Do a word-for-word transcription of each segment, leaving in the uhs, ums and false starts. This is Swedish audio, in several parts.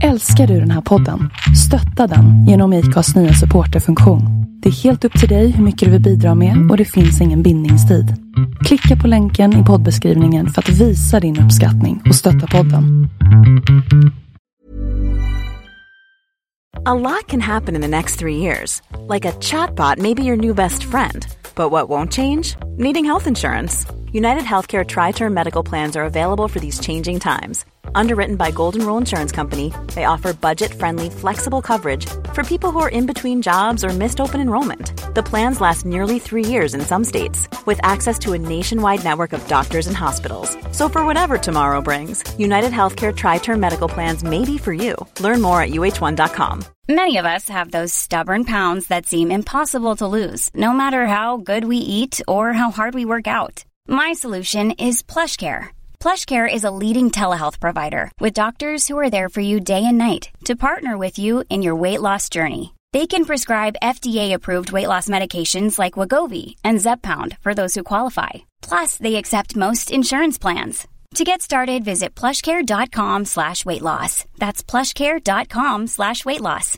Älskar du den här podden? Stötta den genom I C A:s nya supporterfunktion. Det är helt upp till dig hur mycket du vill bidra med och det finns ingen bindningstid. Klicka på länken i poddbeskrivningen för att visa din uppskattning och stötta podden. A lot can happen in the next three years. Like a chatbot may be your new best friend. But what won't change? Needing health insurance. United Healthcare Tri-Term Medical Plans are available for these changing times. Underwritten by Golden Rule Insurance Company, they offer budget-friendly, flexible coverage for people who are in between jobs or missed open enrollment. The plans last nearly three years in some states, with access to a nationwide network of doctors and hospitals. So for whatever tomorrow brings, United Healthcare Tri-Term Medical Plans may be for you. Learn more at U H one dot com. Many of us have those stubborn pounds that seem impossible to lose, no matter how good we eat or how hard we work out. My solution is PlushCare. PlushCare is a leading telehealth provider with doctors who are there for you day and night to partner with you in your weight loss journey. They can prescribe F D A-approved weight loss medications like Wegovy and Zepbound for those who qualify. Plus, they accept most insurance plans. To get started, visit plushcare.com slash weight loss. That's plushcare.com slash weight loss.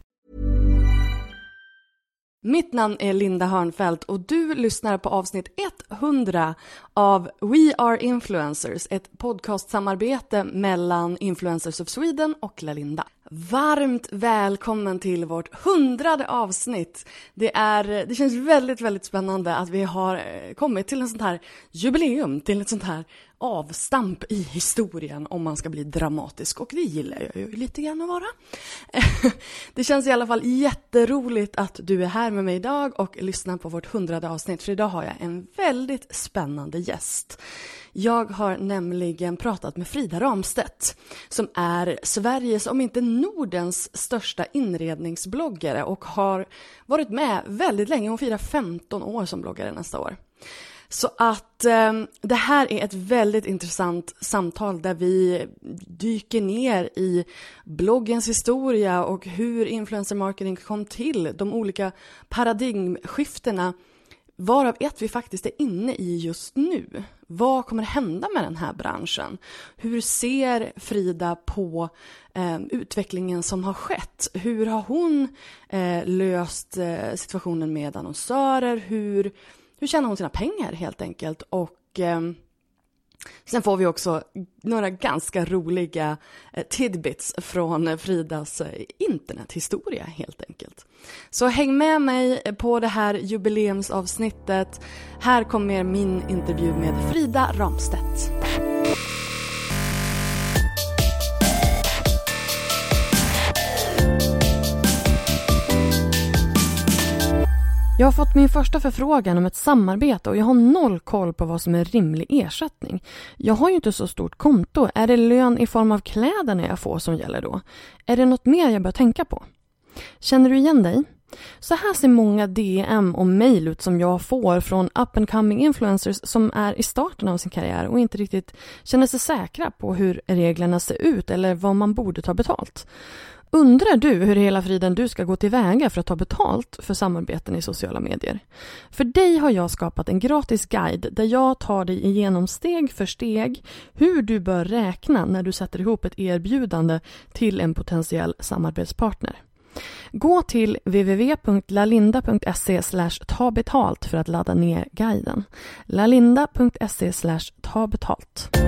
Mitt namn är Linda Hörnfeldt och du lyssnar på avsnitt hundra av We Are Influencers, ett podcastsamarbete mellan Influencers of Sweden och Lalinda. Varmt välkommen till vårt hundrade avsnitt. Det, är, det känns väldigt, väldigt spännande att vi har kommit till en sån här jubileum, till ett sånt här avstamp i historien, om man ska bli dramatisk, och det gillar jag ju lite grann att vara. Det känns i alla fall jätteroligt att du är här med mig idag och lyssnar på vårt hundrade avsnitt, för idag har jag en väldigt spännande gäst. Jag har nämligen pratat med Frida Ramstedt, som är Sveriges, om inte Nordens, största inredningsbloggare och har varit med väldigt länge. Hon firar femton år som bloggare nästa år. Så att eh, det här är ett väldigt intressant samtal där vi dyker ner i bloggens historia och hur influencer marketing kom till, de olika paradigmskiftena, varav ett vi faktiskt är inne i just nu. Vad kommer hända med den här branschen? Hur ser Frida på eh, utvecklingen som har skett? Hur har hon eh, löst eh, situationen med annonsörer? Hur... Hur tjänar hon sina pengar helt enkelt? Och eh, sen får vi också några ganska roliga eh, tidbits från Fridas eh, internethistoria helt enkelt. Så häng med mig på det här jubileumsavsnittet. Här kommer min intervju med Frida Ramstedt. Jag har fått min första förfrågan om ett samarbete och jag har noll koll på vad som är rimlig ersättning. Jag har ju inte så stort konto. Är det lön i form av kläderna jag får som gäller då? Är det något mer jag bör tänka på? Känner du igen dig? Så här ser många D M och mejl ut som jag får från up and coming influencers som är i starten av sin karriär och inte riktigt känner sig säkra på hur reglerna ser ut eller vad man borde ta betalt. Undrar du hur hela friden du ska gå tillväga för att ta betalt för samarbeten i sociala medier? För dig har jag skapat en gratis guide där jag tar dig igenom steg för steg hur du bör räkna när du sätter ihop ett erbjudande till en potentiell samarbetspartner. Gå till w w w punkt lalinda punkt se slash ta betalt för att ladda ner guiden. lalinda punkt se slash ta betalt.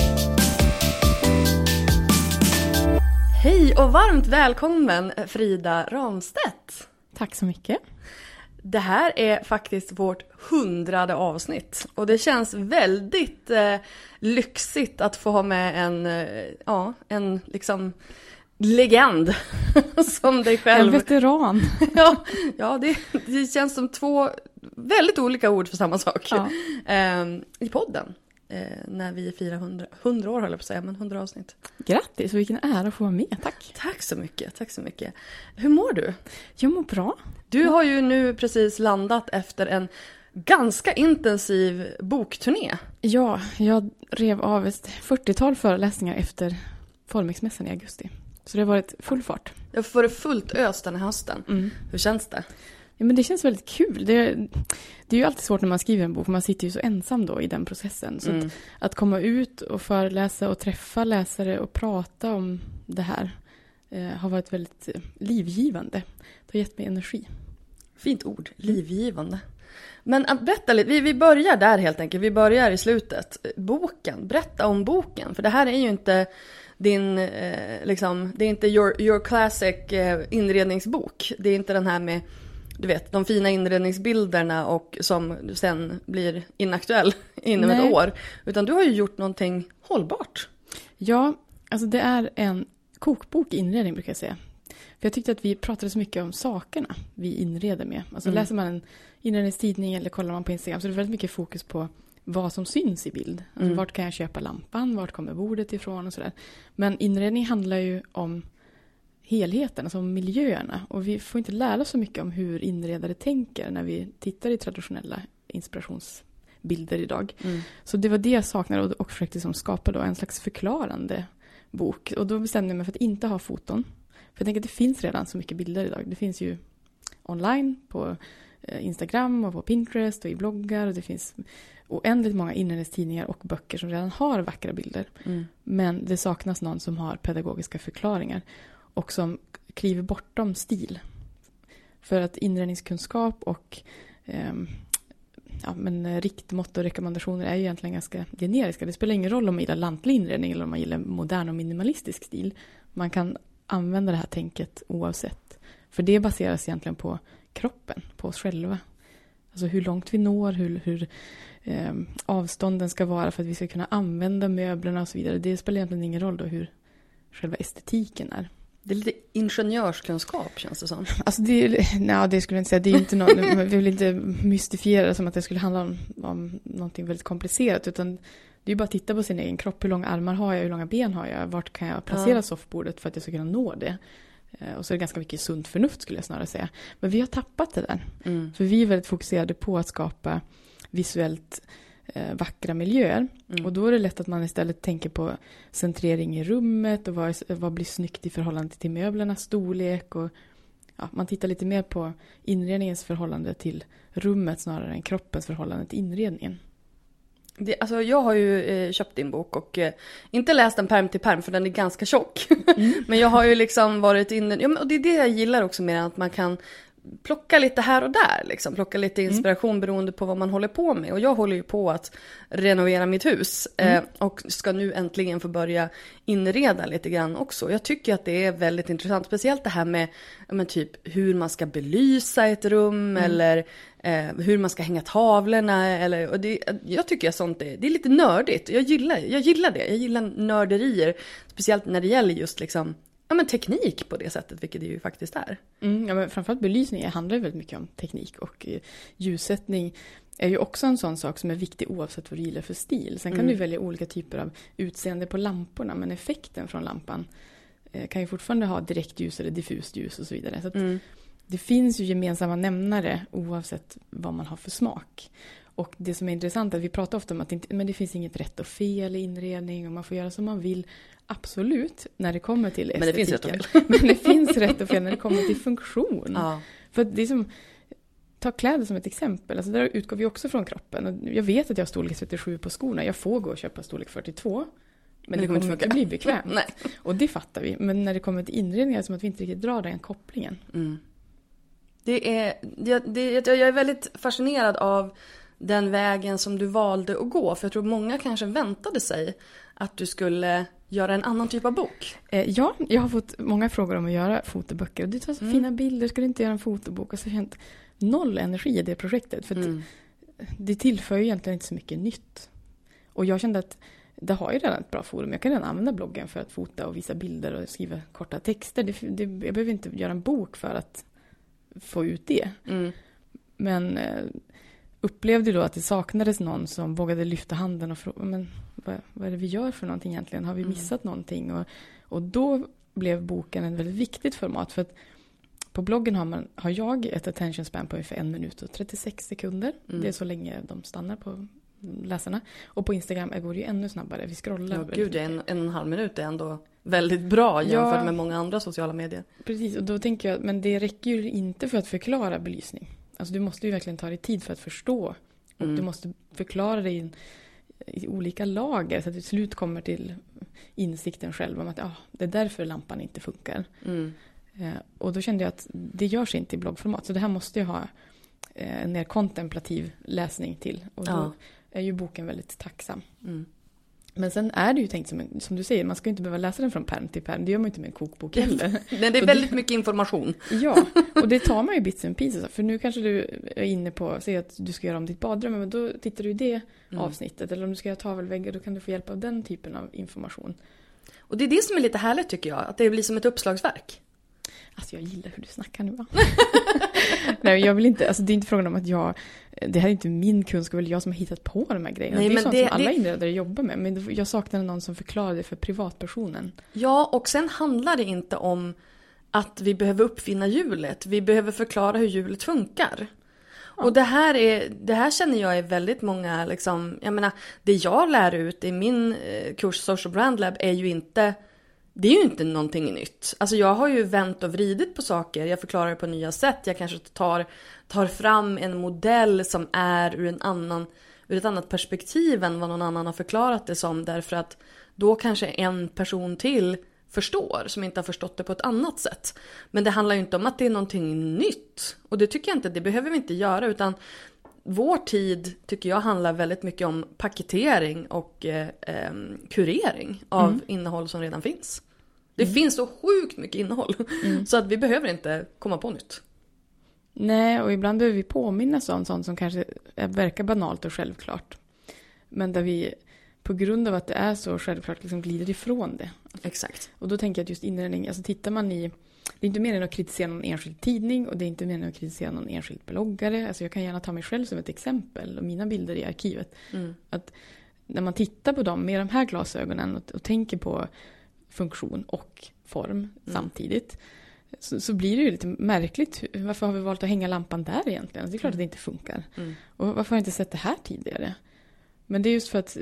Hej och varmt välkommen Frida Ramstedt. Tack så mycket. Det här är faktiskt vårt hundrade avsnitt och det känns väldigt eh, lyxigt att få ha med en, eh, ja, en liksom legend som dig själv. En veteran. ja, ja det, det känns som två väldigt olika ord för samma sak ja. eh, i podden. Eh, när vi firar hundra, hundra år, håller jag på att säga, men hundra avsnitt. Grattis, och vilken ära att få vara med, tack. Tack så mycket, tack så mycket. Hur mår du? Jag mår bra. Du har ju nu precis landat efter en ganska intensiv bokturné. Ja, jag rev av ett fyrtiotal föreläsningar efter Formexmässan i augusti. Så det har varit full fart. Jag får det fullt ös den här hösten. Mm. Hur känns det? Ja, men det känns väldigt kul. Det, det är ju alltid svårt när man skriver en bok, för man sitter ju så ensam då i den processen. Så mm. att, att komma ut och föreläsa och träffa läsare och prata om det här eh, har varit väldigt eh, livgivande. Det har gett mig energi. Fint ord, livgivande. Men äh, berätta lite, vi, vi börjar där helt enkelt, vi börjar i slutet. Boken, berätta om boken. För det här är ju inte din, eh, liksom, det är inte your, your classic eh, inredningsbok. Det är inte den här med, du vet, de fina inredningsbilderna och som sen blir inaktuell inom Nej. ett år. Utan du har ju gjort någonting hållbart. Ja, alltså det är en kokbok i inredning brukar jag säga. För jag tyckte att vi pratade så mycket om sakerna vi inreder med. Alltså mm. läser man en inredningstidning eller kollar man på Instagram så är det väldigt mycket fokus på vad som syns i bild. Alltså mm. vart kan jag köpa lampan, vart kommer bordet ifrån och sådär. Men inredning handlar ju om helheten, alltså om miljöerna. Och vi får inte lära så mycket om hur inredare tänker när vi tittar i traditionella inspirationsbilder idag. Mm. Så det var det jag saknade och, och försökte som skapa då en slags förklarande bok. Och då bestämde jag mig för att inte ha foton. För jag tänker att det finns redan så mycket bilder idag. Det finns ju online på Instagram och på Pinterest och i bloggar. Och det finns oändligt många inredningstidningar och böcker som redan har vackra bilder. Mm. Men det saknas någon som har pedagogiska förklaringar. Och som kliver bortom stil. För att inredningskunskap och eh, ja, men riktmått och rekommendationer är ju egentligen ganska generiska. Det spelar ingen roll om man gillar lantlig inredning eller om man gillar modern och minimalistisk stil. Man kan använda det här tänket oavsett. För det baseras egentligen på kroppen, på oss själva. Alltså hur långt vi når, hur, hur eh, avstånden ska vara för att vi ska kunna använda möblerna och så vidare. Det spelar egentligen ingen roll då hur själva estetiken är. Det är lite ingenjörskunskap känns det som. Alltså det, nej, det skulle jag inte säga. Det är inte någon, vi vill inte mystifiera det som att det skulle handla om, om någonting väldigt komplicerat. Utan det är bara att titta på sin egen kropp. Hur långa armar har jag? Hur långa ben har jag? Vart kan jag placera ja. soffbordet för att jag ska kunna nå det? Och så är det ganska mycket sunt förnuft skulle jag snarare säga. Men vi har tappat det där. Mm. För vi är väldigt fokuserade på att skapa visuellt eh, vackra miljöer. Mm. Och då är det lätt att man istället tänker på centrering i rummet. Och vad, vad blir snyggt i förhållande till möblernas storlek. Och ja, man tittar lite mer på inredningens förhållande till rummet snarare än kroppens förhållande till inredningen. Det, alltså jag har ju eh, köpt din bok och eh, inte läst den perm till perm för den är ganska tjock. Mm. Men jag har ju liksom varit inne, ja, och det är det jag gillar också med att man kan plocka lite här och där liksom, plocka lite inspiration mm. beroende på vad man håller på med. Och jag håller ju på att renovera mitt hus mm. eh, och ska nu äntligen få börja inreda lite grann också. Jag tycker att det är väldigt intressant, speciellt det här med men typ hur man ska belysa ett rum mm. eller eh, hur man ska hänga tavlorna eller, och det, jag tycker att sånt är, det är lite nördigt. Jag gillar, jag gillar det, jag gillar nörderier, speciellt när det gäller just liksom ja, men teknik på det sättet, vilket det ju faktiskt är. Mm, ja, men framförallt belysning handlar ju väldigt mycket om teknik och eh, ljussättning är ju också en sån sak som är viktig oavsett vad du gillar för stil. Sen kan mm. du välja olika typer av utseende på lamporna, men effekten från lampan eh, kan ju fortfarande ha direktljus eller diffust ljus och så vidare. Så att mm. det finns ju gemensamma nämnare oavsett vad man har för smak. Och det som är intressant är att vi pratar ofta om att det, inte, men det finns inget rätt och fel i inredning och man får göra som man vill. Absolut, när det kommer till estetiken. Men det finns rätt och fel. Men det finns rätt och fel när det kommer till funktion. Ja. För det är som, ta kläder som ett exempel. Alltså där utgår vi också från kroppen. Och jag vet att jag har storlek trettiosju på skorna. Jag får gå och köpa storlek fyrtiotvå. Men, men det kommer inte funka. Bli bekvämt. Nej. Och det fattar vi. Men när det kommer till inredningar är det som att vi inte riktigt drar den kopplingen. Mm. Det är, det, det, jag är väldigt fascinerad av den vägen som du valde att gå. För jag tror många kanske väntade sig att du skulle göra en annan typ av bok. Eh, ja, jag har fått många frågor om att göra fotoböcker. Och du tar så mm. fina bilder, ska du inte göra en fotobok? Och så har jag känt noll energi i det projektet. För att mm. det tillför ju egentligen inte så mycket nytt. Och jag kände att det har ju redan ett bra forum. Jag kan redan använda bloggen för att fota och visa bilder och skriva korta texter. Det, det, jag behöver inte göra en bok för att få ut det. Mm. Men eh, upplevde då att det saknades någon som vågade lyfta handen och fråga, men vad, vad är det vi gör för någonting egentligen? Har vi missat mm. någonting? Och, och då blev boken en väldigt viktigt format. För att på bloggen har, man, har jag ett attention span på ungefär en minut och trettiosex sekunder. Mm. Det är så länge de stannar på läsarna. Och på Instagram går det ju ännu snabbare. Vi scrollar. Ja, gud, en, en och en halv minut är ändå väldigt bra jämfört ja, med många andra sociala medier. Precis, och då tänker jag, men det räcker ju inte för att förklara belysning. Alltså du måste ju verkligen ta dig tid för att förstå. Och mm. du måste förklara det i, i olika lager så att du till slut kommer till insikten själv om att ja, det är därför lampan inte funkar. Mm. Eh, och då kände jag att det görs inte i bloggformat. Så det här måste jag ha eh, en mer kontemplativ läsning till. Och då ja. är ju boken väldigt tacksam. Mm. Men sen är det ju tänkt som, en, som du säger, man ska ju inte behöva läsa den från pärm till pärm. Det gör man ju inte med en kokbok heller. Nej, det är väldigt det, mycket information. Ja, och det tar man ju bits and pieces. För nu kanske du är inne på, säg att du ska göra om ditt badrum, men då tittar du i det mm. avsnittet. Eller om du ska göra tavelväggar, då kan du få hjälp av den typen av information. Och det är det som är lite härligt tycker jag, att det blir som ett uppslagsverk. Alltså jag gillar hur du snackar nu, va? Nej, jag vill inte, alltså det är inte frågan om att jag, det här är inte min kunskap, eller jag som har hittat på de här grejerna. Nej, det är men sånt det, som alla det... inredare jobbar med, men jag saknade någon som förklarade för privatpersonen. Ja, och sen handlar det inte om att vi behöver uppfinna hjulet, vi behöver förklara hur hjulet funkar. Ja. Och det här, är, det här känner jag är väldigt många, liksom, jag menar, det jag lär ut i min kurs Social Brand Lab är ju inte... Det är ju inte någonting nytt. Alltså jag har ju vänt och vridit på saker. Jag förklarar det på nya sätt. Jag kanske tar, tar fram en modell som är ur, en annan, ur ett annat perspektiv än vad någon annan har förklarat det som. Därför att då kanske en person till förstår som inte har förstått det på ett annat sätt. Men det handlar ju inte om att det är någonting nytt. Och det tycker jag inte, det behöver vi inte göra. Utan vår tid tycker jag handlar väldigt mycket om paketering och eh, eh, kurering av mm. innehåll som redan finns. Det mm. finns så sjukt mycket innehåll mm. så att vi behöver inte komma på nytt. Nej, och ibland behöver vi påminnas om sånt som kanske verkar banalt och självklart. Men där vi på grund av att det är så självklart liksom glider ifrån det. Exakt. Och då tänker jag att just inredning, alltså tittar man i... Det är inte mer än att kritisera någon enskild tidning och det är inte mer än att kritisera någon enskild bloggare. Alltså jag kan gärna ta mig själv som ett exempel och mina bilder i arkivet. Mm. Att när man tittar på dem med de här glasögonen och, och tänker på funktion och form mm. samtidigt så, så blir det ju lite märkligt. Varför har vi valt att hänga lampan där egentligen? Det är klart mm. att det inte funkar. Mm. Och varför har jag inte sett det här tidigare? Men det är just för att...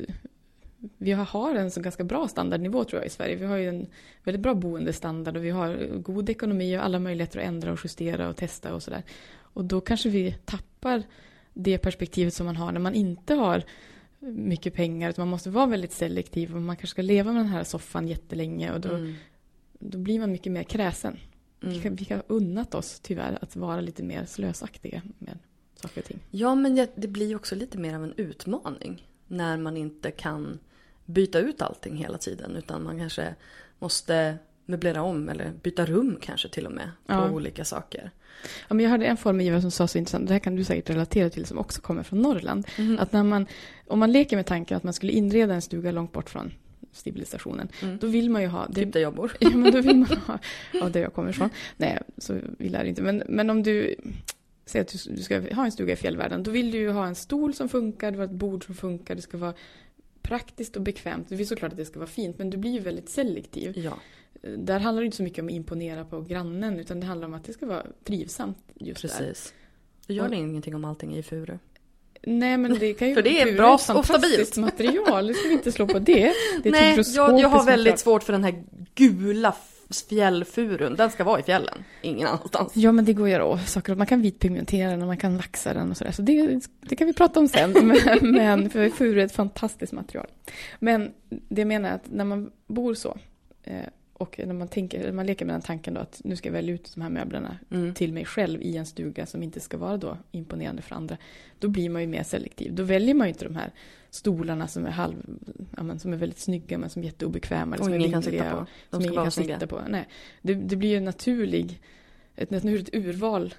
Vi har en så ganska bra standardnivå tror jag i Sverige. Vi har ju en väldigt bra boendestandard och vi har god ekonomi och alla möjligheter att ändra och justera och testa och sådär. Och då kanske vi tappar det perspektivet som man har när man inte har mycket pengar. Utan man måste vara väldigt selektiv och man kanske ska leva med den här soffan jättelänge och då, mm. då blir man mycket mer kräsen. Mm. Vi, kan, vi kan unnat oss tyvärr att vara lite mer slösaktiga med saker och ting. Ja, men det blir ju också lite mer av en utmaning när man inte kan byta ut allting hela tiden utan man kanske måste möblera om eller byta rum kanske till och med på ja. olika saker. Ja, men jag hörde en formgivare som sa så intressant, det här kan du säkert relatera till som också kommer från Norrland, mm. att när man, om man leker med tanken att man skulle inreda en stuga långt bort från civilisationen, mm. då vill man ju ha... Typ där jag bor. Ja, men då vill man ha... Ja, där jag kommer ifrån. Nej, så vill jag inte. Men, men om du... Säg att du, du ska ha en stuga i fjällvärlden, då vill du ju ha en stol som funkar, det var ett bord som funkar, det ska vara praktiskt och bekvämt. Det är såklart att det ska vara fint, men du blir ju väldigt selektiv. Ja. Där handlar det inte så mycket om att imponera på grannen, utan det handlar om att det ska vara trivsamt just Precis. där. Precis. Då gör det och, ingenting om allting är i furu. Nej, men det kan ju för det är bra och stabilt material. Det ska vi inte slå på det. det är Nej, jag, jag har väldigt svårt för den här gula fjällfurun. Den ska vara i fjällen, ingen annanstans. Ja, men det går ju då. Saker, man kan vitpigmentera den och man kan laxa den och sådär. Så det, det kan vi prata om sen. men, men för furu är ett fantastiskt material. Men det jag menar är att när man bor så eh, och när man tänker, när man leker med den tanken då att nu ska jag välja ut de här möblerna mm. till mig själv i en stuga som inte ska vara då imponerande för andra, då blir man ju mer selektiv. Då väljer man ju inte de här stolarna som är halv, ja, men, som är väldigt snygga men som är jätteobekväma eller som ingen är kan sitta på. Och, som ingen kan snygga. sitta på. Nej, det, det blir ju en naturlig, ett naturligt urval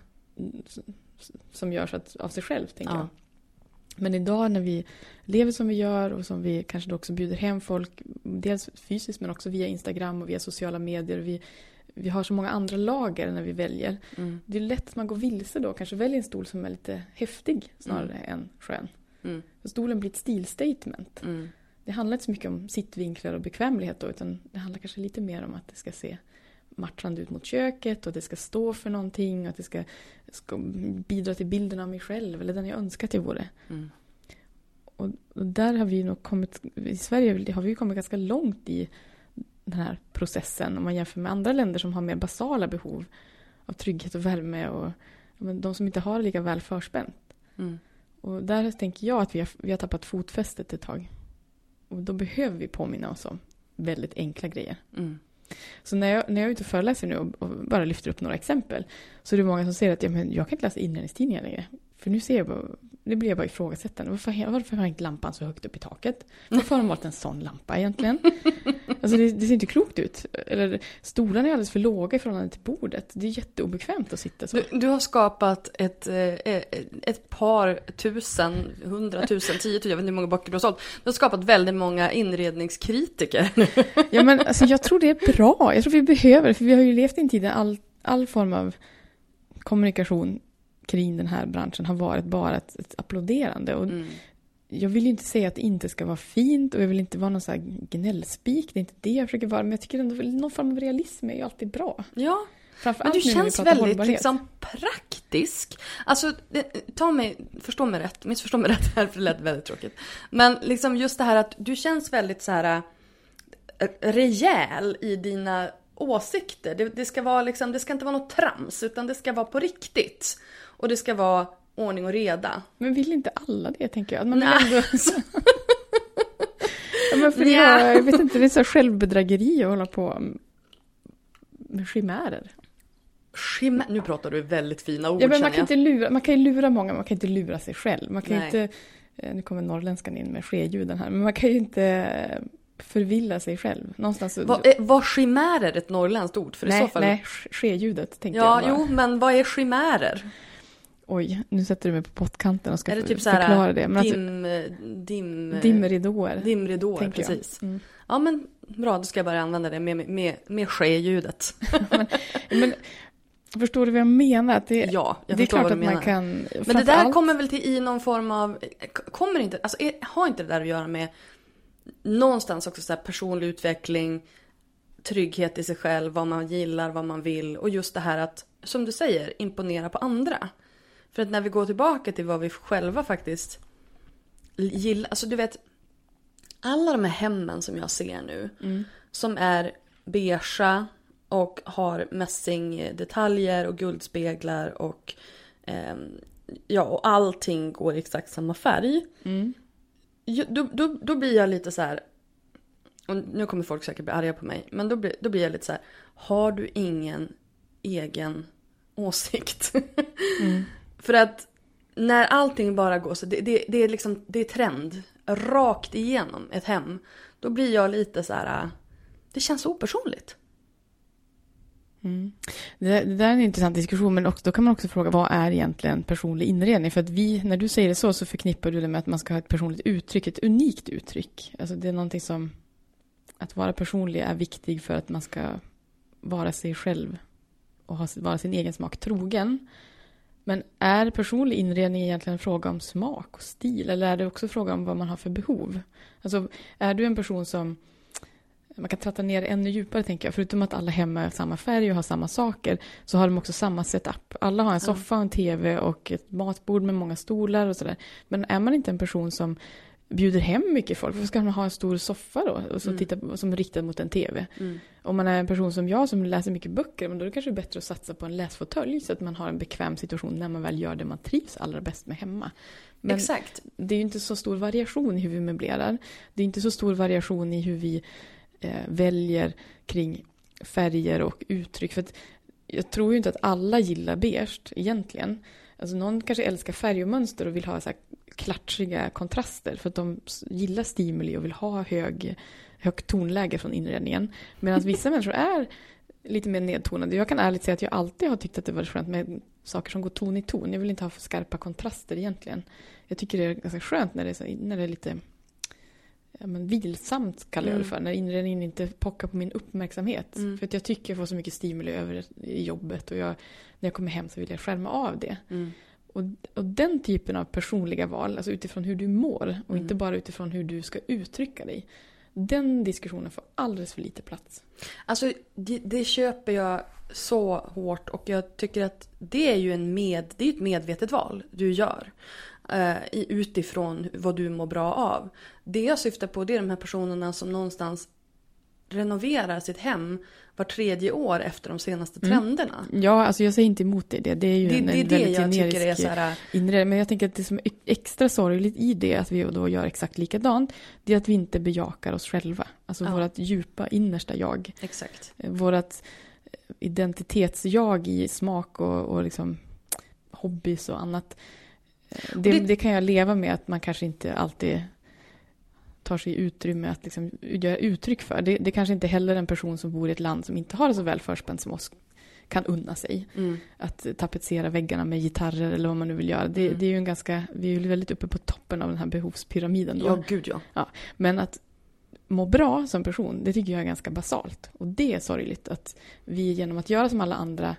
som görs att, av sig själv, tänker ja. jag. Men idag när vi lever som vi gör och som vi kanske då också bjuder hem folk, dels fysiskt men också via Instagram och via sociala medier. Vi, vi har så många andra lager när vi väljer. Mm. Det är lätt att man går vilse då. Kanske väljer en stol som är lite häftig snarare mm. än skön. Mm. För stolen blir ett stilstatement. Mm. Det handlar inte så mycket om sittvinklar och bekvämlighet då, utan det handlar kanske lite mer om att det ska se matchande ut mot köket och att det ska stå för någonting och att det ska, ska bidra till bilden av mig själv eller den jag önskar att jag vore. Mm. Och, och där har vi nog kommit, i Sverige har vi kommit ganska långt i den här processen om man jämför med andra länder som har mer basala behov av trygghet och värme och men de som inte har lika väl förspänt. Mm. Och där tänker jag att vi har, vi har tappat fotfästet ett tag. Och då behöver vi påminna oss om väldigt enkla grejer. Mm. Så när jag, när jag är ute och föreläser nu och, och bara lyfter upp några exempel, så är det många som säger att ja, men jag kan inte läsa inredningstidningar längre. För nu ser jag bara, det blir jag bara ifrågasättande. Varför, varför har inte lampan så högt upp i taket? Varför har de valt en sån lampa egentligen? Alltså det, det ser inte klokt ut. Eller stolarna är alldeles för låga i förhållande till bordet. Det är jätteobekvämt att sitta så. Du, du har skapat ett, ett par tusen, hundratusen, tiotusen, jag vet inte hur många böcker du har sålt. Du har skapat väldigt många inredningskritiker. Ja, men alltså, jag tror det är bra. Jag tror vi behöver det. För vi har ju levt i en tid där all, all form av kommunikation kring den här branschen har varit bara ett, ett applåderande. Och mm. jag vill ju inte säga att det inte ska vara fint och jag vill inte vara någon så här gnällspik. Det är inte det jag försöker vara. Men jag tycker ändå någon form av realism är ju alltid bra. Ja, men du känns väldigt liksom praktisk. Alltså, ta mig, förstå mig rätt, missförstå mig rätt här för det lät väldigt tråkigt. Men liksom just det här att du känns väldigt så här rejäl i dina åsikter. Det, det ska vara liksom, det ska inte vara något trams utan det ska vara på riktigt. Och det ska vara ordning och reda. Men vill inte alla det, tänker jag? Man vill ändå... ja, men för jag, jag vet inte, det är så självbedrägeri att hålla på med chimärer. Chimär... Nu pratar du väldigt fina ord, ja, men man kan inte lura, man kan ju lura många, man kan inte lura sig själv. Man kan Nej. inte, nu kommer norrländskan in med skeljuden här, men man kan ju inte förvilla sig själv. Någonstans... Vad var chimärer ett norrländskt ord? För nej, i så fall... nej, skeljudet tänkte ja, jag. Ja, jo, men vad är chimärer? Oj, nu sätter du mig på pottkanten och ska är det för, typ förklara det. Men dim, alltså, dim, dimridåer. Dimridåer, precis. Mm. Ja, men bra, då ska jag bara använda det med, med, med ske-ljudet. men, men förstår du vad jag menar? Att det, ja, jag det är förstår klart vad att du man menar. kan... Men det där allt... kommer väl till i någon form av... Kommer inte, alltså, är, har inte det där att göra med någonstans också så här personlig utveckling, trygghet i sig själv, vad man gillar, vad man vill och just det här att, som du säger, imponera på andra. För att när vi går tillbaka till vad vi själva faktiskt gillar, alltså du vet, alla de här hemmen som jag ser nu, mm. som är beigea och har mässingdetaljer och guldspeglar och eh, ja, och allting går i exakt samma färg. Mm. Då, då, då blir jag lite så här, och nu kommer folk säkert bli arga på mig, men då blir, då blir jag lite så här, har du ingen egen åsikt? Mm. För att när allting bara går så, det, det, det är liksom, det är trend rakt igenom ett hem, då blir jag lite så här, det känns opersonligt. Mm. Det, det där är en intressant diskussion, men också, då kan man också fråga, vad är egentligen personlig inredning? För att vi, när du säger det så, så förknippar du det med att man ska ha ett personligt uttryck, ett unikt uttryck. Alltså det är någonting som, att vara personlig är viktig för att man ska vara sig själv och ha, vara sin egen smak trogen. Men är personlig inredning egentligen en fråga om smak och stil, eller är det också fråga om vad man har för behov? Alltså är du en person som man kan tratta ner ännu djupare, tänker jag. Förutom att alla hemma är samma färg och har samma saker, så har de också samma setup. Alla har en soffa, en tv och ett matbord med många stolar och sådär. Men är man inte en person som bjuder hem mycket folk, varför ska man ha en stor soffa då? Och så mm. titta, som är riktad mot en tv. Mm. Om man är en person som jag som läser mycket böcker, men då är det kanske bättre att satsa på en läsfåtölj så att man har en bekväm situation när man väl gör det man trivs allra bäst med hemma. Men exakt. Det är ju inte så stor variation i hur vi möblerar. Det är inte så stor variation i hur vi väljer kring färger och uttryck. För att jag tror ju inte att alla gillar beige egentligen. Alltså någon kanske älskar färg och mönster och vill ha så här klatschiga kontraster för att de gillar stimuli och vill ha hög, högt tonläge från inredningen. Medan vissa människor är lite mer nedtonade. Jag kan ärligt säga att jag alltid har tyckt att det var skönt med saker som går ton i ton. Jag vill inte ha för skarpa kontraster egentligen. Jag tycker det är ganska skönt när det är, så, när det är lite ja, men vilsamt kallar jag det för. Mm. När inredningen inte pockar på min uppmärksamhet. Mm. För att jag tycker jag får så mycket stimuli över i jobbet. Och jag, när jag kommer hem så vill jag skärma av det. Mm. Och, och den typen av personliga val, alltså utifrån hur du mår. Och mm. inte bara utifrån hur du ska uttrycka dig. Den diskussionen får alldeles för lite plats. Alltså det, det köper jag så hårt. Och jag tycker att det är ju en med, det är ett medvetet val du gör. Uh, utifrån vad du mår bra av. Det jag syftar på, det är de här personerna som någonstans renoverar sitt hem var tredje år efter de senaste trenderna. Mm. Ja, alltså jag säger inte emot det. Det, det är ju det, en, det, en det väldigt jag generisk tycker är så här... inredning. Men jag tänker att det som är extra sorgligt i det, att vi då gör exakt likadant, det är att vi inte bejakar oss själva. Alltså ja. vårt djupa innersta jag. Exakt. Vårt identitetsjag i smak och, och liksom hobbys och annat. Det, det, det kan jag leva med att man kanske inte alltid tar sig utrymme att liksom göra uttryck för. Det, det kanske inte heller en person som bor i ett land som inte har det så väl förspänt som oss kan unna sig. Mm. Att tapetsera väggarna med gitarrer eller vad man nu vill göra. Det, mm. det är ju en ganska, vi är ju väldigt uppe på toppen av den här behovspyramiden. Då. Ja, gud ja. ja. Men att må bra som person, det tycker jag är ganska basalt. Och det är sorgligt att vi genom att göra som alla andra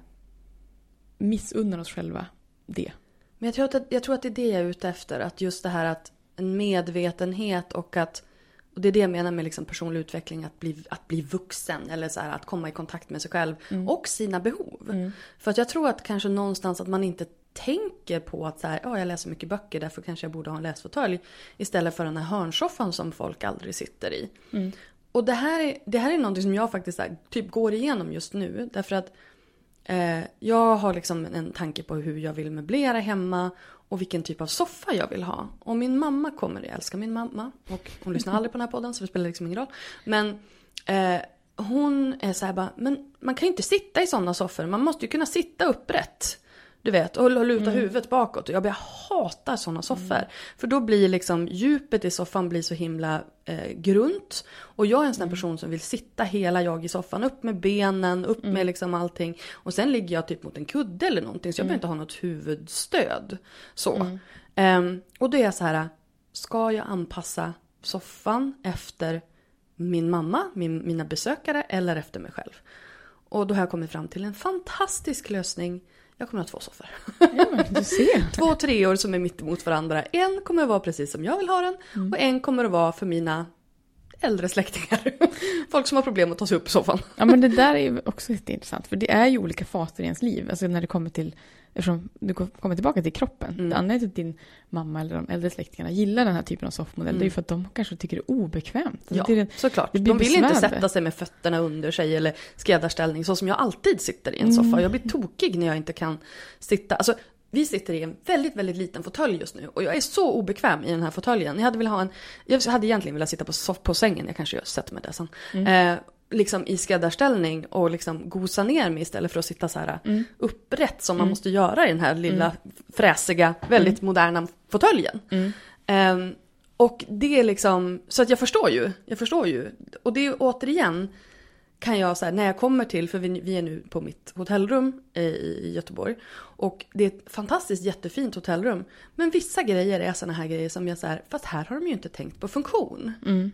missunnar oss själva det. Men jag tror, att, jag tror att det är det jag är ute efter. Att just det här att en medvetenhet och att, och det är det jag menar med liksom personlig utveckling, att bli, att bli vuxen eller så här, att komma i kontakt med sig själv mm. och sina behov. Mm. För att jag tror att kanske någonstans att man inte tänker på att så här, oh, jag läser mycket böcker, därför kanske jag borde ha en läsfåtölj istället för den här hörnsoffan som folk aldrig sitter i. Mm. Och det här är, det här är någonting som jag faktiskt här, typ går igenom just nu, därför att eh, jag har liksom en tanke på hur jag vill möblera hemma och vilken typ av soffa jag vill ha. Och min mamma kommer, jag älskar min mamma och hon lyssnar aldrig på den här podden så det spelar liksom ingen roll. Men eh, hon är så här bara, men man kan ju inte sitta i sådana soffor, man måste ju kunna sitta upprätt. Du vet, och luta mm. huvudet bakåt. Och jag börjar hata sådana soffor. Mm. För då blir liksom djupet i soffan blir så himla eh, grunt. Och jag är en sån här mm. person som vill sitta hela jag i soffan. Upp med benen, upp mm. med liksom allting. Och sen ligger jag typ mot en kudde eller någonting. Så jag mm. behöver inte ha något huvudstöd. Så. Mm. Um, och då är jag så här, ska jag anpassa soffan efter min mamma, min, mina besökare eller efter mig själv? Och då har jag kommit fram till en fantastisk lösning. Jag kommer att ha två soffor. Ja, du ser. Två treor som är mitt emot varandra. En kommer att vara precis som jag vill ha den. Mm. Och en kommer att vara för mina äldre släktingar. Folk som har problem att ta sig upp i soffan. Ja, men det där är ju också intressant. För det är ju olika faser i ens liv. Alltså när det kommer till, eftersom du kommer tillbaka till kroppen. Mm. Det anledningen till att din mamma eller de äldre släktingarna gillar den här typen av soffmodell. Mm. Det är ju för att de kanske tycker det är obekvämt. Alltså ja, det är, såklart. De vill besvärande. Inte sätta sig med fötterna under sig eller skräddarställning. Så som jag alltid sitter i en soffa. Mm. Jag blir tokig när jag inte kan sitta. Alltså, vi sitter i en väldigt, väldigt liten fåtölj just nu. Och jag är så obekväm i den här fåtöljen. Jag hade velat ha en, jag hade egentligen velat sitta på, soff- på sängen. Jag kanske sätter mig där sen. Mm. Eh, liksom i skräddarställning och liksom gosa ner mig istället för att sitta så här mm. upprätt som man mm. måste göra i den här lilla mm. fräsiga, väldigt mm. moderna fåtöljen. Mm. Um, och det är liksom, så att jag förstår ju, jag förstår ju. Och det är ju återigen, kan jag så här, när jag kommer till, för vi, vi är nu på mitt hotellrum i, i Göteborg. Och det är ett fantastiskt jättefint hotellrum. Men vissa grejer är såna här grejer som jag så här, fast här har de ju inte tänkt på funktion. Mm.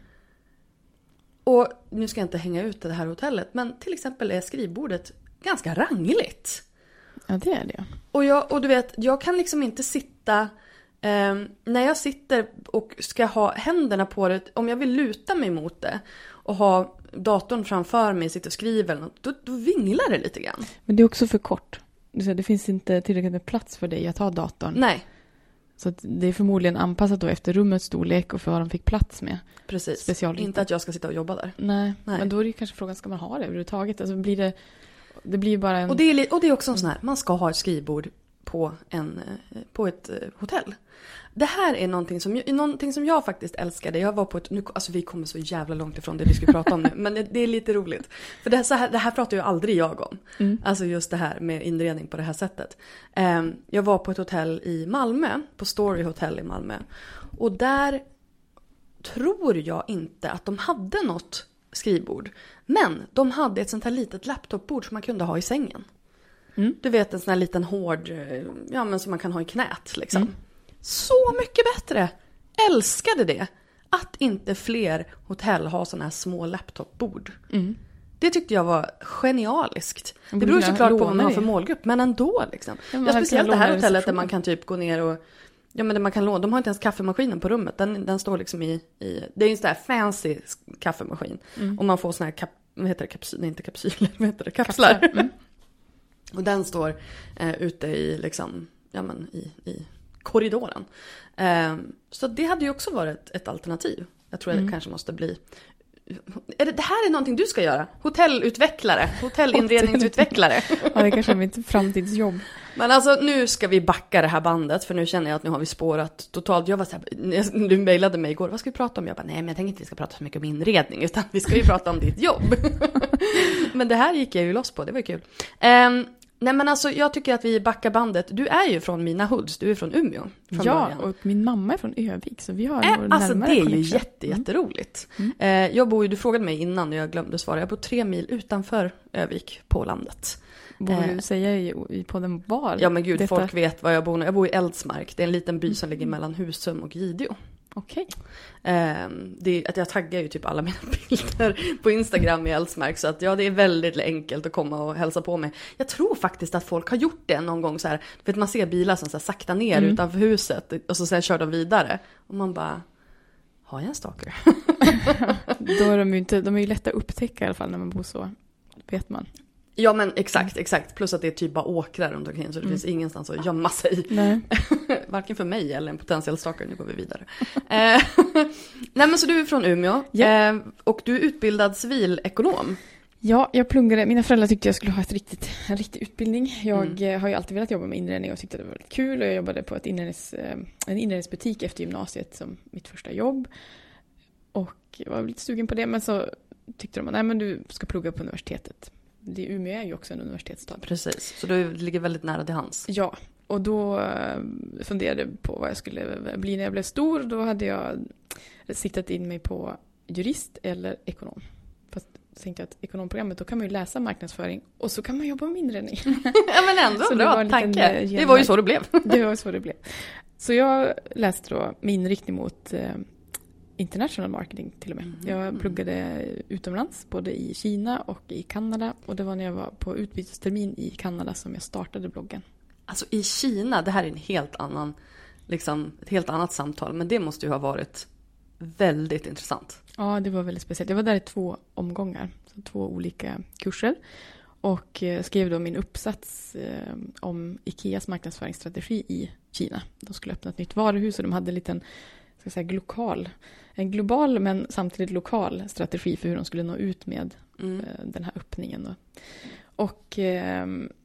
Och nu ska jag inte hänga ut det här hotellet, men till exempel är skrivbordet ganska rangligt. Ja, det är det. Och, jag, och du vet, jag kan liksom inte sitta, eh, när jag sitter och ska ha händerna på det, om jag vill luta mig mot det och ha datorn framför mig, sitta och skriva eller något, då, då vinglar det lite grann. Men det är också för kort. Det finns inte tillräckligt med plats för dig att ha datorn. Nej. Så att det är förmodligen anpassat då efter rummets storlek och för vad de fick plats med. Precis, inte att jag ska sitta och jobba där. Nej, Nej. Men då är det kanske frågan, ska man ha det överhuvudtaget? Alltså blir det, det blir bara en... Och det är, och det är också en sån här, man ska ha ett skrivbord på, en, på ett hotell. Det här är någonting som, någonting som jag faktiskt älskade. Jag var på ett, nu, alltså vi kommer så jävla långt ifrån det vi ska prata om nu. Men det, det är lite roligt. För det här, så här, det här pratar ju aldrig jag om. Mm. Alltså just det här med inredning på det här sättet. Um, jag var på ett hotell i Malmö. På Story Hotel i Malmö. Och där tror jag inte att de hade något skrivbord. Men de hade ett sånt här litet laptopbord som man kunde ha i sängen. Mm. Du vet, en sån här liten hård, ja men som man kan ha i knät liksom. Mm. Så mycket bättre. Älskade det. Att inte fler hotell har såna här små laptopbord. Mm. Det tyckte jag var genialiskt. Det beror såklart på vad man har för målgrupp. Men ändå liksom. Ja, ja, speciellt det här hotellet där man kan typ gå ner och... Ja men där man kan låna. De har inte ens kaffemaskinen på rummet. Den, den står liksom i, i... Det är en sån där fancy kaffemaskin. Mm. Och man får såna här kap, vad heter det? Kapsyl, nej inte kapsyler. Vad heter det? Kapslar. Kapslar. Mm. Och den står eh, ute i liksom... Ja men i... i korridoren. Um, så det hade ju också varit ett alternativ. Jag tror mm. det kanske måste bli är det, det här är någonting du ska göra. Hotellutvecklare, hotellinredningsutvecklare. Ja, det kanske är mitt framtidsjobb. Men alltså nu ska vi backa det här bandet, för nu känner jag att nu har vi spårat totalt. Jag var så här, du mejlade mig igår, vad ska vi prata om? Jag bara, nej men jag tänker inte vi ska prata så mycket om inredning, utan vi ska ju prata om ditt jobb. Men det här gick jag ju loss på, det var ju kul. Um, nej men alltså jag tycker att vi backar bandet. Du är ju från mina hoods, du är från Umeå. Från ja, början. Och min mamma är från Övik, så vi har äh, en Alltså det är connection. ju jätte, jätteroligt. Mm. Uh, jag bor ju, du frågade mig innan och jag glömde svara, jag bor tre mil utanför Övik på landet. Borde du säga i, i podden var? Ja men gud, detta... folk vet var jag bor nu. Jag bor i Eldsmark. Det är en liten by som ligger mellan Husum och Gideå. Okej. Um, det är, att jag taggar ju typ alla mina bilder på Instagram i Eldsmark. Så att ja, det är väldigt enkelt att komma och hälsa på mig. Jag tror faktiskt att folk har gjort det någon gång så här. Vet man ser bilar som så här sakta ner mm. utanför huset. Och så sen kör de vidare. Och man bara, har jag en stalker? Då är de ju inte, de är ju lätta att upptäcka i alla fall när man bor så. Vet man. Ja men exakt, exakt. Plus att det är typ bara åkrar runt omkring, så det mm. finns ingenstans att gömma sig. Nej. Varken för mig eller en potentiell stalker. Nu går vi vidare. Nej men så du är från Umeå. Yeah. Och du är utbildad civilekonom. Ja, jag pluggade. Mina föräldrar tyckte jag skulle ha ett riktigt, en riktig utbildning. Jag mm. har ju alltid velat jobba med inredning och tyckte det var väldigt kul. Och jag jobbade på ett inrednings, en inredningsbutik efter gymnasiet som mitt första jobb. Och jag var lite sugen på det, men så tyckte de att nej men du ska plugga på universitetet. Det Umeå är ju också en universitetsstad. Precis, så du ligger väldigt nära till hands. Ja, och då funderade jag på vad jag skulle bli när jag blev stor. Då hade jag siktat in mig på jurist eller ekonom. Fast tänkte jag att ekonomprogrammet, då kan man ju läsa marknadsföring och så kan man jobba med inredning. Ja men ändå, bra tanke. Det var ju så det blev. Det var så det blev. Så jag läste då med inriktning mot eh, international marketing till och med. Mm. Jag pluggade utomlands, både i Kina och i Kanada. Och det var när jag var på utbytestermin i Kanada som jag startade bloggen. Alltså i Kina, det här är en helt annan, liksom, ett helt annat samtal. Men det måste ju ha varit väldigt intressant. Ja, det var väldigt speciellt. Jag var där i två omgångar. Så två olika kurser. Och skrev då min uppsats eh, om Ikeas marknadsföringsstrategi i Kina. De skulle öppna ett nytt varuhus och de hade en liten ska jag säga, lokal, en global men samtidigt lokal strategi för hur de skulle nå ut med mm. eh, den här öppningen. Då. Och eh,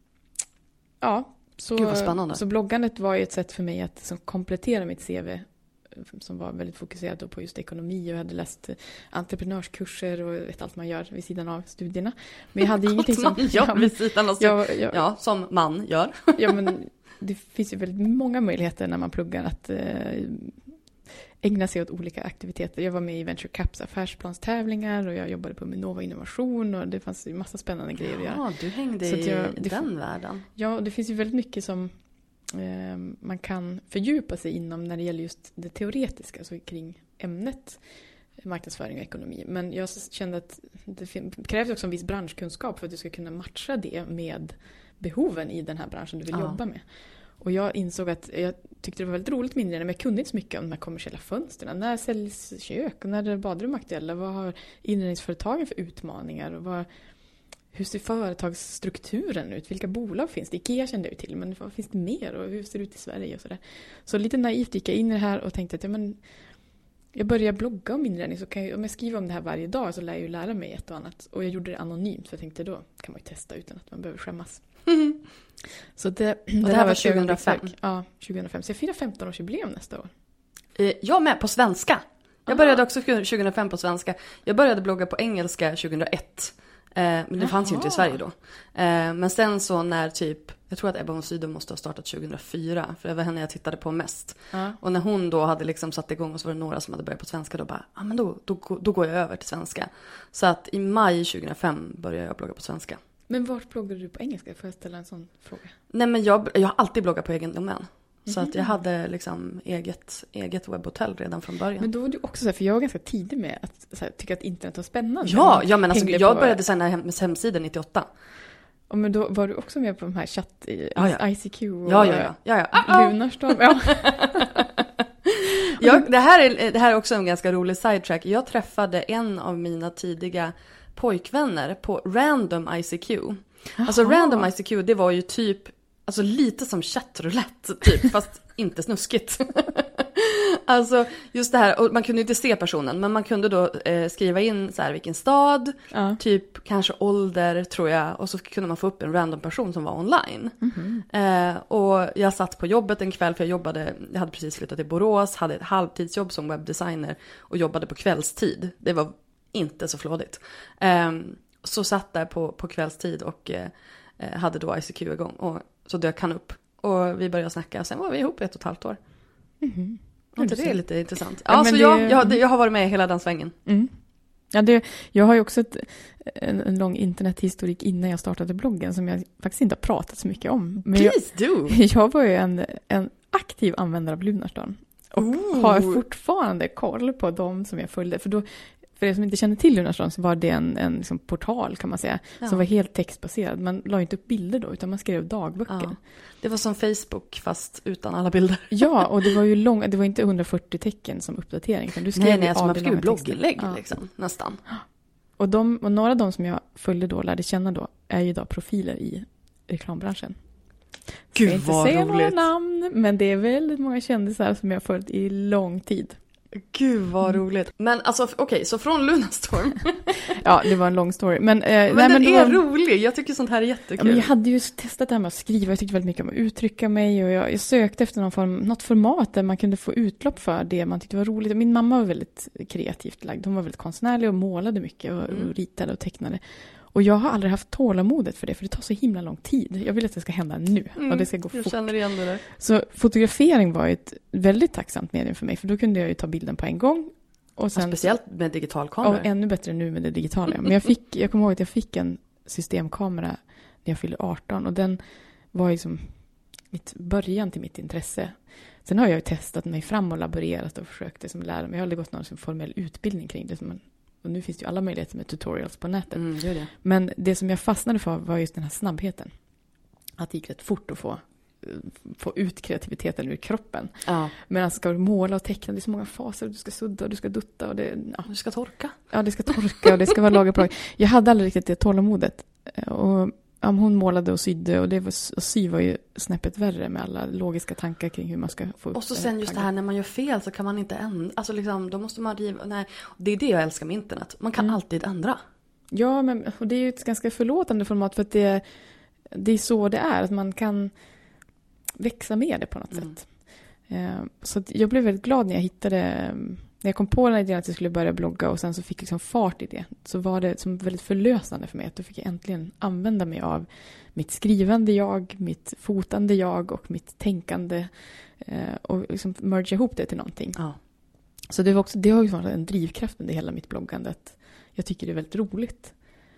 ja, så, så bloggandet var ju ett sätt för mig att som, komplettera mitt C V som var väldigt fokuserat på just ekonomi, och jag hade läst entreprenörskurser och vet allt man gör vid sidan av studierna. Men jag hade ingenting som man gör vid sidan av studierna. Ja, ja, som man gör. Ja, men det finns ju väldigt många möjligheter när man pluggar att eh, ägna sig åt olika aktiviteter. Jag var med i Venture Caps affärsplanstävlingar och jag jobbade på Minova Innovation och det fanns ju massa spännande grejer att göra. Ja, du hängde så i jag, det, den världen. Ja, det finns ju väldigt mycket som eh, man kan fördjupa sig inom när det gäller just det teoretiska, alltså kring ämnet marknadsföring och ekonomi. Men jag kände att det krävs också en viss branschkunskap för att du ska kunna matcha det med behoven i den här branschen du vill ja. jobba med. Och jag insåg att jag tyckte det var väldigt roligt med inredning, men jag kunde inte så mycket om de här kommersiella fönstren. När säljs kök? När är badrum aktuella? Vad har inredningsföretagen för utmaningar? Och vad, hur ser företagsstrukturen ut? Vilka bolag finns det? Ikea kände jag till, men vad finns det mer? Och hur ser det ut i Sverige? Och så där. Så lite naivt gick jag in i det här och tänkte att ja, men, jag börjar blogga om inredning, så kan jag, om jag skriver om det här varje dag så lär jag ju lära mig ett och annat. Och jag gjorde det anonymt, för jag tänkte då kan man ju testa utan att man behöver skämmas. Mm. Så det, det, det här var tjugohundrafem. Ja, tjugohundrafem. Så jag firar femton-årsjubileum nästa år. Jag med, på svenska. Jag Aha. började också tjugohundrafem på svenska. Jag började blogga på engelska tjugohundraett. Men det Aha. fanns ju inte i Sverige då. Men sen så när typ, jag tror att Ebba von Sydow måste ha startat tjugohundrafyra. För det var henne jag tittade på mest. Aha. Och när hon då hade liksom satt igång och så var det några som hade börjat på svenska. Då bara, ja ah, men då, då, då går jag över till svenska. Så att i maj tjugohundrafem började jag blogga på svenska. Men vart bloggade du på engelska? Får jag ställa en sån fråga? Nej men jag, jag har alltid bloggat på egen domän. Mm-hmm. Så att jag hade liksom eget, eget webbhotell redan från början. Men då var du också så här, för jag var ganska tidig med att så här, tycka att internet var spännande. Ja, ja men alltså, jag på... började sända hem, hemsidan nittioåtta. Och men då var du också med på de här chatt i ja, ja. I C Q och ja, ja, ja. ja, ja. Lunarstorm. Ja. ja, det, här är, det här är också en ganska rolig sidetrack. Jag träffade en av mina tidiga pojkvänner på Random I C Q. Aha. Alltså Random I C Q, det var ju typ alltså lite som chattroulette typ, fast inte snuskigt. Alltså just det här, och man kunde inte se personen, men man kunde då eh, skriva in så här vilken stad, Ja. typ kanske ålder tror jag, och så kunde man få upp en random person som var online. Mm-hmm. Eh, och jag satt på jobbet en kväll, för jag jobbade, jag hade precis flyttat till Borås, hade ett halvtidsjobb som webbdesigner och jobbade på kvällstid. Det var inte så flådigt. Eh, så satt där på, på kvällstid och eh, hade då I C Q igång, och så dök han upp. Och vi började snacka, sen var vi ihop i ett och ett halvt år. Mm-hmm. Inte det är lite intressant. Ja, Ja, så men jag, det- jag, jag har varit med i hela den svängen. Mm. Ja, det, jag har ju också ett, en, en lång internethistorik innan jag startade bloggen som jag faktiskt inte har pratat så mycket om. Men jag, Please do! jag var ju en, en aktiv användare av Lunarstorm. Och Ooh. har fortfarande koll på dem som jag följde. För, då, för er som inte känner till Lunarstorm så var det en, en liksom portal kan man säga. Ja. Som var helt textbaserad. Man la inte upp bilder då utan man skrev dagböcker. Ja. Det var som Facebook fast utan alla bilder. Ja, och det var ju långa, det var inte hundrafyrtio tecken som uppdatering. Utan du skrev Nej, nej, alltså man A D skrev långa texter. blogginlägg Ja. liksom, nästan. Och, de, och några av dem som jag följde då, lärde känna då, är ju idag profiler i reklambranschen. Gud, Jag ska inte vad säga några roligt. namn, men det är väldigt många kändisar som jag har följt i lång tid. Gud vad roligt. Men alltså okej, okay, så från Lunarstorm. Ja, det var en lång story. Men, eh, Men nej, den men är då, rolig, jag tycker sånt här är jättekul. ja, men jag hade ju testat det här med att skriva, jag tyckte väldigt mycket om att uttrycka mig och jag, jag sökte efter någon form, något format där man kunde få utlopp för det man tyckte var roligt. Min mamma var väldigt kreativt lagd, hon var väldigt konstnärlig och målade mycket och, Mm. och ritade och tecknade. Och jag har aldrig haft tålamodet för det, för det tar så himla lång tid. Jag vill att det ska hända nu Mm, och det ska gå jag fort. känner igen det där. Så fotografering var ett väldigt tacksamt medium för mig, för då kunde jag ju ta bilden på en gång. Och sen, Ja, speciellt med digitalkameror. och ännu bättre nu med det digitala. Men jag, fick, jag kommer ihåg att jag fick en systemkamera när jag fyllde arton. Och den var liksom mitt början till mitt intresse. Sen har jag ju testat mig fram och laborerat och försökt liksom lära mig. Jag har aldrig gått någon liksom formell utbildning kring det. Man, och nu finns det ju alla möjligheter med tutorials på nätet. Mm, det är det. Men det som jag fastnade för var just den här snabbheten. Att det gick rätt fort att få, få ut kreativiteten ur kroppen. Ja. Men alltså ska du måla och teckna, det är så många faser. Du ska sudda och du ska dutta. Och det, ja. Du ska torka. Ja, det ska torka och det ska vara lagerplan. Jag hade aldrig riktigt det tålamodet. Och ja, hon målade och sydde och det var, och sy var ju snäppet värre med alla logiska tankar kring hur man ska få upp Och så sen just det här när man gör fel så kan man inte ändra. Alltså liksom, då måste man riva. Nej, det är det jag älskar med internet. Man kan Mm. alltid ändra. Ja, men och det är ju ett ganska förlåtande format för att det, det är så det är. Att man kan växa med det på något Mm. sätt. Eh, så att jag blev väldigt glad när jag hittade, när jag kom på den här idén att jag skulle börja blogga och sen så fick jag liksom fart i det. Så var det som väldigt förlösande för mig att då fick jag äntligen använda mig av mitt skrivande jag, mitt fotande jag och mitt tänkande eh, och liksom merge ihop det till någonting. Ja. Så det, var också, det har ju varit en drivkraft under hela mitt bloggande. Att jag tycker det är väldigt roligt.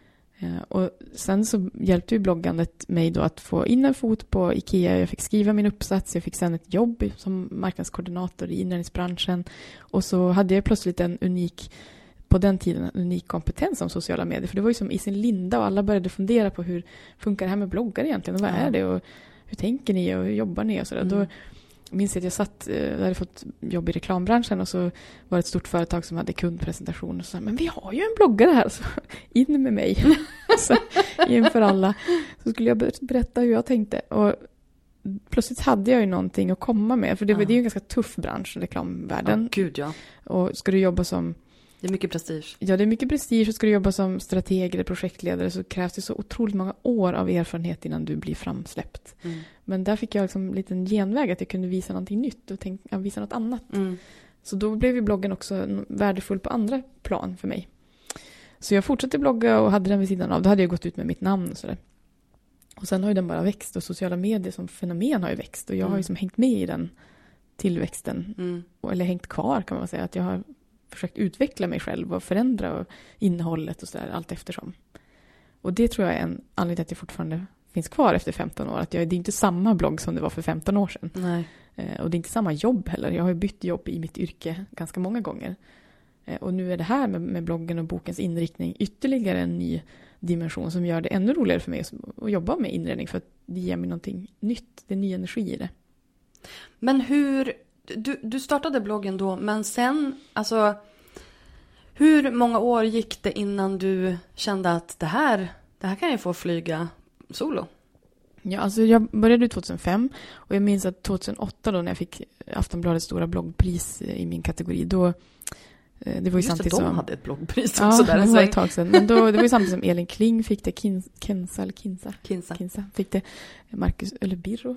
Eh, och sen så hjälpte ju bloggandet mig då att få in en fot på IKEA. Jag fick skriva min uppsats. Jag fick sen ett jobb som marknadskoordinator i inredningsbranschen. Och så hade jag plötsligt en unik, på den tiden, en unik kompetens om sociala medier. För det var ju som i sin linda och alla började fundera på hur funkar det här med bloggar egentligen? Och vad Ja. är det? Och hur tänker ni? Och hur jobbar ni? Och sådär. Mm. Då minns jag att jag satt, jag hade fått jobb i reklambranschen och så var det ett stort företag som hade kundpresentation och så sa, men vi har ju en bloggare här, så in med mig. Så, inför alla så skulle jag berätta hur jag tänkte och plötsligt hade jag ju någonting att komma med, för det, Ja. det är ju en ganska tuff bransch, reklamvärlden. Ja, gud ja. Och ska du jobba som, Det är mycket prestige. ja det är mycket prestige, och ska du jobba som strateg eller projektledare så krävs det så otroligt många år av erfarenhet innan du blir framsläppt. Mm. Men där fick jag liksom en liten genväg att jag kunde visa någonting nytt och tänk, ja, visa något annat. Mm. Så då blev ju bloggen också värdefull på andra plan för mig. Så jag fortsatte blogga och hade den vid sidan av. Då hade jag gått ut med mitt namn och sådär. Och sen har ju den bara växt och sociala medier som fenomen har ju växt. Och jag har ju som hängt med i den tillväxten. Mm. Eller hängt kvar kan man säga. Att jag har försökt utveckla mig själv och förändra innehållet och sådär allt eftersom. Och det tror jag är en anledning till att jag fortfarande finns kvar efter femton år. Att jag, det är inte samma blogg som det var för femton år sedan. Nej. Eh, och det är inte samma jobb heller. Jag har ju bytt jobb i mitt yrke ganska många gånger. Eh, och nu är det här med, med bloggen och bokens inriktning ytterligare en ny dimension som gör det ännu roligare för mig att, att jobba med inredning. För att det ger mig någonting nytt. Det är ny energi i det. Men hur, du, du startade bloggen då, men sen, alltså, hur många år gick det innan du kände att det här, det här kan jag få flyga solo? Ja, alltså jag började tjugohundrafem och jag minns att tjugohundraåtta då när jag fick Aftonbladets stora bloggpris i min kategori, då det var ju Just samtidigt att de som hade ett bloggpris också ja, där. det var ett tag sedan. Men då, det var ju samtidigt som Elin Kling fick det, Kin, Kenza eller Kinsa. Kinsa. Kinsa fick det, Marcus, eller Birro.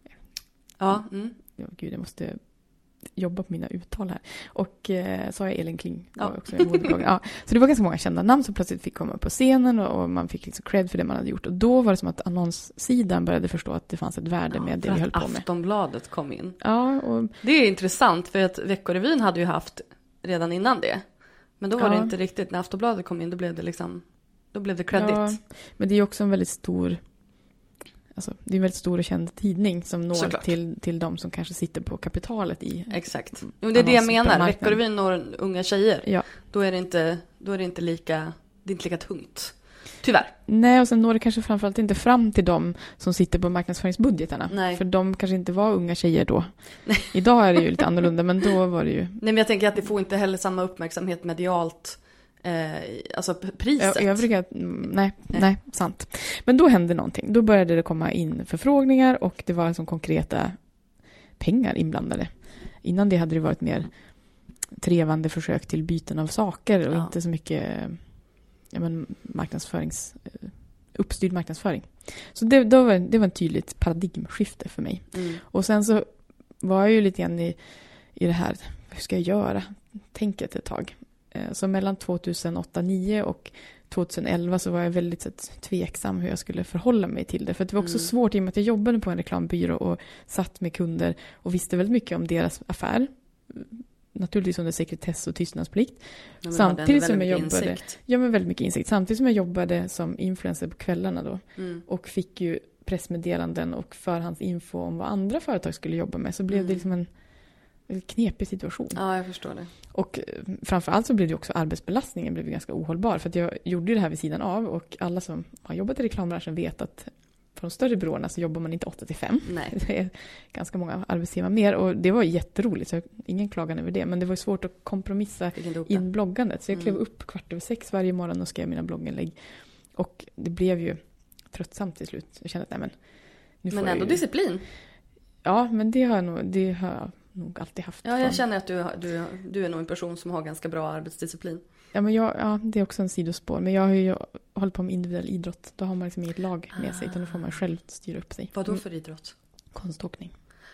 Ja, mm. Ja, gud, jag måste jobba på mina uttal här. Och eh, så har jag Elin Kling, Ja. också en modeblogg. Ja, så det var ganska många kända namn som plötsligt fick komma upp på scenen och, och man fick liksom cred för det man hade gjort. Och då var det som att annonssidan började förstå att det fanns ett värde Ja, med det för vi att höll på med. Aftonbladet kom in. Ja, och Det är intressant för att Veckorevyn hade ju haft redan innan det. Men då var Ja. det inte riktigt, när Aftonbladet kom in då blev det liksom, då blev det credit. ja, men det är också en väldigt stor, alltså det är en väldigt stor och känd tidning som når Såklart. till, till de som kanske sitter på kapitalet i. Exakt. Men det är det jag menar, Annonssupermarknaden. Veckorevyn når unga tjejer. Ja. Då är det inte, då är det inte lika, det är inte lika tungt. Tyvärr. Nej, och sen når det kanske framförallt inte fram till de som sitter på marknadsföringsbudgetarna. Nej. För de kanske inte var unga tjejer då. Idag är det ju lite annorlunda, men då var det ju... Nej, men jag tänker att det får inte heller samma uppmärksamhet medialt, eh, alltså p- priset. Ö- Övriga, mm, nej, Nej. nej, sant. Men då hände någonting. Då började det komma in förfrågningar och det var liksom konkreta pengar inblandade. Innan det hade det varit mer trevande försök till byten av saker och Ja. inte så mycket ja, men, marknadsförings, eh, uppstyrd marknadsföring. Så det, då var, det var en tydligt paradigmskifte för mig. Mm. Och sen så var jag ju lite grann i, i det här, hur ska jag göra? Tänket ett tag. Eh, Så mellan tjugohundraåtta nio och tjugohundraelva så var jag väldigt så att, tveksam hur jag skulle förhålla mig till det. För att det var också Mm. svårt i och med att jag jobbade på en reklambyrå och satt med kunder och visste väldigt mycket om deras affär. Naturligtvis under sekretess och tystnadsplikt. Ja, men Samtidigt hade ändå som väldigt jag mycket jobbade- insikt. Ja, men väldigt mycket insikt. Samtidigt som jag jobbade som influencer på kvällarna då Mm. och fick ju pressmeddelanden och förhandsinfo om vad andra företag skulle jobba med, så blev Mm. det liksom en väldigt knepig situation. Ja, jag förstår det. Och eh, framförallt så blev det också arbetsbelastningen blev ju ganska ohållbar, för att jag gjorde ju det här vid sidan av och alla som har jobbat i reklambranschen vet att på de större byråerna så jobbar man inte åtta till fem. Nej. Det är ganska många arbetstimmar mer och det var jätteroligt, så ingen klagan över det, men det var ju svårt att kompromissa Fick inte ihop det. in bloggandet. Så jag klev Mm. upp kvart över sex varje morgon och skrev mina blogginlägg. Och det blev ju tröttsamt till slut. Jag kände att nej men... Nu Men får jag ändå ju... disciplin. Ja, men det har jag nog, det har jag nog alltid haft. Ja, jag från- känner att du, har- du, du är nog en person som har ganska bra arbetsdisciplin. Ja, men jag, ja, det är också en sidospår. Men jag har ju hållit på med individuell idrott. Då har man liksom inget lag med sig, utan då får man själv styra upp sig. Vad då Mm, för idrott? konståkning.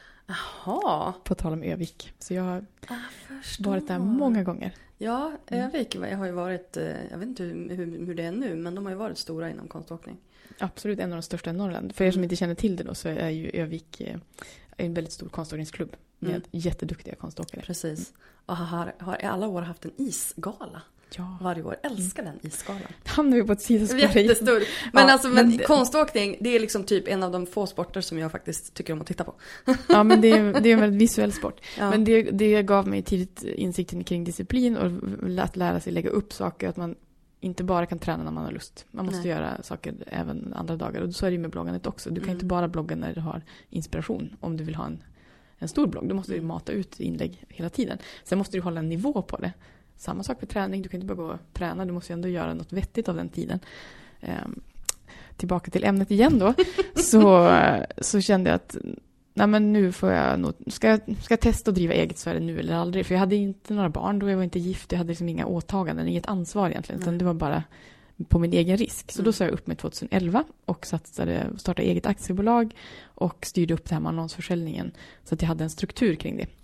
Jaha. På tal om Övik. Så jag har Jag förstår. varit där många gånger. Ja, Mm. Övik jag har ju varit, eh, jag vet inte hur, hur, hur det är nu, men de har ju varit stora inom konståkning. Absolut en av de största i Norrland. För er som Mm. inte känner till det då, så är ju Övik eh, en väldigt stor konståkningsklubb med Mm. jätteduktiga konståkare. Precis. Och har, har i alla år haft en isgala Ja. varje år. Älskar den isgalan. Hamnar vi på ett sidospår igen. Jättestor. Men Ja, alltså, men, men- konståkning, det är liksom typ en av de få sporter som jag faktiskt tycker om att titta på. Ja, men det är, det är en väldigt visuell sport. Ja. Men det, det gav mig tidigt insikten kring disciplin och att lära sig lägga upp saker. Att man inte bara kan träna när man har lust. Man måste Nej. göra saker även andra dagar. Och så är det ju med bloggandet också. Du kan Mm. inte bara blogga när du har inspiration. Om du vill ha en, en stor blogg. Då måste du Mm. mata ut inlägg hela tiden. Sen måste du hålla en nivå på det. Samma sak med träning. Du kan inte bara gå och träna. Du måste ju ändå göra något vettigt av den tiden. Ehm, tillbaka till ämnet igen då. så, så kände jag att nej, men nu får jag nog, ska, jag, ska jag testa att driva eget så är det nu eller aldrig. För jag hade inte några barn då, jag var inte gift, jag hade liksom inga åtaganden, inget ansvar egentligen. Utan Nej. det var bara på min egen risk. Så Mm. då sa jag upp mig tjugoelva och satsade, startade eget aktiebolag och styrde upp det här med annonsförsäljningen. Så att jag hade en struktur kring det.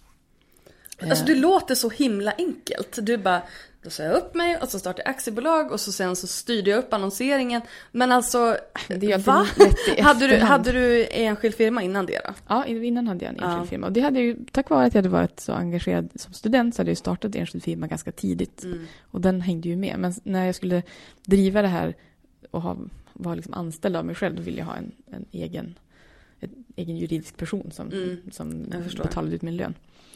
Alltså det låter så himla enkelt. Du bara, då sa jag upp mig och så startade jag aktiebolag och så sen så styrde jag upp annonseringen. Men alltså, Det är va? alltid lätt i Hade du, efterhand. hade du enskild firma innan det då? Ja, innan hade jag en enskild Ja. firma. Och det hade jag ju, tack vare att jag hade varit så engagerad som student så hade jag ju startat enskild firma ganska tidigt. Mm. Och den hängde ju med. Men när jag skulle driva det här och ha, vara liksom anställd av mig själv, då ville jag ha en, en egen, en egen juridisk person som, Mm, som jag förstår. betalade ut min lön.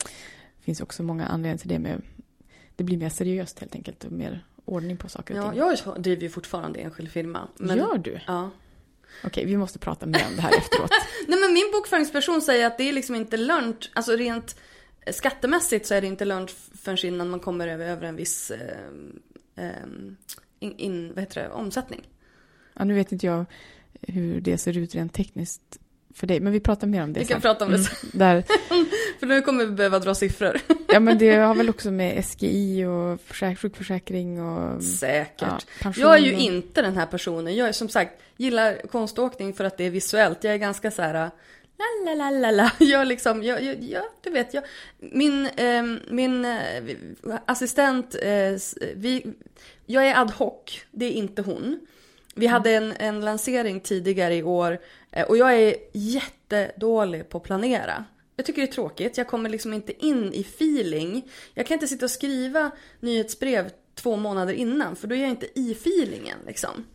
Det finns också många anledningar till det. Med, det blir mer seriöst helt enkelt och mer ordning på saker och Ja, ting. jag driver ju fortfarande enskild firma. Men, Gör du? Ja. Okej, vi måste prata mer om det här efteråt. Nej, men min bokföringsperson säger att det är liksom inte lönt, alltså rent skattemässigt så är det inte lönt förrän innan man kommer över, över en viss eh, eh, in, in, vad heter det, omsättning. Ja, nu vet inte jag hur det ser ut rent tekniskt för dig. Men vi pratar mer om det Vi sen. kan prata om det Mm, sen. där, För nu kommer vi behöva dra siffror. ja, men det har väl också med S G I och försäk- sjukförsäkring och... Säkert. Ja, pension Jag är ju och- inte den här personen. Jag är som sagt, gillar konståkning för att det är visuellt. Jag är ganska så här... La, la, la, la, la. Jag liksom, jag, jag, jag, du vet, jag, min, eh, min eh, assistent, eh, vi, jag är ad hoc, det är inte hon. Vi hade en, en lansering tidigare i år eh, och jag är jättedålig på att planera. Jag tycker det är tråkigt, jag kommer liksom inte in i feeling. Jag kan inte sitta och skriva nyhetsbrev två månader innan, för då är jag inte i feelingen liksom.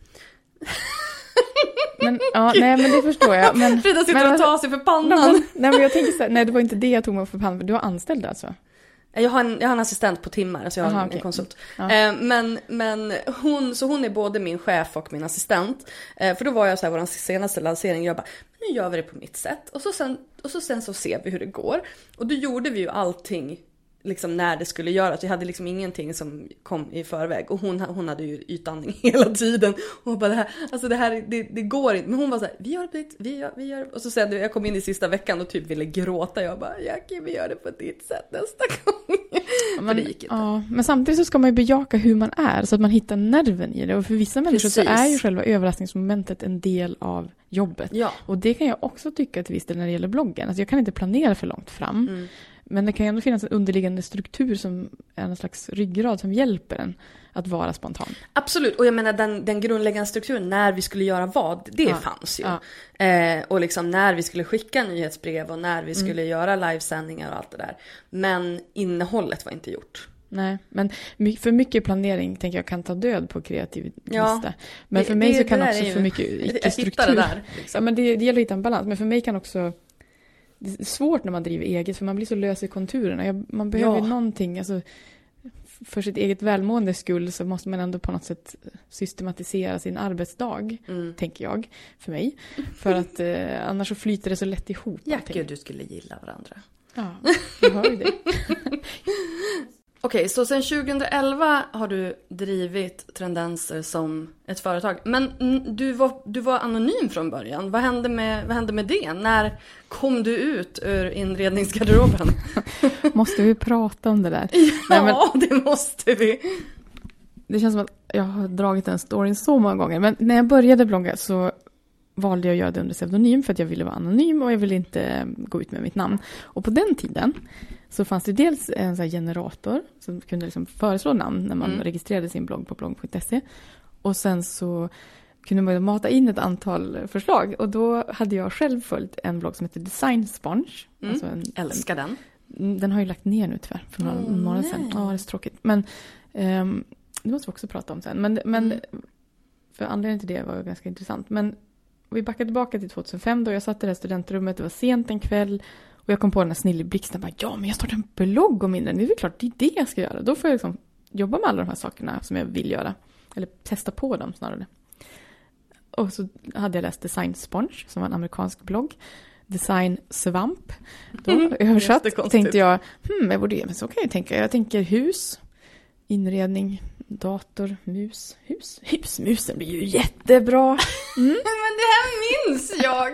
Men, ja, nej, men det förstår jag. Men, Frida sitter men, och tar sig för pannan. Nej, nej, men jag tänker så här, nej, det var inte det jag tog mig för pannan. Du var anställd alltså? Jag har en, jag har en assistent på timmar, alltså jag har Aha, en okej. konsult. Ja. Eh, men men hon, så hon är både min chef och min assistent. Eh, för då var jag så här, vår senaste lansering, jag bara, nu gör vi det på mitt sätt. Och så sen, och så, sen så ser vi hur det går. Och då gjorde vi ju allting liksom när det skulle göras. Vi hade liksom ingenting som kom i förväg. Och hon, hon hade ju ytandning hela tiden. Och hon bara, det här, alltså det här, det, det går inte. Men hon var så här, vi gör det på ditt, vi gör, vi gör. Och så sen, jag kom in i sista veckan och typ ville gråta. Jag bara, Jackie, vi gör det på ditt sätt nästa gång. Men, För det gick inte. Ja, men samtidigt så ska man ju bejaka hur man är så att man hittar nerven i det. Och för vissa människor Precis. så är ju själva överraskningsmomentet en del av jobbet. Ja. Och det kan jag också tycka till viss del när det gäller bloggen. Alltså jag kan inte planera för långt fram. Mm. Men det kan ju ändå finnas en underliggande struktur som är en slags ryggrad som hjälper en att vara spontan. Absolut, och jag menar den, den grundläggande strukturen när vi skulle göra vad, det Ja. fanns ju. Ja. Eh, och liksom när vi skulle skicka nyhetsbrev och när vi skulle Mm. göra livesändningar och allt det där. Men innehållet var inte gjort. Nej, men my- för mycket planering tänker jag kan ta död på kreativ Ja. lista. Men Det- för mig det- så kan det där också är ju- för mycket Jag hittar icke-struktur. det där. Liksom. Ja, men det, det gäller att hitta en balans. Men för mig kan också... Det är svårt när man driver eget för man blir så lös i konturerna. Jag, man behöver Ja. någonting... Alltså, för sitt eget välmående skull så måste man ändå på något sätt systematisera sin arbetsdag, Mm. tänker jag, för mig. För att eh, annars så flyter det så lätt ihop. Jackie allting. och du skulle gilla varandra. Ja, du hör ju det. Okej, så sen tjugoelva har du drivit Trendenser som ett företag. Men mm, du var, du var anonym från början. Vad hände med, vad hände med det? När kom du ut ur inredningsgarderoben? Måste vi prata om det där? Ja, Nej, men- det måste vi. Det känns som att jag har dragit den storyn så många gånger. Men när jag började blogga så valde jag att göra det under pseudonym för att jag ville vara anonym och jag ville inte gå ut med mitt namn. Och på den tiden så fanns det dels en sån här generator som kunde liksom föreslå namn när man Mm. registrerade sin blogg på blogg punkt se. Och sen så kunde man mata in ett antal förslag. Och då hade jag själv följt en blogg som heter Design Sponge. Mm. Alltså en, Älskar den. den har ju lagt ner nu tyvärr för några Åh, månader nej. sedan. Ja, det är så tråkigt. Men ehm, det måste vi också prata om sen. Men, men Mm. för anledningen till det var ganska intressant. Men vi backar tillbaka till tjugohundrafem då jag satt i det här studentrummet. Det var sent en kväll. Och jag kom på den här snilleblixten. Bara, ja, men jag startar en blogg om inredning. Det är klart, det är det jag ska göra. Då får jag liksom jobba med alla de här sakerna som jag vill göra. Eller testa på dem snarare. Och så hade jag läst Design Sponge som var en amerikansk blogg. Design Svamp. Då Mm, översatt jättekonstigt. tänkte jag, hmm, jag borde ge, men så kan jag tänka. Jag tänker hus, inredning, dator, mus, hus. Husmusen blir ju jättebra. Mm. Men det här minns jag.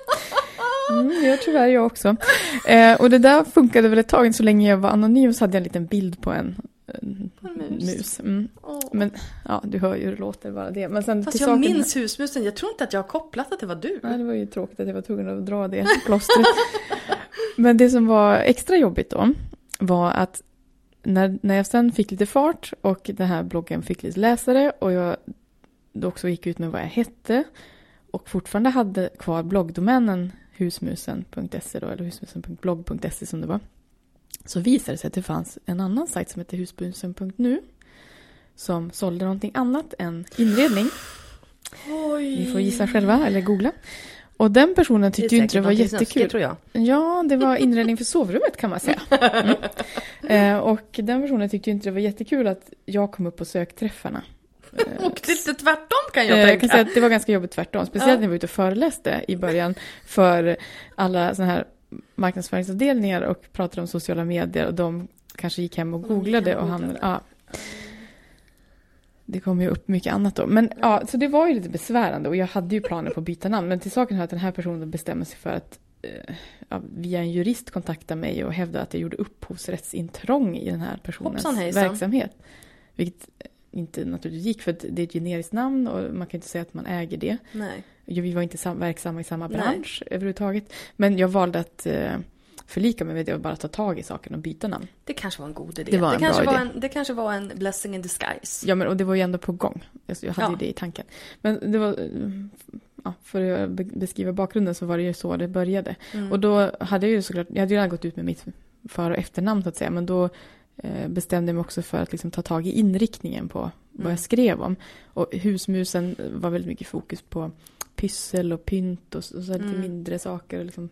Mm, det gör tyvärr jag också. Eh, och det där funkade väl ett tag, så länge jag var anonym så hade jag en liten bild på en, en mus. mus. Mm. Åh. Men ja, du hör ju hur det låter bara det. Men sen Fast till jag saken- minns husmusen. Jag tror inte att jag har kopplat att det var du. Nej, det var ju tråkigt att jag var tvungen att dra det plåstret. Men det som var extra jobbigt då var att när, när jag sen fick lite fart och den här bloggen fick lite läsare och jag då också gick ut med vad jag hette och fortfarande hade kvar bloggdomänen husmusen punkt se då, eller husmusen punkt blogg punkt se som det var, så visade det sig att det fanns en annan sajt som heter husmusen punkt nu som sålde någonting annat än inredning. Oj. Ni får gissa själva eller googla. Och den personen tyckte ju inte det var jättekul. Tror jag. Ja, det var inredning för sovrummet kan man säga. Mm. Eh, och den personen tyckte ju inte det var jättekul att jag kom upp på sökträffarna. Eh, Och lite tvärtom kan jag eh, tänka. jag kan säga att det var ganska jobbigt tvärtom. Speciellt Ja. när jag var ute och föreläste i början för alla såna här marknadsföringsavdelningar och pratade om sociala medier och de kanske gick hem och googlade och hamnade... Ja. det kom ju upp mycket annat då. Men ja, så det var ju lite besvärande och jag hade ju planer på att byta namn. Men till saken hör att den här personen bestämmer sig för att eh, ja, via en jurist kontakta mig och hävda att jag gjorde upphovsrättsintrång i den här personens Hoppsan, verksamhet. Vilket inte naturligtvis gick, för det är ett generiskt namn och man kan inte säga att man äger det. Nej. Vi var inte sam- verksamma i samma bransch Nej. överhuvudtaget. Men jag valde att eh, förlika mig med det och bara ta tag i saken och byta namn. Det kanske var en god idé. Det, var det, en kanske, bra var idé. En, det kanske var en blessing in disguise. Ja, men och det var ju ändå på gång. Jag, jag hade ja. ju det i tanken. Men det var, ja, för att beskriva bakgrunden så var det ju så det började. Mm. Och då hade jag ju såklart, jag hade ju redan gått ut med mitt för- och efternamn så att säga. Men då eh, bestämde jag mig också för att liksom ta tag i inriktningen på vad mm. jag skrev om. Och husmusen var väldigt mycket fokus på pyssel och pynt och så, och så lite mm. mindre saker. Och liksom,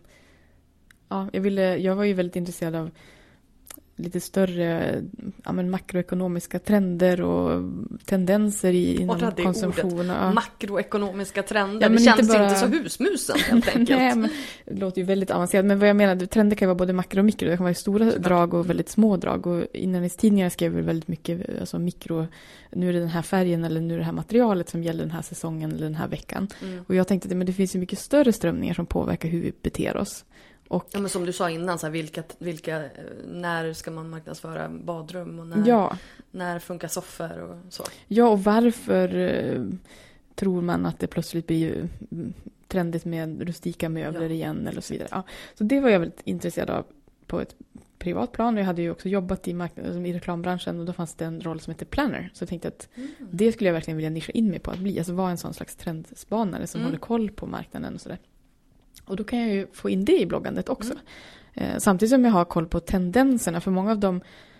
ja, jag, ville, jag var ju väldigt intresserad av lite större ja, men makroekonomiska trender och tendenser i, inom och konsumtion. Ja. Makroekonomiska trender, ja, det inte känns bara... inte så husmusen helt enkelt. Nej, men det låter ju väldigt avancerat. Men vad jag menar, trender kan vara både makro och mikro. Det kan vara stora så drag och väldigt små drag. Och innan skrev vi väldigt mycket alltså mikro. Nu är det den här färgen eller nu är det här materialet som gäller den här säsongen eller den här veckan. Mm. Och jag tänkte att men det finns ju mycket större strömningar som påverkar hur vi beter oss. Och, ja, men som du sa innan, så här, vilka, vilka, när ska man marknadsföra badrum och när, ja. när funkar soffor och så. Ja, och varför eh, tror man att det plötsligt blir trendigt med rustika möbler ja. igen eller så vidare. Ja. Så det var jag väldigt intresserad av på ett privat plan. Jag hade ju också jobbat i, marknad, i reklambranschen och då fanns det en roll som heter planner. Så jag tänkte att mm. det skulle jag verkligen vilja nischa in mig på att bli. Alltså vara en sån slags trendspanare som mm. håller koll på marknaden och sådär. Och då kan jag ju få in det i bloggandet också. Mm. Eh, samtidigt som jag har koll på tendenserna. För många av de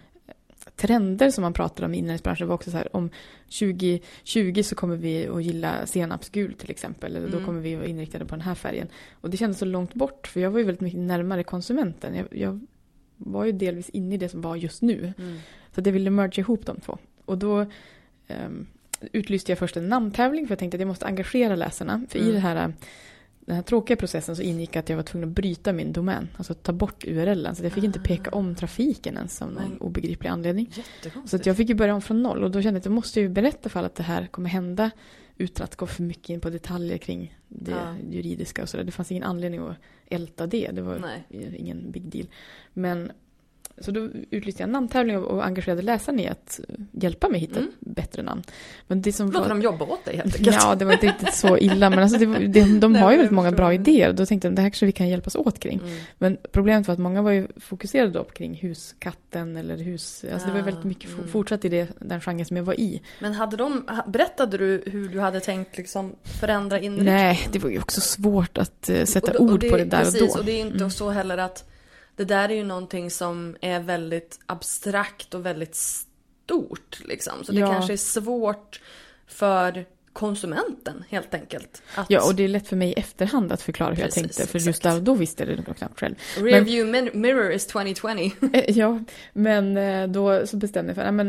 trender som man pratar om i inredningsbranschen var också så här. Om tjugo tjugo så kommer vi att gilla senapsgul till exempel. Eller mm. då kommer vi vara inriktade på den här färgen. Och det kändes så långt bort. För jag var ju väldigt mycket närmare konsumenten. Jag, jag var ju delvis inne i det som var just nu. Mm. Så jag ville merge ihop de två. Och då eh, utlyste jag först en namntävling. För jag tänkte att jag måste engagera läsarna. För mm. i det här... Den här tråkiga processen så ingick att jag var tvungen att bryta min domän. Alltså ta bort U R L-en. Så jag fick ah. inte peka om trafiken ens av någon obegriplig anledning. Så att jag fick ju börja om från noll. Och då kände jag att jag måste ju berätta för alla att det här kommer hända. Utan att gå för mycket in på detaljer kring det ah. juridiska och sådär. Det fanns ingen anledning att älta det. Det var Nej. ingen big deal. Men... Så då utlyste jag en namntävling och engagerade läsarna i att hjälpa mig hitta mm. bättre namn. Men det som Låter var... de jobba åt dig helt enkelt. Ja, det var inte riktigt så illa. Men alltså det, det, de har ju väldigt många bra idéer. Då tänkte jag att det här kanske vi kan hjälpas åt kring. Mm. Men problemet var att många var ju fokuserade då kring huskatten eller hus... Alltså ja. det var väldigt mycket mm. fortsatt i det, den genren som jag var i. Men hade de... Berättade du hur du hade tänkt liksom förändra inriktning? Nej, det var ju också svårt att uh, sätta och, och ord det, på det där precis, och då. Och det är inte mm. så heller att... Det där är ju någonting som är väldigt abstrakt och väldigt stort. Liksom. Så det ja. kanske är svårt för konsumenten helt enkelt. Att... Ja, och det är lätt för mig i efterhand att förklara hur Precis, jag tänkte. För exakt. just där och då visste jag det knappt själv. Review men... mirror is twenty twenty. Ja, men då så bestämde jag för... Men,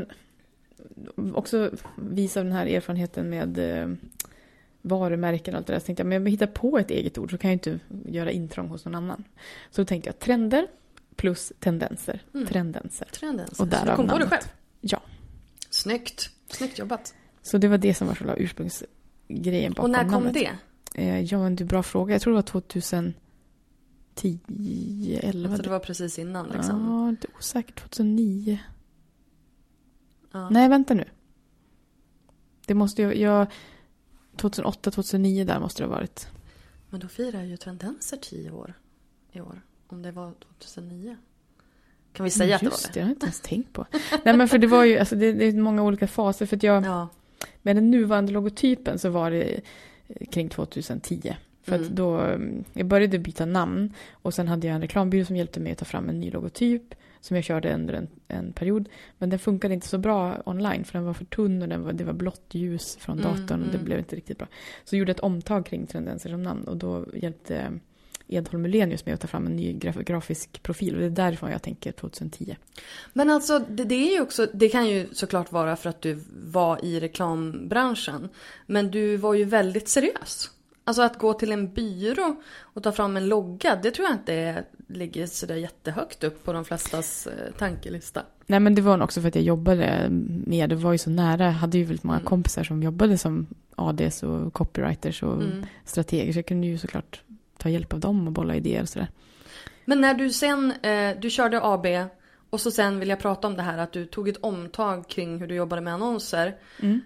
också visa den här erfarenheten med... varumärken och allt det där. Så tänkte jag, men jag hittar på ett eget ord så kan jag inte göra intrång hos någon annan. Så då tänkte jag trender plus tendenser. Mm. Trendenser. Trendenser. Och därav så du kom på det själv? Ja. Snyggt. Snyggt jobbat. Så det var det som var själva ursprungsgrejen bakom namnet. Och när kom namnet. det? Eh, ja, en bra fråga. Jag tror det var tjugohundratio, elva. Alltså det var precis innan liksom. Ja, lite osäkert. tjugohundranio. Ja. Nej, vänta nu. Det måste jag... jag tjugohundraåtta tjugohundranio där måste det ha varit. Men då firar ju tendenser tio år i år. Om det var tjugohundranio. Kan vi säga Just att det var det? det, jag har inte ens tänkt på. Nej, men för det var ju, alltså det, det är många olika faser. För att jag, ja. med den nuvarande logotypen så var det kring tjugohundratio. För mm. att då, jag började byta namn. Och sen hade jag en reklambyrå som hjälpte mig att ta fram en ny logotyp. Som jag körde under en, en period. Men den funkade inte så bra online. För den var för tunn och den var, det var blått ljus från datorn. Mm, och det blev inte riktigt bra. Så jag gjorde ett omtag kring tendenser som namn. Och då hjälpte Edholm Mullenius med att ta fram en ny graf- grafisk profil. Och det är därifrån jag tänker tjugohundratio. Men alltså, det, det är ju också... Det kan ju såklart vara för att du var i reklambranschen. Men du var ju väldigt seriös. Alltså att gå till en byrå och ta fram en logga, det tror jag inte ligger så där jättehögt upp på de flestas eh, tankelista. Nej, men det var också för att jag jobbade med, det var ju så nära, jag hade ju väldigt många mm. kompisar som jobbade som A Ds och copywriters och mm. strateger, så jag kunde ju såklart ta hjälp av dem och bolla idéer och sådär. Men när du sen, eh, du körde A B och så sen vill jag prata om det här att du tog ett omtag kring hur du jobbade med annonser. Mm.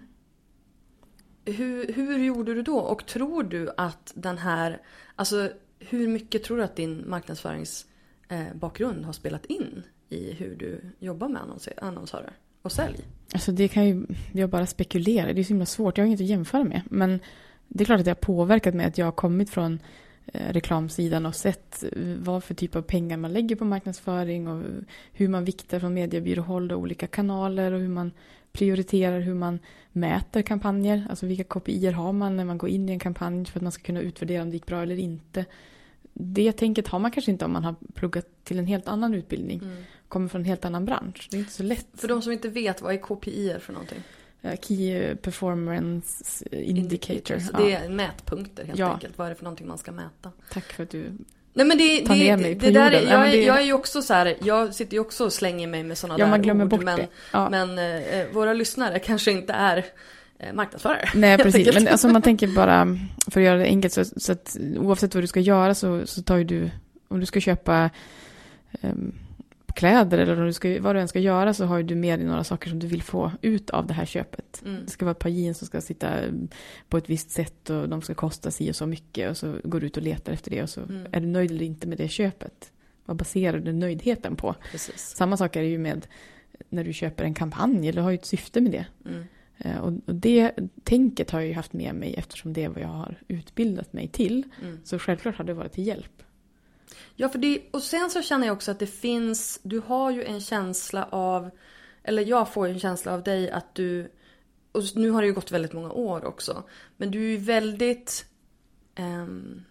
Hur, hur gjorde du då? Och tror du att den här, alltså hur mycket tror du att din marknadsföringsbakgrund eh, har spelat in i hur du jobbar med annonser, annonsörer och sälj? Alltså det kan ju, jag bara spekulerar, det är så himla svårt, jag har inget att jämföra med. Men det är klart att det har påverkat mig att jag har kommit från eh, reklamsidan och sett vad för typ av pengar man lägger på marknadsföring och hur man viktar från mediebyråhåll och olika kanaler och hur man prioriterar, hur man mäter kampanjer. Alltså vilka kopior har man när man går in i en kampanj för att man ska kunna utvärdera om det gick bra eller inte. Det tänket har man kanske inte om man har pluggat till en helt annan utbildning. Mm. Kommer från en helt annan bransch. Det är inte så lätt. För de som inte vet, vad är K P I för någonting? Key Performance Indicator. Så det är mätpunkter helt ja. enkelt. Vad är det för någonting man ska mäta? Tack för att du Nej, men det, tar det, ner mig det, på det där, jorden. jag, ja, det... jag är ju också så här, jag sitter ju också och slänger mig med sådana ja, där man glömmer ord. Bort men det. Ja. men eh, våra lyssnare kanske inte är eh, marknadsförare. Nej, precis. Men alltså, man tänker bara, för att göra det enkelt, så, så att oavsett vad du ska göra så, så tar ju du, om du ska köpa um, kläder eller om du ska, vad du än ska göra, så har ju du med dig några saker som du vill få ut av det här köpet. Mm. Det ska vara ett par jeans som ska sitta på ett visst sätt och de ska kosta sig och så mycket, och så går du ut och letar efter det och så mm. är du nöjd eller inte med det köpet. Vad baserar du nöjdheten på? Precis. Samma sak är det ju med när du köper en kampanj, eller har ju ett syfte med det. Mm. Och, och det tänket har jag ju haft med mig eftersom det är vad jag har utbildat mig till. Mm. Så självklart har det varit till hjälp. Ja, för det, och sen så känner jag också att det finns, du har ju en känsla av, eller jag får ju en känsla av dig att du, och nu har det ju gått väldigt många år också, men du är ju väldigt, um,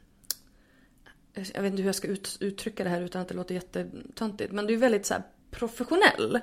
jag vet inte hur jag ska ut, uttrycka det här utan att det låter jättetöntigt, men du är väldigt så här professionell.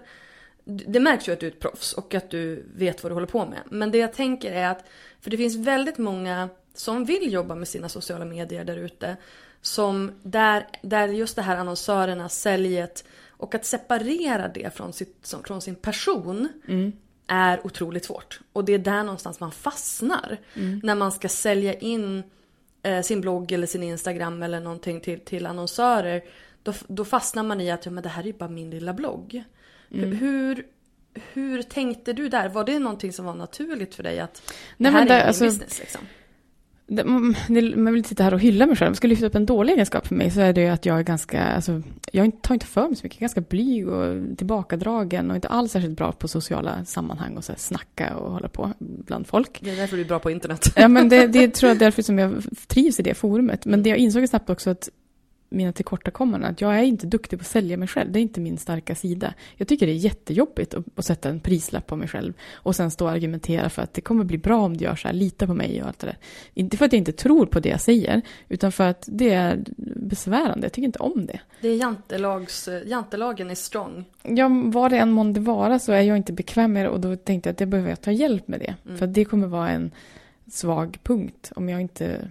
Det märks ju att du är ett proffs och att du vet vad du håller på med. Men det jag tänker är att, för det finns väldigt många som vill jobba med sina sociala medier där ute, som där, där just det här annonsörerna, säljet och att separera det från, sitt, från sin person mm. är otroligt svårt. Och det är där någonstans man fastnar mm. när man ska sälja in eh, sin blogg eller sin Instagram eller någonting till, till annonsörer. Då, då fastnar man i att ja, men det här är ju bara min lilla blogg. Mm. Hur, hur tänkte du där? Var det någonting som var naturligt för dig att Nej, det här men det, är din alltså, business liksom? Det, man, man vill sitta här och hylla mig själv. Om jag ska lyfta upp en dålig egenskap för mig så är det att jag är ganska, alltså, jag tar inte för mig så mycket. Ganska blyg och tillbakadragen och inte alls särskilt bra på sociala sammanhang och så här, snacka och hålla på bland folk. Det är därför du är bra på internet. Ja, men det, det tror jag är därför som jag trivs i det forumet. Men det jag insåg snabbt också att mina tillkortakommanden, att jag är inte duktig på att sälja mig själv. Det är inte min starka sida. Jag tycker det är jättejobbigt att, att sätta en prislapp på mig själv och sen stå och argumentera för att det kommer bli bra om du gör så här, lita på mig och allt det där. Inte för att jag inte tror på det jag säger, utan för att det är besvärande. Jag tycker inte om det. Det är jantelags, jantelagen är strong. Ja, vad det än månde vara så är jag inte bekväm med det, och då tänkte jag att det behöver jag ta hjälp med det. Mm. För att det kommer vara en svag punkt om jag inte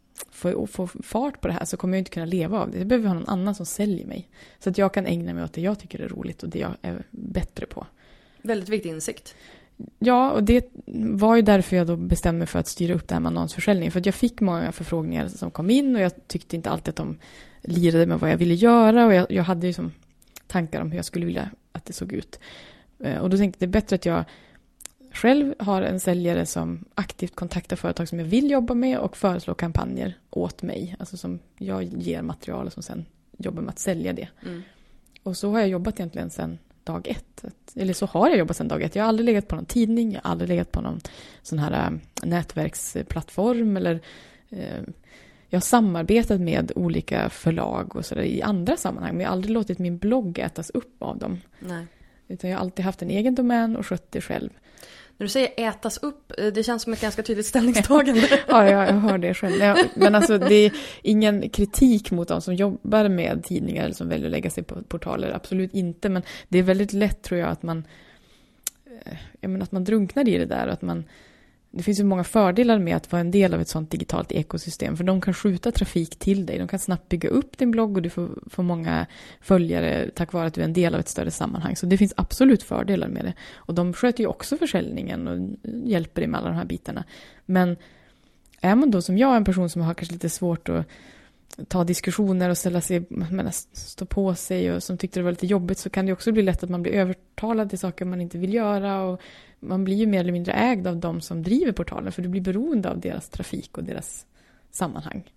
få, få fart på det här, så kommer jag inte kunna leva av det. Jag behöver ha någon annan som säljer mig. Så att jag kan ägna mig åt det jag tycker är roligt och det jag är bättre på. Väldigt viktig insikt. Ja, och det var ju därför jag då bestämde mig för att styra upp det här med annonsförsäljning. För att jag fick många förfrågningar som kom in och jag tyckte inte alltid att de lirade med vad jag ville göra. Och jag, jag hade ju som tankar om hur jag skulle vilja att det såg ut. Och då tänkte jag att det är bättre att jag själv har en säljare som aktivt kontaktar företag som jag vill jobba med och föreslår kampanjer åt mig. Alltså som jag ger material och som sen jobbar med att sälja det. Mm. Och så har jag jobbat egentligen sedan dag ett. Eller så har jag jobbat sedan dag ett. Jag har aldrig legat på någon tidning, jag har aldrig legat på någon sån här äh, nätverksplattform. Eller, äh, jag har samarbetat med olika förlag och sådär i andra sammanhang. Men jag har aldrig låtit min blogg ätas upp av dem. Nej. Utan jag har alltid haft en egen domän och skött det själv. När du säger ätas upp, det känns som ett ganska tydligt ställningstagande. Ja, jag, jag hör det själv. Ja, men alltså det är ingen kritik mot de som jobbar med tidningar eller som väljer att lägga sig på portaler. Absolut inte, men det är väldigt lätt tror jag att man, jag menar, att man drunknar i det där och att man det finns ju många fördelar med att vara en del av ett sånt digitalt ekosystem. För de kan skjuta trafik till dig. De kan snabbt bygga upp din blogg och du får, får många följare tack vare att du är en del av ett större sammanhang. Så det finns absolut fördelar med det. Och de sköter ju också försäljningen och hjälper dig med alla de här bitarna. Men är man då som jag en person som har kanske lite svårt att ta diskussioner och ställa sig, men, stå på sig och som tyckte det var lite jobbigt, så kan det också bli lätt att man blir övertalad till saker man inte vill göra, och man blir ju mer eller mindre ägd av de som driver portalen, för du blir beroende av deras trafik och deras sammanhang.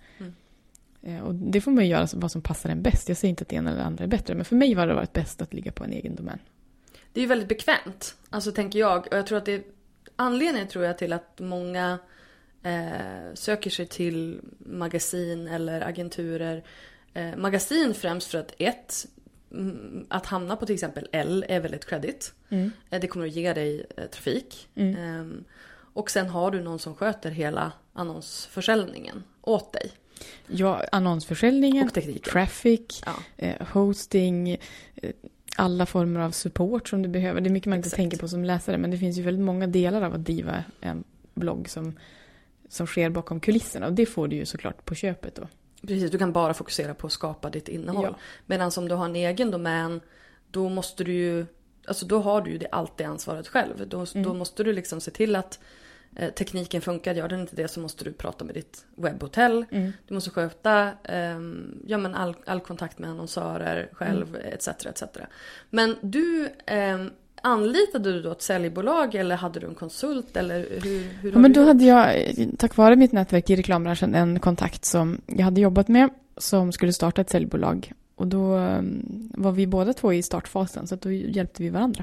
Mm. Och det får man ju göra vad som passar en bäst. Jag säger inte att det ena eller andra är bättre, men för mig var det varit bäst att ligga på en egen domän. Det är ju väldigt bekvämt, alltså tänker jag, och jag tror att det är anledningen tror jag till att många Eh, söker sig till magasin eller agenturer. Eh, magasin främst för att ett, m- att hamna på till exempel L är väldigt credit. Mm. Eh, det kommer att ge dig eh, trafik. Mm. Eh, och sen har du någon som sköter hela annonsförsäljningen åt dig. Ja, annonsförsäljningen, och tekniken. Traffic, ja. eh, hosting, eh, alla former av support som du behöver. Det är mycket man inte Exakt. tänker på som läsare, men det finns ju väldigt många delar av att driva en blogg som som sker bakom kulisserna, och det får du ju såklart på köpet då. Precis, du kan bara fokusera på att skapa ditt innehåll. Ja. Medan om du har en egen domän, då måste du ju, alltså då har du ju det alltid ansvaret själv. Då, mm. då måste du liksom se till att eh, tekniken funkar. Gör den inte det så måste du prata med ditt webbhotell. Mm. Du måste sköta eh, ja, men all, all kontakt med annonsörer själv, mm. et cetera et cetera. Men du... Eh, anlitade du då ett säljbolag eller hade du en konsult eller hur, hur ja, men då gjort? Hade jag tack vare mitt nätverk i reklambranschen en kontakt som jag hade jobbat med som skulle starta ett säljbolag, och då um, var vi båda två i startfasen, så att då hjälpte vi varandra.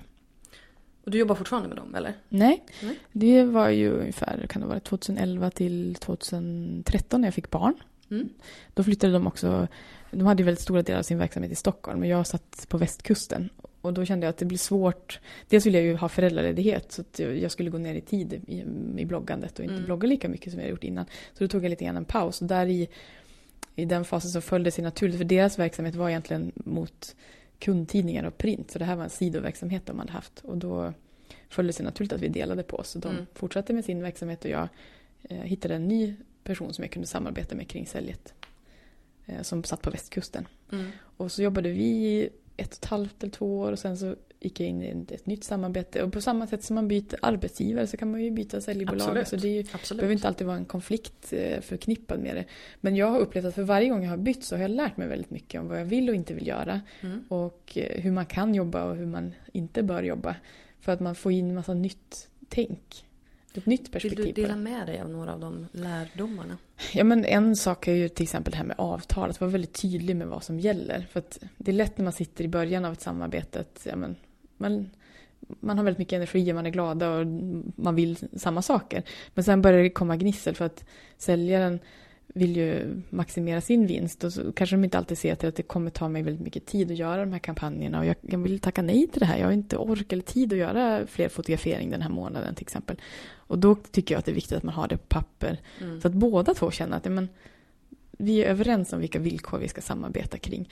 Och du jobbar fortfarande med dem eller? Nej, Nej. Det var ju ungefär kan det vara tjugoelva till tjugotretton när jag fick barn. Mm. Då flyttade de också, de hade ju väldigt stora delar av sin verksamhet i Stockholm, men jag satt på västkusten. Och då kände jag att det blir svårt. Dels ville jag ju ha föräldraledighet, så att jag skulle gå ner i tid i, i bloggandet och inte mm. blogga lika mycket som jag gjort innan. Så då tog jag lite grann en paus. Och där i, i den fasen så följde sig naturligt, för deras verksamhet var egentligen mot kundtidningar och print. Så det här var en sidoverksamhet de hade haft. Och då följde sig naturligt att vi delade på oss. Så de mm. fortsatte med sin verksamhet och jag eh, hittade en ny person som jag kunde samarbeta med kring säljet. Eh, som satt på västkusten. Mm. Och så jobbade vi ett och ett halvt eller två år, och sen så gick jag in i ett, ett nytt samarbete. Och på samma sätt som man byter arbetsgivare så kan man ju byta säljbolag. Absolut. Så det är ju, behöver inte alltid vara en konflikt eh, förknippad med det. Men jag har upplevt att för varje gång jag har bytt så har jag lärt mig väldigt mycket om vad jag vill och inte vill göra. Mm. Och eh, hur man kan jobba och hur man inte bör jobba. För att man får in en massa nytt tänk. Ett nytt perspektiv. Vill du dela med dig av några av de lärdomarna? Ja, men en sak är ju till exempel det här med avtal. Att vara väldigt tydlig med vad som gäller. För att det är lätt när man sitter i början av ett samarbete att ja, men, man, man har väldigt mycket energi och man är glada och man vill samma saker. Men sen börjar det komma gnissel för att säljaren vill ju maximera sin vinst, och så kanske de inte alltid ser till att det kommer ta mig väldigt mycket tid att göra de här kampanjerna, och jag, jag vill tacka nej till det här. Jag har inte ork eller tid att göra fler fotografering den här månaden till exempel. Och då tycker jag att det är viktigt att man har det på papper. Mm. Så att båda två känner att ja, men, vi är överens om vilka villkor vi ska samarbeta kring.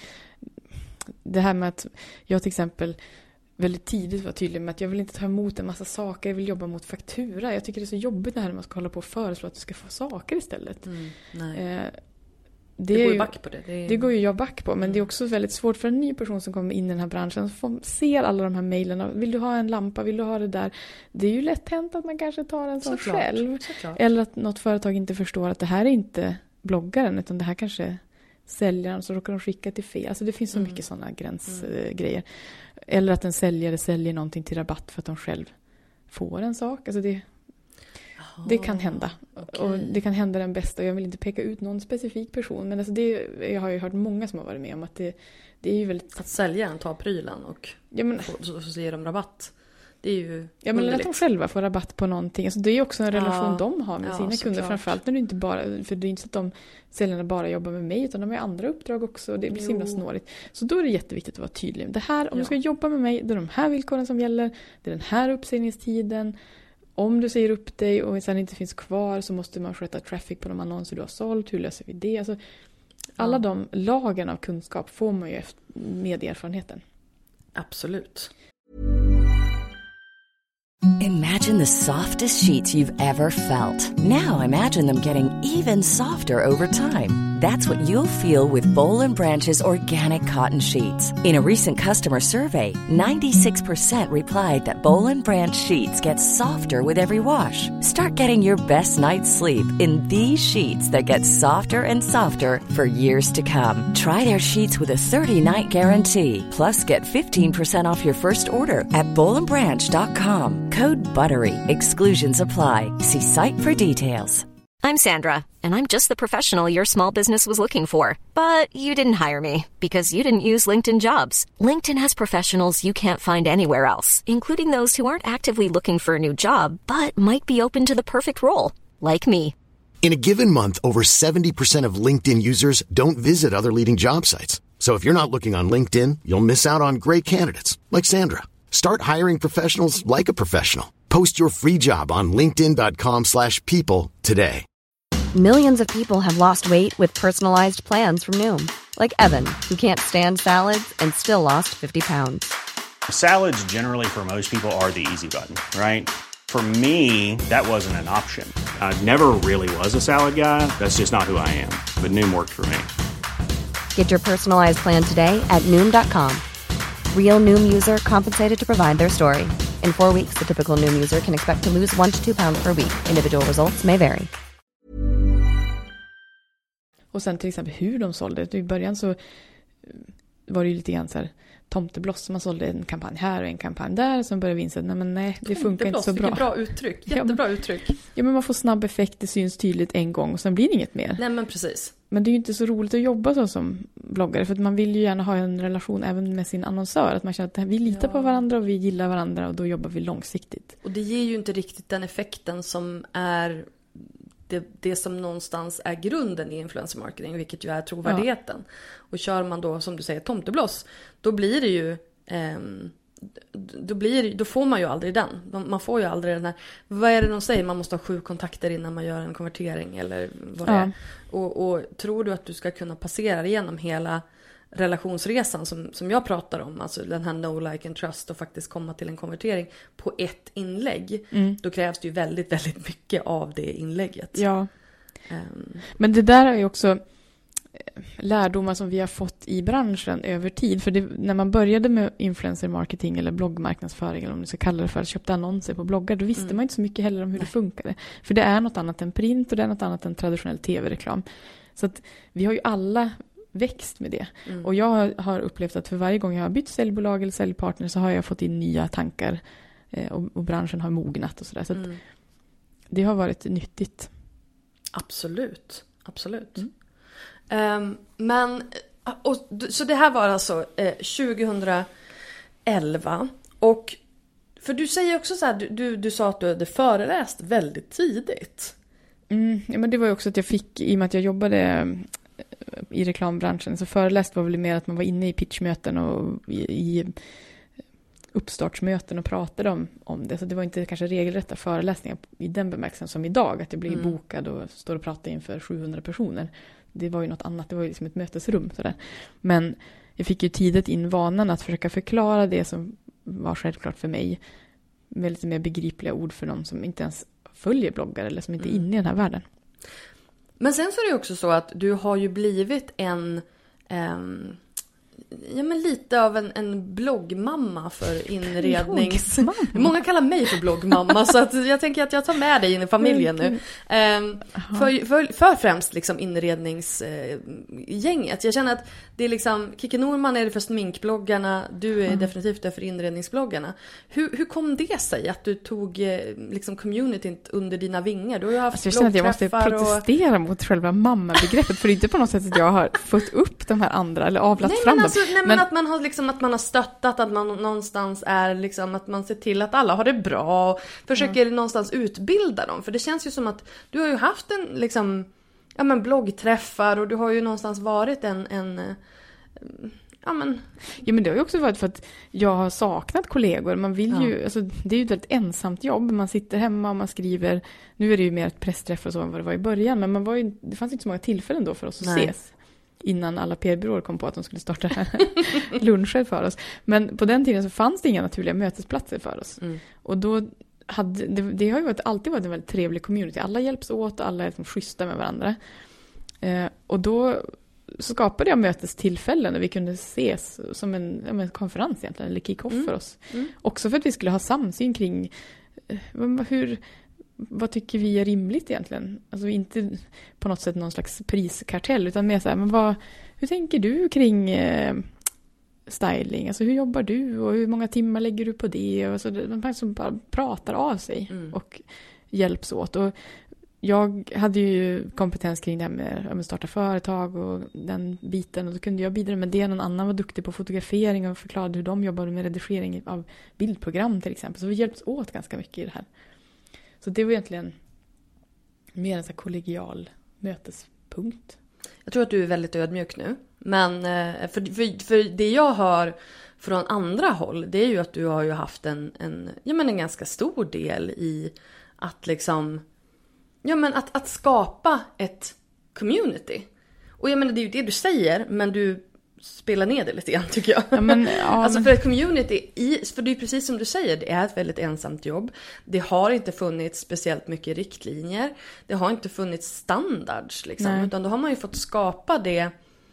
Det här med att jag till exempel väldigt tidigt var tydlig med att jag vill inte ta emot en massa saker, jag vill jobba mot faktura. Jag tycker det är så jobbigt det här när man ska hålla på och föreslå att du ska få saker istället. Mm, nej. Eh, det, det går ju back på det. Det, är... det går ju jag back på, men mm. det är också väldigt svårt för en ny person som kommer in i den här branschen som ser alla de här mejlen. Vill du ha en lampa? Vill du ha det där? Det är ju lätt hänt att man kanske tar en sån Såklart. själv. Såklart. Eller att något företag inte förstår att det här är inte bloggaren, utan det här kanske säljaren, så råkar de skicka till fel. Alltså det finns så mm. mycket sådana gränsgrejer. Mm. Eller att en säljare säljer någonting till rabatt för att de själv får en sak. Alltså det, oh, det kan hända. Okay. Och det kan hända den bästa. Jag vill inte peka ut någon specifik person. Men alltså det, jag har ju hört många som har varit med om att det, det är ju väldigt... Att säljaren tar prylen och ja, men, så, så ger de rabatt. Det är ju ja, men att de själva får rabatt på någonting. Alltså det är ju också en relation ja, de har med ja, sina kunder. Klart. Framförallt när du inte bara... För det är inte så att de säljarna bara jobbar med mig, utan de har andra uppdrag också. Det blir jo. så himla snårigt. Så då är det jätteviktigt att vara tydlig. Det här, om ja. du ska jobba med mig, det är de här villkoren som gäller. Det är den här uppsägningstiden. Om du säger upp dig och sen inte finns kvar så måste man sköta traffic på de annonser du har sålt. Hur löser vi det? Alltså, alla ja. de lagen av kunskap får man ju med erfarenheten. Absolut. Imagine the softest sheets you've ever felt. Now imagine them getting even softer over time. That's what you'll feel with Boll and Branch's organic cotton sheets. In a recent customer survey, ninety-six percent replied that Boll and Branch sheets get softer with every wash. Start getting your best night's sleep in these sheets that get softer and softer for years to come. Try their sheets with a thirty-night guarantee. Plus, get fifteen percent off your first order at boll and branch dot com. Code BUTTERY. Exclusions apply. See site for details. I'm Sandra, and I'm just the professional your small business was looking for. But you didn't hire me because you didn't use LinkedIn Jobs. LinkedIn has professionals you can't find anywhere else, including those who aren't actively looking for a new job, but might be open to the perfect role, like me. In a given month, over seventy percent of LinkedIn users don't visit other leading job sites. So if you're not looking on LinkedIn, you'll miss out on great candidates like Sandra. Start hiring professionals like a professional. Post your free job on linkedin dot com slash people today. Millions of people have lost weight with personalized plans from Noom. Like Evan, who can't stand salads and still lost fifty pounds. Salads generally for most people are the easy button, right? For me, that wasn't an option. I never really was a salad guy. That's just not who I am. But Noom worked for me. Get your personalized plan today at noom dot com. Real Noom user compensated to provide their story. In four weeks, the typical Noom user can expect to lose one to two pounds per week. Individual results may vary. Och sen till exempel hur de sålde. I början så var det ju lite grann så här tomtebloss. Man sålde en kampanj här och en kampanj där. Som började vi inse att nej, men nej, det funkar inte så bra. Vilket bra uttryck. Jättebra uttryck. Ja, men man får snabb effekt. Det syns tydligt en gång och sen blir det inget mer. Nej, men precis. Men det är ju inte så roligt att jobba så som bloggare. För att man vill ju gärna ha en relation även med sin annonsör. Att man känner att vi litar ja. på varandra och vi gillar varandra. Och då jobbar vi långsiktigt. Och det ger ju inte riktigt den effekten som är det, det som någonstans är grunden i influencer marketing. Vilket ju är trovärdigheten. Ja. Och kör man då, som du säger, tomtebloss. Då blir det ju... Ehm, Då, blir, då får man ju aldrig den. Man får ju aldrig den här. Vad är det de säger? Man måste ha sju kontakter innan man gör en konvertering. Eller vad det ja. är. Och, och tror du att du ska kunna passera igenom hela relationsresan som, som jag pratar om. Alltså den här no, like and trust. Och faktiskt komma till en konvertering på ett inlägg. Mm. Då krävs det ju väldigt, väldigt mycket av det inlägget. Ja. Um. Men det där är ju också... lärdomar som vi har fått i branschen över tid. För det, när man började med influencer marketing eller bloggmarknadsföring eller om du ska kalla det för att köpa annonser på bloggar, då visste mm. man inte så mycket heller om hur Nej. det funkade. För det är något annat än print och det är något annat än traditionell tv-reklam. Så att vi har ju alla växt med det. Mm. Och jag har upplevt att för varje gång jag har bytt säljbolag eller säljpartner så har jag fått in nya tankar eh, och, och branschen har mognat och sådär. Så att mm. det har varit nyttigt. Absolut. Absolut. Mm. Um, men och, så det här var alltså eh, tjugohundraelva. Och för du säger också så här, du, du, du sa att du hade föreläst väldigt tidigt. Mm, ja, men det var ju också att jag fick, i och med att jag jobbade i reklambranschen, så föreläst var väl mer att man var inne i pitchmöten och i, i uppstartsmöten och pratade om, om det. Så det var inte kanske regelrätta föreläsningar i den bemärkelsen som idag, att jag blir mm. bokad och står och pratar inför sjuhundra personer. Det var ju något annat, det var ju liksom ett mötesrum. Sådär. Men jag fick ju tidigt in vanan att försöka förklara det som var självklart för mig med lite mer begripliga ord för någon som inte ens följer bloggar eller som inte är inne i den här världen. Men sen så är det också så att du har ju blivit en... en ja, men lite av en, en bloggmamma för inrednings... Många kallar mig för bloggmamma så att jag tänker att jag tar med dig in i familjen nu. Um, för, för, för främst liksom inredningsgänget. Uh, jag känner att det är liksom Kicke Norman är det för sminkbloggarna, du är mm. definitivt det för inredningsbloggarna. Hur, hur kom det sig att du tog liksom communityn under dina vingar? Du har ju haft alltså jag känner att jag måste protestera och... mot själva mammabegreppet, för det är inte på något sätt att jag har fått upp de här andra eller avlat nej, fram men alltså, nej, men, men att man har liksom att man har stöttat, att man någonstans är liksom att man ser till att alla har det bra och försöker mm. någonstans utbilda dem, för det känns ju som att du har ju haft en liksom ja men bloggträffar och du har ju någonstans varit en en ja men ja men det har ju också varit för att jag har saknat kollegor. Man vill ja. ju alltså det är ju ett väldigt ensamt jobb. Man sitter hemma och man skriver. Nu är det ju mer ett pressträff och så än vad det var i början, men man var ju, det fanns inte så många tillfällen då för oss att Nej. ses. Innan alla P R-byråer kom på att de skulle starta luncher för oss. Men på den tiden så fanns det inga naturliga mötesplatser för oss. Mm. Och då hade, det, det har ju varit, alltid varit en väldigt trevlig community. Alla hjälps åt och alla är liksom schyssta med varandra. Eh, och då skapade jag mötestillfällen där vi kunde ses som en, en konferens egentligen, eller kick-off mm. för oss. Mm. Också för att vi skulle ha samsyn kring eh, hur, vad tycker vi är rimligt egentligen? Alltså inte på något sätt någon slags priskartell, utan mer så här, men vad, hur tänker du kring eh, styling? Alltså hur jobbar du och hur många timmar lägger du på det? Och så, man som bara pratar av sig mm. och hjälps åt. Och jag hade ju kompetens kring det här med att starta företag och den biten. Och då kunde jag bidra med det. Någon annan var duktig på fotografering och förklarade hur de jobbade med redigering av bildprogram till exempel. Så vi hjälps åt ganska mycket i det här. Så det var egentligen mer en så här kollegial mötespunkt. Jag tror att du är väldigt ödmjuk nu. Men för, för, för det jag hör från andra håll, det är ju att du har ju haft en, en, ja, men en ganska stor del i att liksom, ja, men att, att skapa ett community. Och jag menar, det är ju det du säger, men du spelar ner det lite grann, tycker jag. Ja, men, ja, alltså men... för ett community, i, för det är precis som du säger, det är ett väldigt ensamt jobb. Det har inte funnits speciellt mycket riktlinjer. Det har inte funnits standards liksom, utan då har man ju fått skapa det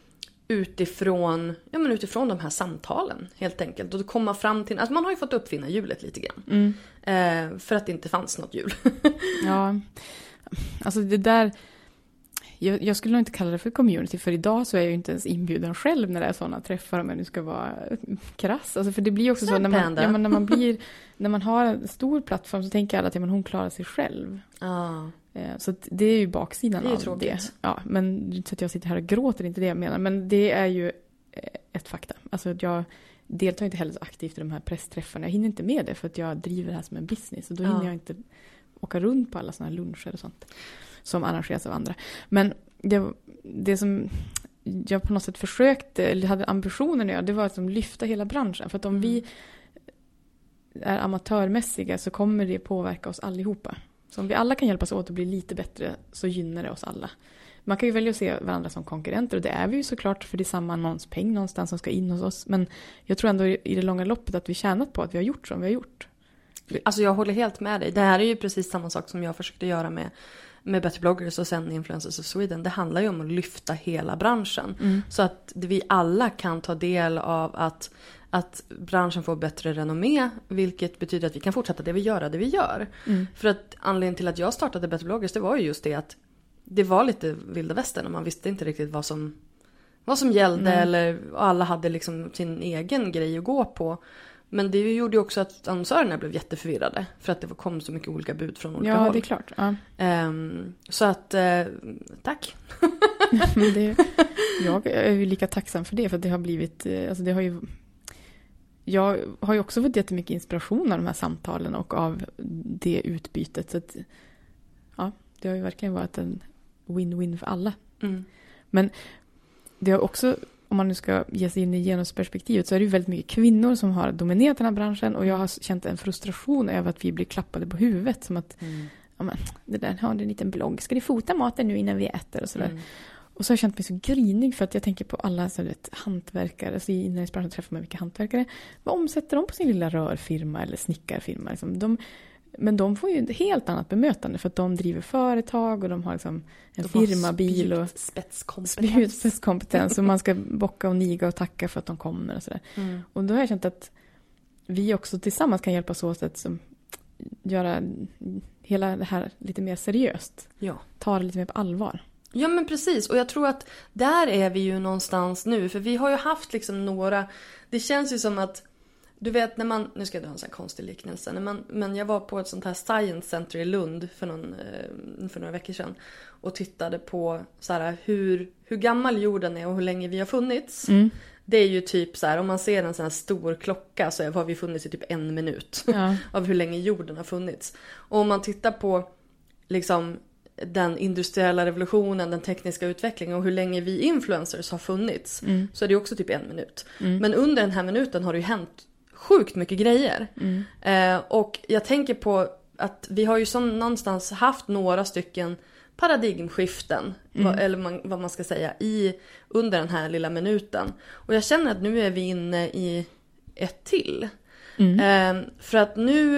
utifrån, ja, men utifrån de här samtalen helt enkelt. Och då komma fram till, alltså man har ju fått uppfinna hjulet lite grann. Mm. Eh, för att det inte fanns något hjul. Ja, alltså det där, jag, jag skulle nog inte kalla det för community, för idag så är jag ju inte ens inbjuden själv när det är sådana träffar, om jag nu ska vara krass. Alltså för det blir också så, när man, ja, men när man blir, när man har en stor plattform så tänker alla att, ja, men hon klarar sig själv. Ah. Så det är ju baksidan det är av tråkigt. Det. Ja, men så att jag sitter här och gråter, inte det jag menar. Men det är ju ett fakta. Alltså jag deltar inte heller så aktivt i de här pressträffarna. Jag hinner inte med det för att jag driver det här som en business. Och då hinner ja. jag inte åka runt på alla såna här luncher och sånt som arrangeras av andra. Men det, det som jag på något sätt försökte, eller hade ambitionen att göra, det var att lyfta hela branschen. För att om mm. vi är amatörmässiga så kommer det påverka oss allihopa. Så om vi alla kan hjälpas åt att bli lite bättre så gynnar det oss alla. Man kan ju välja att se varandra som konkurrenter, och det är vi ju såklart, för det är samma annonspeng någonstans som ska in hos oss. Men jag tror ändå i det långa loppet att vi tjänat på att vi har gjort som vi har gjort. Alltså jag håller helt med dig. Det här är ju precis samma sak som jag försökte göra med, med Better bloggers och sen Influencers of Sweden. Det handlar ju om att lyfta hela branschen. Mm. Så att vi alla kan ta del av att att branschen får bättre renommé, vilket betyder att vi kan fortsätta det vi gör, det vi gör. Mm. För att anledningen till att jag startade Better bloggers, det var ju just det att det var lite vilda västern och man visste inte riktigt vad som, vad som gällde, mm. eller alla hade liksom sin egen grej att gå på. Men det gjorde ju också att annonsörerna blev jätteförvirrade för att det kom så mycket olika bud från olika ja, håll. Ja, det är klart. Ja. Um, så att, uh, tack. Men det, jag är ju lika tacksam för det, för att det har blivit, alltså det har ju jag har ju också fått jättemycket inspiration av de här samtalen och av det utbytet. Så att, ja, det har ju verkligen varit en win-win för alla. Mm. Men det har också, om man nu ska ge sig in i genusperspektivet, så är det ju väldigt mycket kvinnor som har dominerat den här branschen. Och jag har känt en frustration över att vi blir klappade på huvudet. Som att, mm. ja, men, det där har du en liten blogg. Ska du fota maten nu innan vi äter? Och sådär. Mm. Och så har jag känt mig så grinig för att jag tänker på alla så vet, hantverkare. Så i inredningsbranschen träffar man mycket hantverkare. Vad omsätter de på sin lilla rörfirma eller snickarfirma? Liksom? De, men de får ju ett helt annat bemötande för att de driver företag och de har liksom en de firmabil och spetskompetens. spetskompetens och man ska bocka och niga och tacka för att de kommer och sådär. Mm. Och då har jag känt att vi också tillsammans kan hjälpas åt att som, göra hela det här lite mer seriöst. Ja. Ta det lite mer på allvar. Ja, men precis. Och jag tror att där är vi ju någonstans nu. För vi har ju haft liksom några... Det känns ju som att... Du vet när man... Nu ska jag dra en sån här konstig liknelse. När man, men jag var på ett sånt här Science Center i Lund för, någon, för några veckor sedan. Och tittade på så här, hur, hur gammal jorden är och hur länge vi har funnits. Mm. Det är ju typ så här, om man ser en sån här stor klocka så har vi funnits i typ en minut. Ja. Av hur länge jorden har funnits. Och om man tittar på liksom... den industriella revolutionen, den tekniska utvecklingen och hur länge vi influencers har funnits, mm. så är det också typ en minut. Mm. Men under den här minuten har det ju hänt sjukt mycket grejer. Mm. Eh, och jag tänker på att vi har ju som någonstans haft några stycken paradigmskiften, mm. vad, eller man, vad man ska säga, i, under den här lilla minuten. Och jag känner att nu är vi inne i ett till. Mm. Eh, för att nu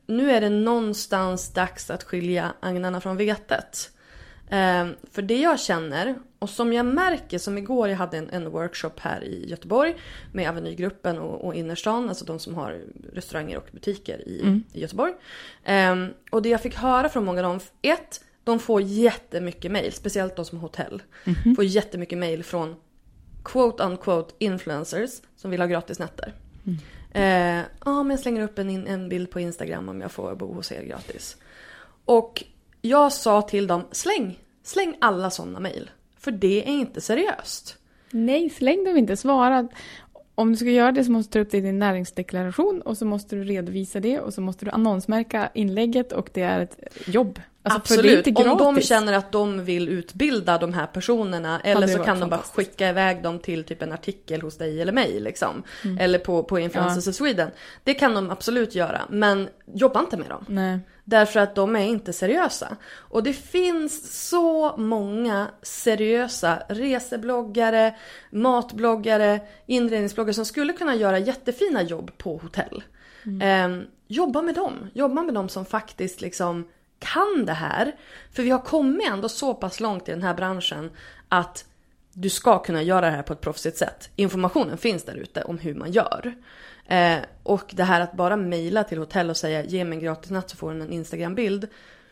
nu är det någonstans dags att skilja agnarna från vetet. Eh, för det jag känner, och som jag märker, som igår jag hade en, en workshop här i Göteborg med Avenygruppen och, och Innerstan, alltså de som har restauranger och butiker i, mm. i Göteborg. Eh, och det jag fick höra från många av dem, ett, de får jättemycket mejl, speciellt de som har hotell. Mm-hmm. Får jättemycket mejl från quote unquote influencers som vill ha gratis nätter. Mm. Eh, ja, men jag slänger upp en, en bild på Instagram om jag får bo hos er gratis. Och jag sa till dem, släng, släng alla sådana mejl. För det är inte seriöst. Nej, släng dem inte. Svara. Om du ska göra det så måste du ta upp det i din näringsdeklaration och så måste du redovisa det och så måste du annonsmärka inlägget och det är ett jobb. Alltså, absolut, för det är inte om de känner att de vill utbilda de här personerna eller så kan de bara skicka iväg dem till typ en artikel hos dig eller mig liksom. Mm. Eller på, på Influencers ja. of Sweden. Det kan de absolut göra, men jobba inte med dem. Nej. Därför att de är inte seriösa. Och det finns så många seriösa resebloggare, matbloggare, inredningsbloggare som skulle kunna göra jättefina jobb på hotell. Mm. Eh, jobba med dem. Jobba med dem som faktiskt liksom kan det här. För vi har kommit ändå så pass långt i den här branschen att du ska kunna göra det här på ett proffsigt sätt. Informationen finns där ute om hur man gör. Eh, och det här att bara mejla till hotell och säga ge mig en gratis natt så får du en Instagram-bild.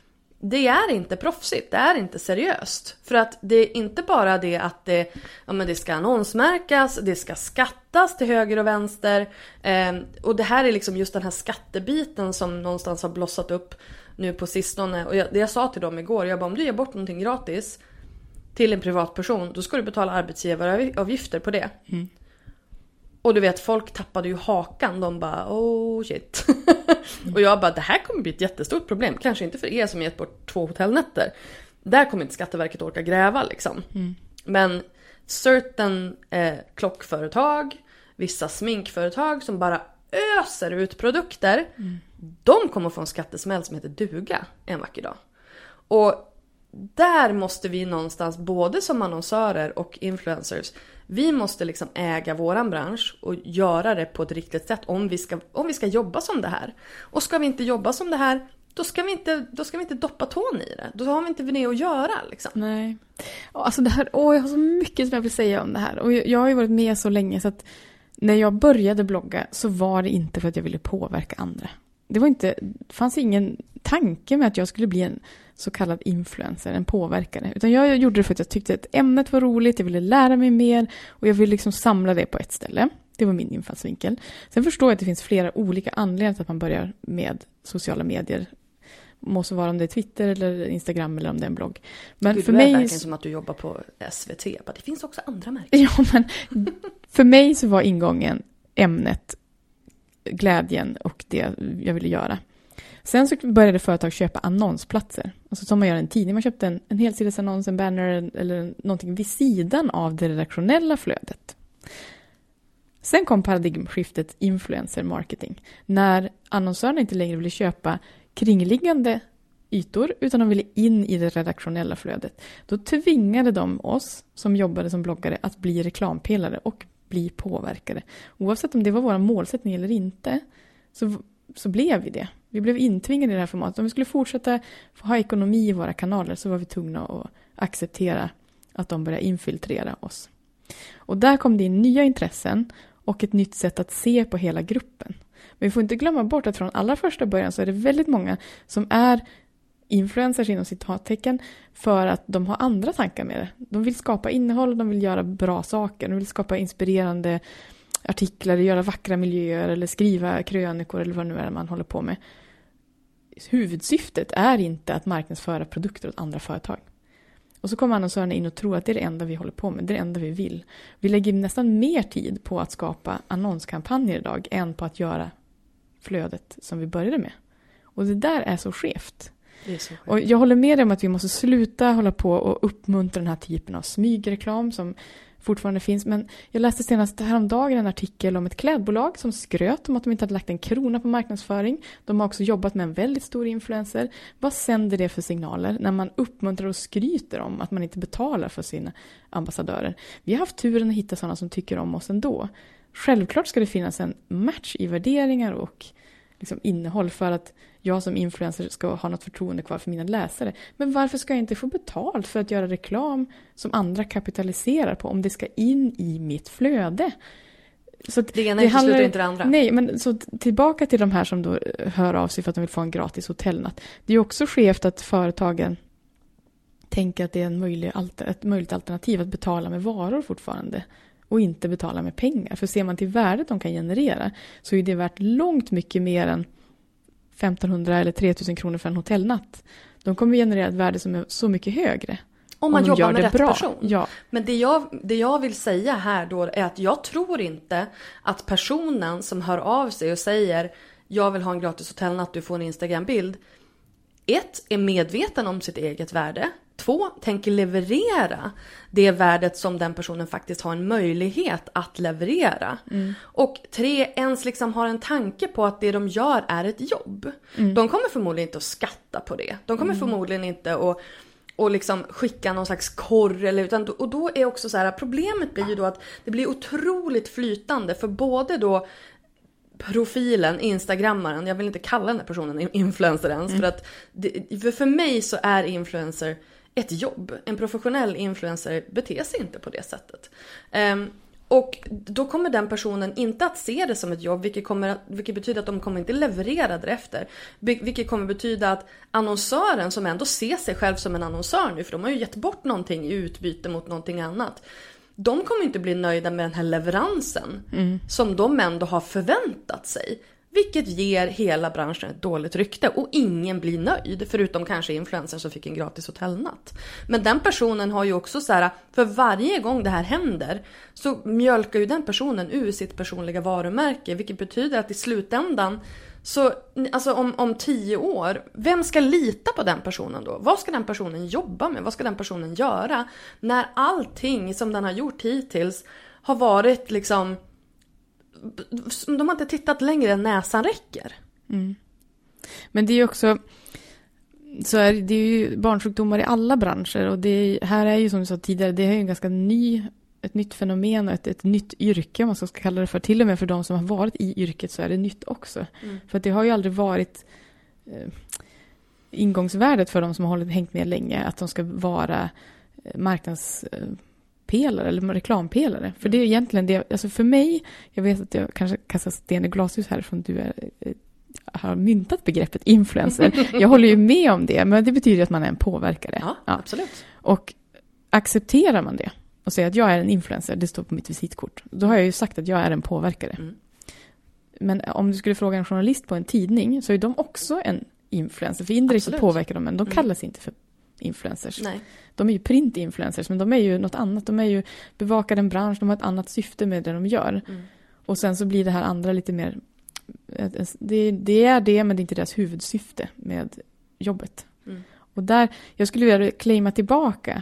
Det är inte proffsigt, det är inte seriöst. För att det är inte bara det att det, ja, men det ska annonsmärkas, det ska skattas till höger och vänster. Eh, och det här är liksom just den här skattebiten som någonstans har blossat upp nu på sistone. Och jag, det jag sa till dem igår, jag bara, om du ger bort någonting gratis till en privatperson, då ska du betala arbetsgivaravgifter på det. Mm. Och du vet, folk tappade ju hakan. De bara, oh shit. Mm. Och jag bara, det här kommer bli ett jättestort problem. Kanske inte för er som gett bort två hotellnätter. Där kommer inte Skatteverket orka gräva liksom. Mm. Men certain eh, klockföretag, vissa sminkföretag som bara öser ut produkter. Mm. De kommer få en skattesmäll som heter duga en vacker dag. Och där måste vi någonstans, både som annonsörer och influencers, vi måste liksom äga våran bransch och göra det på ett riktigt sätt om vi ska, om vi ska jobba som det här. Och ska vi inte jobba som det här, då ska vi inte, då ska vi inte doppa tån i det. Då har vi inte med att göra liksom. Nej. Alltså det här, åh, jag har så mycket som jag vill säga om det här. Och jag, jag har ju varit med så länge så att när jag började blogga så var det inte för att jag ville påverka andra. Det var inte, det fanns ingen tanke med att jag skulle bli en så kallad influencer, en påverkare. Utan jag gjorde det för att jag tyckte att ämnet var roligt, jag ville lära mig mer och jag ville liksom samla det på ett ställe. Det var min infallsvinkel. Sen förstår jag att det finns flera olika anledningar till att man börjar med sociala medier. Måste vara om det är Twitter eller Instagram eller om det är en blogg. Men Gud, för det mig är verkligen som att du jobbar på S V T. Det finns också andra märken. Ja, men för mig så var ingången ämnet, glädjen och det jag ville göra. Sen så började företag köpa annonsplatser. Alltså som man gör en tidning. Man köpte en, en helsidesannons, en banner eller någonting vid sidan av det redaktionella flödet. Sen kom paradigmskiftet influencer marketing. När annonsörerna inte längre ville köpa kringliggande ytor utan de ville in i det redaktionella flödet. Då tvingade de oss som jobbade som bloggare att bli reklampelare och bli påverkare. Oavsett om det var vår målsättning eller inte så, så blev vi det. Vi blev intvingade i det här formatet. Om vi skulle fortsätta ha ekonomi i våra kanaler så var vi tvungna att acceptera att de började infiltrera oss. Och där kom det in nya intressen och ett nytt sätt att se på hela gruppen. Men vi får inte glömma bort att från allra första början så är det väldigt många som är influencers inom citattecken för att de har andra tankar med det. De vill skapa innehåll, de vill göra bra saker, de vill skapa inspirerande artiklar, göra vackra miljöer eller skriva krönikor eller vad nu är man håller på med. Huvudsyftet är inte att marknadsföra produkter åt andra företag. Och så kommer annonsörerna in och tror att det är det enda vi håller på med, det är det enda vi vill. Vi lägger nästan mer tid på att skapa annonskampanjer idag än på att göra flödet som vi började med. Och det där är så skevt. Det är så skevt. Och jag håller med om att vi måste sluta hålla på och uppmuntra den här typen av smygreklam som fortfarande finns. Men jag läste senast häromdagen en artikel om ett klädbolag som skröt om att de inte hade lagt en krona på marknadsföring. De har också jobbat med en väldigt stor influencer. Vad sänder det för signaler när man uppmuntrar och skryter om att man inte betalar för sina ambassadörer? Vi har haft turen att hitta sådana som tycker om oss ändå. Självklart ska det finnas en match i värderingar och liksom, innehåll för att jag som influencer ska ha något förtroende kvar för mina läsare. Men varför ska jag inte få betalt för att göra reklam som andra kapitaliserar på om det ska in i mitt flöde? Så det ena utesluter inte det andra. Nej, men så tillbaka till de här som då hör av sig för att de vill få en gratis hotellnatt. Det är också skevt att företagen tänker att det är en möjlig, ett möjligt alternativ att betala med varor fortfarande och inte betala med pengar. För ser man till värdet de kan generera så är det värt långt mycket mer än femtonhundra eller tre tusen kronor för en hotellnatt. De kommer generera ett värde som är så mycket högre. Om man om jobbar med rätt bra. person. Ja. Men det jag, det jag vill säga här då är att jag tror inte att personen som hör av sig och säger jag vill ha en gratis hotellnatt, du får en Instagram-bild. Ett, är medveten om sitt eget värde. Två, tänker leverera det värdet som den personen faktiskt har en möjlighet att leverera. Mm. Och tre, ens liksom har en tanke på att det de gör är ett jobb. Mm. De kommer förmodligen inte att skatta på det. De kommer mm. förmodligen inte att och liksom skicka någon slags korr eller utan och då är också så här, problemet blir ju då att det blir otroligt flytande för både då profilen, instagrammaren, jag vill inte kalla den här personen influencer ens mm. för att det, för, för mig så är influencer ett jobb. En professionell influencer beter sig inte på det sättet. Um, och då kommer den personen inte att se det som ett jobb, vilket, kommer att, vilket betyder att de kommer inte leverera därefter. Vilket kommer betyda att annonsören som ändå ser sig själv som en annonsör nu, för de har ju gett bort någonting i utbyte mot någonting annat. De kommer inte bli nöjda med den här leveransen mm. som de ändå har förväntat sig. Vilket ger hela branschen ett dåligt rykte. Och ingen blir nöjd. Förutom kanske influencern som fick en gratis hotellnatt. Men den personen har ju också så här. För varje gång det här händer. Så mjölkar ju den personen ur sitt personliga varumärke. Vilket betyder att i slutändan. Så alltså om, om tio år. Vem ska lita på den personen då? Vad ska den personen jobba med? Vad ska den personen göra? När allting som den har gjort hittills. Har varit liksom. De har inte tittat längre än näsan räcker. Mm. Men det är ju också så är det är ju barnsjukdomar i alla branscher och det är, här är ju som du sa tidigare, det är ju en ganska ny ett nytt fenomen och ett, ett nytt yrke om man ska kalla det för. Till och med för de som har varit i yrket så är det nytt också. Mm. För att det har ju aldrig varit eh, ingångsvärdet för de som har hållit, hängt med länge att de ska vara eh, marknads eh, pelare eller reklampelare. För det är egentligen det, alltså för mig, jag vet att jag kanske kastar sten i glashus härifrån, du är, har myntat begreppet influencer. Jag håller ju med om det, men det betyder att man är en påverkare. Ja, ja. Absolut. Och accepterar man det och säger att jag är en influencer, det står på mitt visitkort, då har jag ju sagt att jag är en påverkare. Mm. Men om du skulle fråga en journalist på en tidning så är de också en influencer, för indirekt så påverkar de, men de kallas mm. inte för influencers. Nej. De är ju print-influencers, men de är ju något annat. De är ju bevakar en bransch, de har ett annat syfte med det de gör. Mm. Och sen så blir det här andra lite mer... Det, det är det, men det är inte deras huvudsyfte med jobbet. Mm. Och där, jag skulle vilja claima tillbaka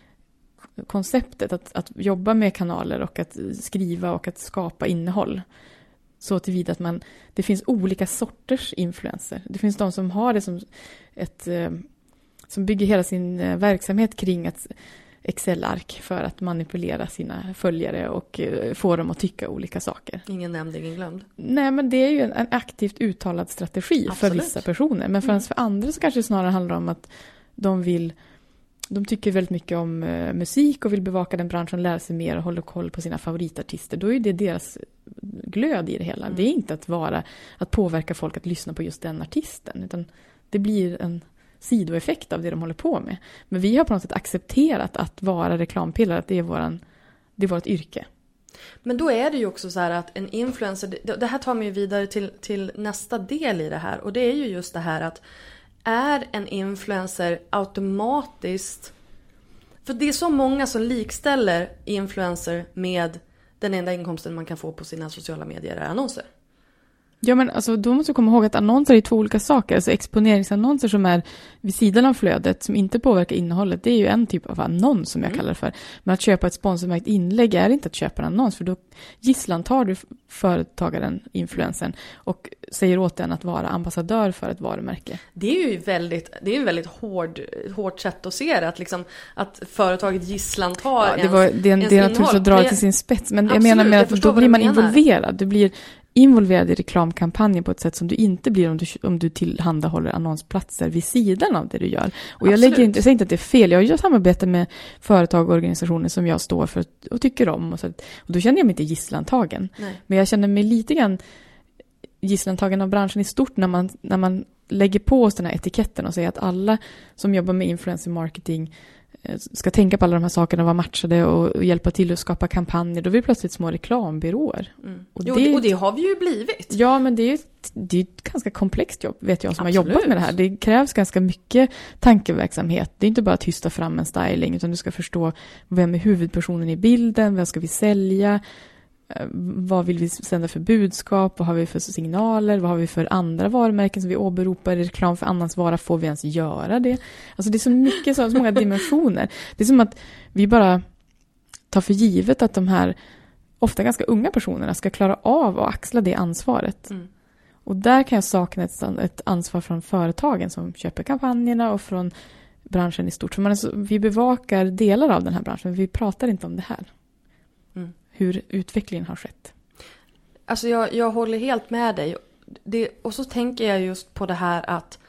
konceptet att, att jobba med kanaler och att skriva och att skapa innehåll. Så tillvida att man, det finns olika sorters influencer. Det finns de som har det som ett... som bygger hela sin verksamhet kring ett Excel-ark för att manipulera sina följare och få dem att tycka olika saker. Ingen nämnd, ingen glömd. Nej, men det är ju en, en aktivt uttalad strategi. Absolut. För vissa personer. Men för, mm. för andra så kanske det snarare handlar om att de vill, de tycker väldigt mycket om uh, musik och vill bevaka den branschen, lära sig mer och hålla koll på sina favoritartister. Då är det deras glöd i det hela. Mm. Det är inte att vara, att påverka folk att lyssna på just den artisten, utan det blir en sidoeffekt av det de håller på med. Men vi har på något sätt accepterat att vara reklampelare, att det är, våran, det är vårt yrke. Men då är det ju också så här att en influencer, det, det här tar mig vidare till, till nästa del i det här. Och det är ju just det här att är en influencer automatiskt, för det är så många som likställer influencer med den enda inkomsten man kan få på sina sociala medier är annonser. Ja, men alltså, då måste du komma ihåg att annonser är två olika saker. Alltså exponeringsannonser som är vid sidan av flödet, som inte påverkar innehållet, det är ju en typ av annons som jag mm. kallar det för. Men att köpa ett sponsormärkt inlägg är inte att köpa en annons, för då gisslantar du företagaren, influensen, och säger åt den att vara ambassadör för ett varumärke. Det är ju väldigt, det är en väldigt hård, hårt sätt att se det, att, liksom, att företaget gisslantar ja, det var, ens, det, ens det är naturligtvis att dra det till sin spets, men absolut, jag menar med att då blir man involverad. Du blir involverad i reklamkampanjen på ett sätt som du inte blir om du, om du tillhandahåller annonsplatser vid sidan av det du gör. Och jag, lägger inte, jag säger inte att det är fel. Jag gör samarbete med företag och organisationer som jag står för och tycker om. Och, så att, och då känner jag mig inte gisslantagen. Nej. Men jag känner mig lite grann gisslantagen av branschen i stort när man, när man lägger på oss den här etiketten och säger att alla som jobbar med influencer marketing ska tänka på alla de här sakerna, vara matchade och, och hjälpa till att skapa kampanjer. Då blir det plötsligt små reklambyråer. Mm. Och, jo, det, och det har vi ju blivit. Ja, men det är, det är ett ganska komplext jobb, vet jag, som Absolut. har jobbat med det här. Det krävs ganska mycket tankeverksamhet. Det är inte bara att tysta fram en styling, utan du ska förstå vem är huvudpersonen i bilden, vad ska vi sälja, vad vill vi sända för budskap, vad har vi för signaler, vad har vi för andra varumärken som vi åberopar i reklam för annans vara, får vi ens göra det? Alltså det är så mycket, så, så många dimensioner. Det är som att vi bara tar för givet att de här ofta ganska unga personerna ska klara av att axla det ansvaret. Mm. Och där kan jag sakna ett, ett ansvar från företagen som köper kampanjerna och från branschen i stort. För man är så, vi bevakar delar av den här branschen, men vi pratar inte om det här. Mm. Hur utvecklingen har skett. Alltså jag, jag håller helt med dig. Det, och så tänker jag just på det här att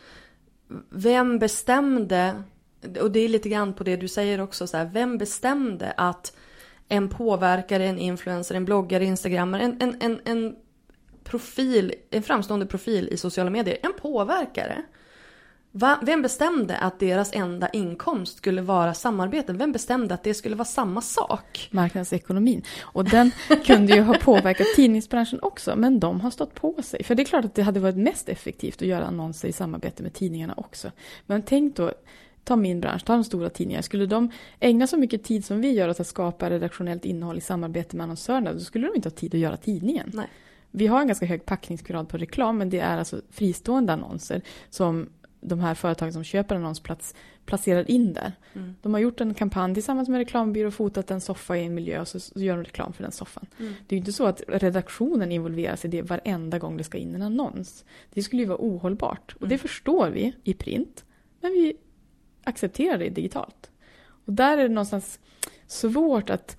vem bestämde, och det är lite grann på det du säger också, så här, vem bestämde att en påverkare, en influencer, en bloggare, instagrammare, en, en, en, en profil, en framstående profil i sociala medier, en påverkare. Va, vem bestämde att deras enda inkomst skulle vara samarbeten? Vem bestämde att det skulle vara samma sak? Marknadsekonomin. Och den kunde ju ha påverkat tidningsbranschen också, men de har stått på sig. För det är klart att det hade varit mest effektivt att göra annonser i samarbete med tidningarna också. Men tänk då, ta min bransch, ta de stora tidningarna. Skulle de ägna så mycket tid som vi gör åt att skapa redaktionellt innehåll i samarbete med annonsörerna, då skulle de inte ha tid att göra tidningen. Nej. Vi har en ganska hög packningsgrad på reklam, men det är alltså fristående annonser som de här företagen som köper annonsplats placerar in där. Mm. De har gjort en kampanj tillsammans med reklambyrå och fotat en soffa i en miljö och så, så gör de reklam för den soffan. Mm. Det är ju inte så att redaktionen involveras i det varenda gång det ska in en annons. Det skulle ju vara ohållbart. Och det Mm. förstår vi i print, men vi accepterar det digitalt. Och där är det någonstans svårt att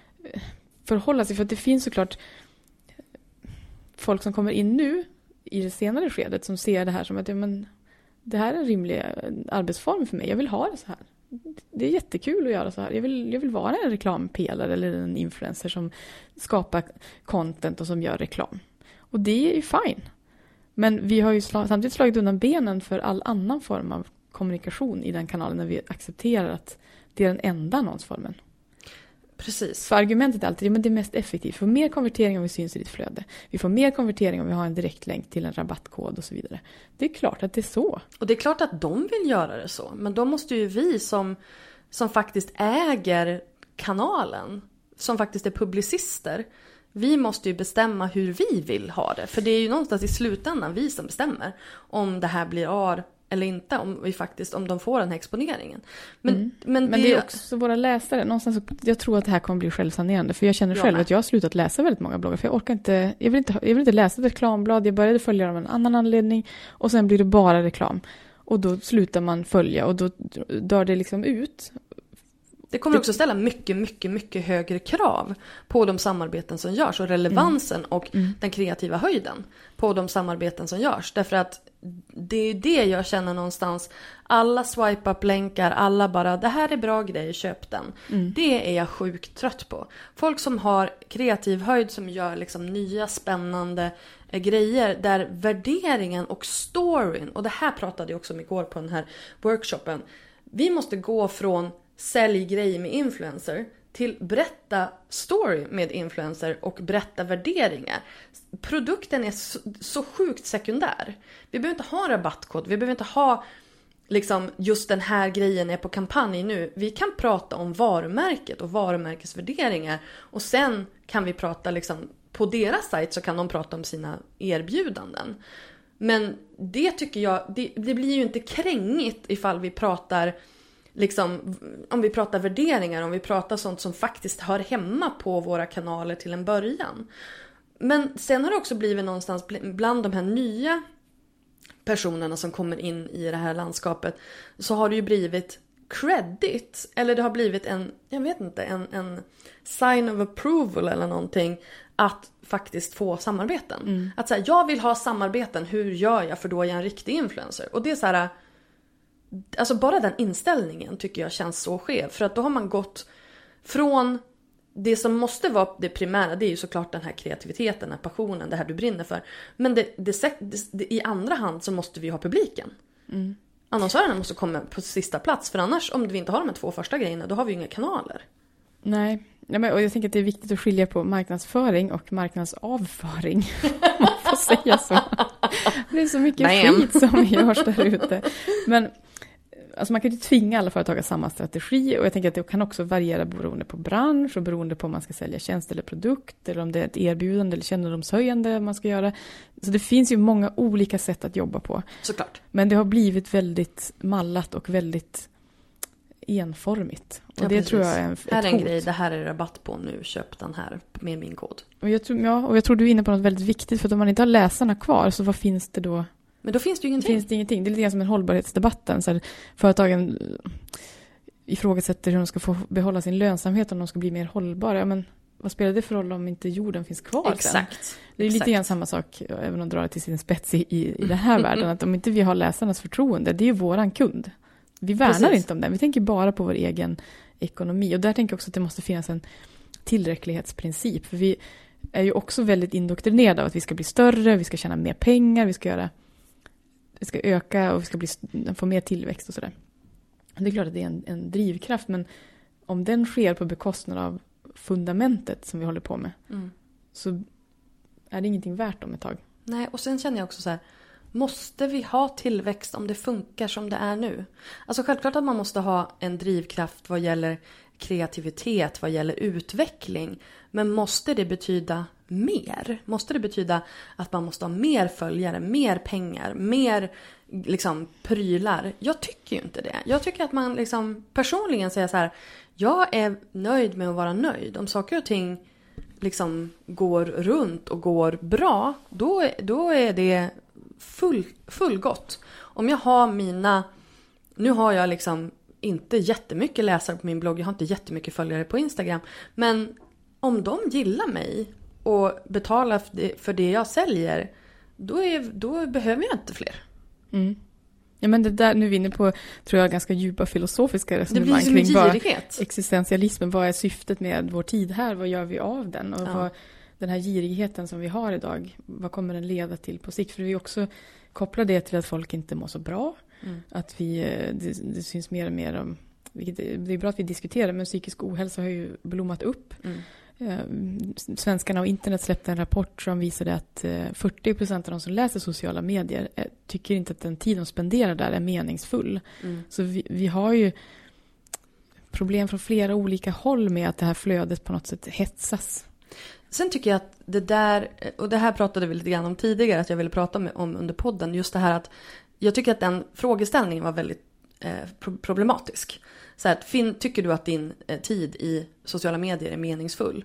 förhålla sig, för att det finns såklart folk som kommer in nu i det senare skedet som ser det här som att ja, men det här är en rimlig arbetsform för mig. Jag vill ha det så här. Det är jättekul att göra så här. Jag vill, jag vill vara en reklampelare eller en influencer som skapar content och som gör reklam. Och det är ju fine. Men vi har ju slag, samtidigt slagit undan benen för all annan form av kommunikation i den kanalen när vi accepterar att det är den enda annonsformen. Precis. För argumentet är alltid att ja, det är mest effektivt. Vi får mer konvertering om vi syns i ditt flöde. Vi får mer konvertering om vi har en direktlänk till en rabattkod och så vidare. Det är klart att det är så. Och det är klart att de vill göra det så. Men då måste ju vi som, som faktiskt äger kanalen, som faktiskt är publicister, vi måste ju bestämma hur vi vill ha det. För det är ju någonstans i slutändan vi som bestämmer om det här blir A eller inte, om vi faktiskt, om de får den här exponeringen. Men, mm. men, men det, det är också våra läsare. Någonstans, jag tror att det här kommer bli självsanerande. För jag känner själv ja, att jag har slutat läsa väldigt många bloggar. För jag orkar inte, jag vill inte, jag vill inte läsa ett reklamblad. Jag började följa dem av en annan anledning. Och sen blir det bara reklam. Och då slutar man följa. Och då dör det liksom ut. Det kommer också ställa mycket, mycket, mycket högre krav på de samarbeten som görs. Och relevansen mm. och mm. den kreativa höjden på de samarbeten som görs. Därför att det är det jag känner någonstans. Alla swipe-up-länkar, alla bara, det här är bra grejer, köp den. Mm. Det är jag sjukt trött på. Folk som har kreativ höjd, som gör liksom nya spännande eh, grejer. Där värderingen och storyn, och det här pratade jag också om igår på den här workshopen. Vi måste gå från sälj grejer med influencer till berätta story med influencer och berätta värderingar. Produkten är så, så sjukt sekundär. Vi behöver inte ha rabattkod. Vi behöver inte ha liksom just den här grejen är på kampanj nu. Vi kan prata om varumärket och varumärkesvärderingar. Och sen kan vi prata liksom på deras sajt, så kan de prata om sina erbjudanden. Men det tycker jag, det, det blir ju inte krängigt ifall vi pratar liksom, om vi pratar värderingar, om vi pratar sånt som faktiskt hör hemma på våra kanaler till en början. Men sen har det också blivit någonstans bland de här nya personerna som kommer in i det här landskapet, så har det ju blivit credit, eller det har blivit en, jag vet inte, en, en sign of approval eller någonting, att faktiskt få samarbeten. Mm. Att säga, jag vill ha samarbeten, hur gör jag för då är jag en riktig influencer? Och det är så här, alltså bara den inställningen tycker jag känns så skev. För att då har man gått från det som måste vara det primära, det är ju såklart den här kreativiteten, den här passionen, det här du brinner för. Men det, det, det, det, i andra hand så måste vi ha publiken. Mm. Annonsörerna måste komma på sista plats, för annars om vi inte har de här två första grejerna, då har vi ju inga kanaler. Nej, ja, men, och jag tänker att det är viktigt att skilja på marknadsföring och marknadsavföring. Om man får säga så. Det är så mycket Bam. skit som görs där ute. Men alltså man kan ju inte tvinga alla företag att ha samma strategi, och jag tänker att det kan också variera beroende på bransch och beroende på om man ska sälja tjänst eller produkt, eller om det är ett erbjudande eller kännedomshöjande man ska göra. Så det finns ju många olika sätt att jobba på. Såklart. Men det har blivit väldigt mallat och väldigt enformigt. Och ja, det precis. tror jag är en, här är en hot. grej, det här är rabatt på nu, köp den här med min kod. Och jag, tror, ja, och jag tror du är inne på något väldigt viktigt, för att om man inte har läsarna kvar, så vad finns det då? Men då finns det ju ingenting. Finns det ingenting. Det är lite grann som en hållbarhetsdebatten. Så här, företagen ifrågasätter hur de ska få behålla sin lönsamhet, om de ska bli mer hållbara. Ja, men vad spelar det för roll om inte jorden finns kvar? Exakt. Sen? Det är lite grann samma sak, även om de drar det till sin spets i, i den här världen. Att om inte vi har läsarnas förtroende, det är ju våran kund. Vi värnar Precis. inte om den. Vi tänker bara på vår egen ekonomi. Och där tänker jag också att det måste finnas en tillräcklighetsprincip. För vi är ju också väldigt indoktrinerade av att vi ska bli större, vi ska tjäna mer pengar, vi ska göra... Vi ska öka och vi ska bli, få mer tillväxt och sådär. Det är klart att det är en, en drivkraft, men om den sker på bekostnad av fundamentet som vi håller på med, mm. så är det ingenting värt om ett tag. Nej, och sen känner jag också så här, måste vi ha tillväxt om det funkar som det är nu? Alltså självklart att man måste ha en drivkraft vad gäller kreativitet, vad gäller utveckling. Men måste det betyda mer? Måste det betyda att man måste ha mer följare, mer pengar, mer liksom prylar? Jag tycker ju inte det. Jag tycker att man liksom personligen säger så här, jag är nöjd med att vara nöjd. Om saker och ting liksom går runt och går bra, då, då är det full, fullgott. Om jag har mina, nu har jag liksom inte jättemycket läsare på min blogg, jag har inte jättemycket följare på Instagram, men om de gillar mig och betalar för det, för det jag säljer, då, är, då behöver jag inte fler. Mm. Ja, men det där, nu är vi inne på, tror jag, ganska djupa filosofiska resonemang det blir kring som vad girighet. Existentialismen, vad är syftet med vår tid här, vad gör vi av den, och Ja. vad, den här girigheten som vi har idag, vad kommer den leda till på sikt? För vi också kopplar det till att folk inte mår så bra, Mm. att vi, det, det syns mer och mer om, vilket det är bra att vi diskuterar, men psykisk ohälsa har ju blommat upp. Mm. Svenskarna och internet släppte en rapport som visade att fyrtio procent av de som läser sociala medier tycker inte att den tid de spenderar där är meningsfull. Mm. Så vi, vi har ju problem från flera olika håll med att det här flödet på något sätt hetsas. Sen tycker jag att det där, och det här pratade vi lite grann om tidigare, att jag ville prata med, om under podden, just det här att jag tycker att den frågeställningen var väldigt eh, problematisk. Så här, fin, tycker du att din eh, tid i sociala medier är meningsfull?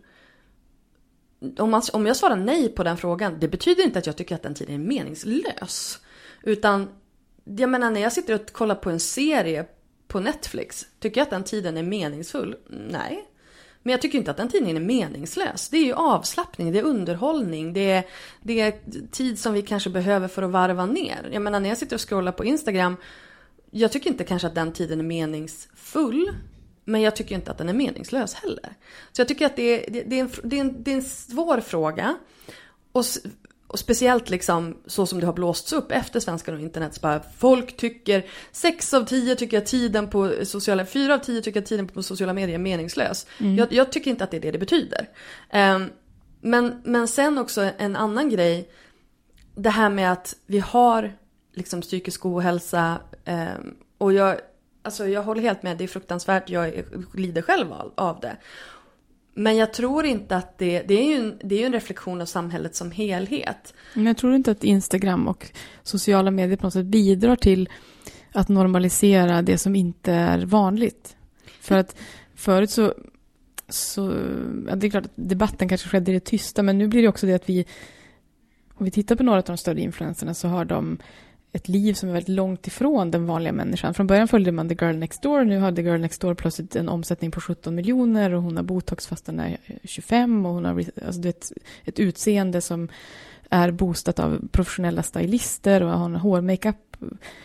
Om, man, om jag svarar nej på den frågan, det betyder inte att jag tycker att den tiden är meningslös. Utan, jag menar, när jag sitter och kollar på en serie på Netflix, tycker jag att den tiden är meningsfull? Nej. Men jag tycker inte att den tiden är meningslös. Det är ju avslappning, det är underhållning, det är, det är tid som vi kanske behöver för att varva ner. Jag menar, när jag sitter och scrollar på Instagram, jag tycker inte kanske att den tiden är meningsfull, men jag tycker inte att den är meningslös heller. Så jag tycker att det är, det, det är, en, det är, en, det är en svår fråga. Och, och speciellt liksom så som det har blåsts upp efter Svenskan och internet. Så bara, folk tycker, sex av tio tycker att tiden på sociala, fyra av tio tycker att tiden på sociala medier är meningslös. Mm. Jag, jag tycker inte att det är det det betyder. Um, men, men sen också en annan grej. Det här med att vi har liksom psykisk ohälsa. Um, och jag, alltså jag håller helt med, det är fruktansvärt. Jag lider själv av, av det. Men jag tror inte att det, det är ju en, det är ju en reflektion av samhället som helhet. Men jag tror inte att Instagram och sociala medier på något sätt bidrar till att normalisera det som inte är vanligt. För att förut så, så ja, det är klart att debatten kanske skedde i det tysta, men nu blir det också det att vi, om vi tittar på några av de större influencerna, så har de ett liv som är väldigt långt ifrån den vanliga människan. Från början följde man The Girl Next Door. Nu har The Girl Next Door plötsligt en omsättning på sjutton miljoner och hon har botox fast den är tjugofem och hon har alltså det är ett, ett utseende som är boostat av professionella stylister och hon har hår-makeup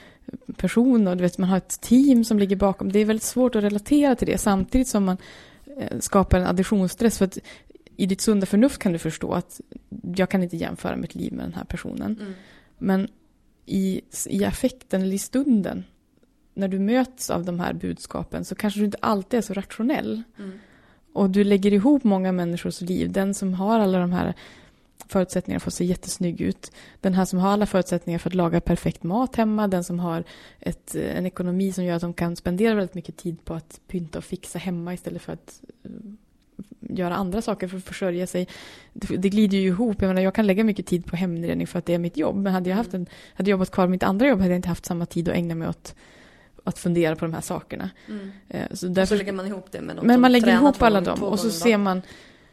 person och du vet, man har ett team som ligger bakom. Det är väldigt svårt att relatera till det samtidigt som man eh, skapar en additionsstress för att i ditt sunda förnuft kan du förstå att jag kan inte jämföra mitt liv med den här personen. Mm. Men i, i affekten eller i stunden när du möts av de här budskapen så kanske du inte alltid är så rationell. Mm. Och du lägger ihop många människors liv. Den som har alla de här förutsättningar för att se jättesnygg ut. Den här som har alla förutsättningar för att laga perfekt mat hemma. Den som har ett, en ekonomi som gör att de kan spendera väldigt mycket tid på att pynta och fixa hemma istället för att uh, göra andra saker för att försörja sig. Det, det glider ju ihop. Jag menar, jag kan lägga mycket tid på heminredning för att det är mitt jobb. Men hade jag haft en, hade jobbat kvar mitt andra jobb hade jag inte haft samma tid att ägna mig åt att fundera på de här sakerna. Mm. Uh, så, därför, och så lägger man ihop det med dem. Men man lägger ihop alla dem och så ser man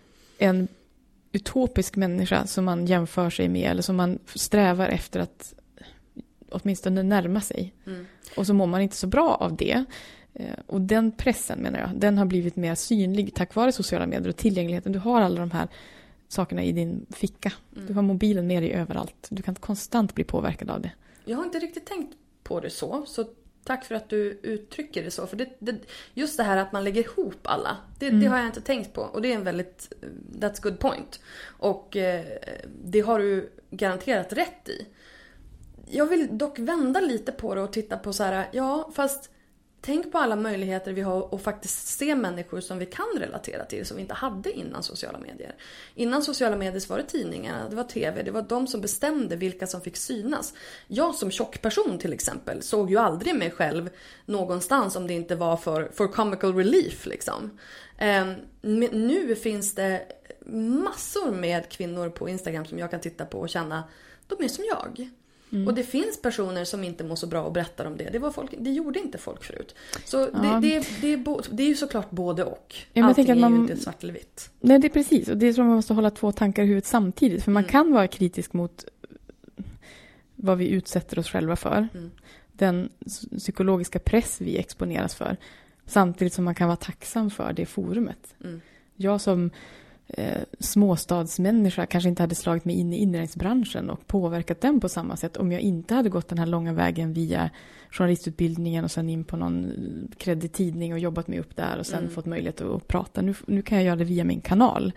en utopisk människa som man jämför sig med eller som man strävar efter att åtminstone närma sig. Mm. Och så mår man inte så bra av det. Och den pressen menar jag, den har blivit mer synlig tack vare sociala medier och tillgängligheten. Du har alla de här sakerna i din ficka. Mm. Du har mobilen med dig överallt. Du kan konstant bli påverkad av det. Jag har inte riktigt tänkt på det så, så tack för att du uttrycker det så. För det, det, just det här att man lägger ihop alla, det, mm. det har jag inte tänkt på. Och det är en väldigt, that's good point. Och eh, det har du garanterat rätt i. Jag vill dock vända lite på det och titta på så här, ja fast tänk på alla möjligheter vi har att faktiskt se människor som vi kan relatera till som vi inte hade innan sociala medier. Innan sociala medier var det tidningarna, det var tv, det var de som bestämde vilka som fick synas. Jag som tjock person till exempel såg ju aldrig mig själv någonstans om det inte var för, för comical relief liksom. Um, nu finns det massor med kvinnor på Instagram som jag kan titta på och känna, de är som jag. Mm. Och det finns personer som inte mår så bra och berättar om det. Det, var folk, det gjorde inte folk förut. Så ja. det, det, det, är bo, det är ju såklart både och. Ja, allting är man, ju inte svart eller vitt. Nej, det är precis. Och det är som man måste hålla två tankar i huvudet samtidigt. För man mm. kan vara kritisk mot vad vi utsätter oss själva för. Mm. Den psykologiska press vi exponeras för. Samtidigt som man kan vara tacksam för det forumet. Mm. Jag som Eh, småstadsmänniska kanske inte hade slagit mig in i inredningsbranschen och påverkat den på samma sätt om jag inte hade gått den här långa vägen via journalistutbildningen och sen in på någon kreditidning och jobbat mig upp där och sen mm. fått möjlighet att prata. Nu, nu kan jag göra det via min kanal.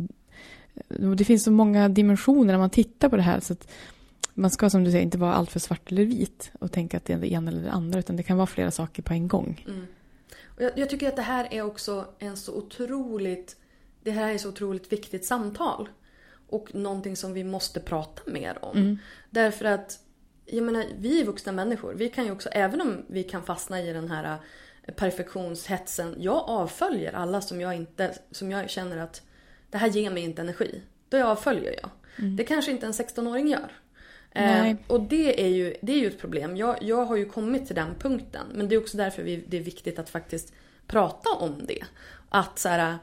Mm. Och det finns så många dimensioner när man tittar på det här så att man ska som du säger inte vara allt för svart eller vit och tänka att det är det ena eller det andra utan det kan vara flera saker på en gång. Mm. Och jag, jag tycker att det här är också en så otroligt Det här är så otroligt viktigt samtal. Och någonting som vi måste prata mer om. Mm. Därför att, jag menar, vi är vuxna människor. Vi kan ju också, även om vi kan fastna i den här perfektionshetsen. Jag avföljer alla som jag inte, som jag känner att det här ger mig inte energi. Då avföljer jag. Mm. Det kanske inte en sexton-åring gör. Eh, och det är ju, det är ju ett problem. Jag, jag har ju kommit till den punkten. Men det är också därför vi, det är viktigt att faktiskt prata om det. Att så här,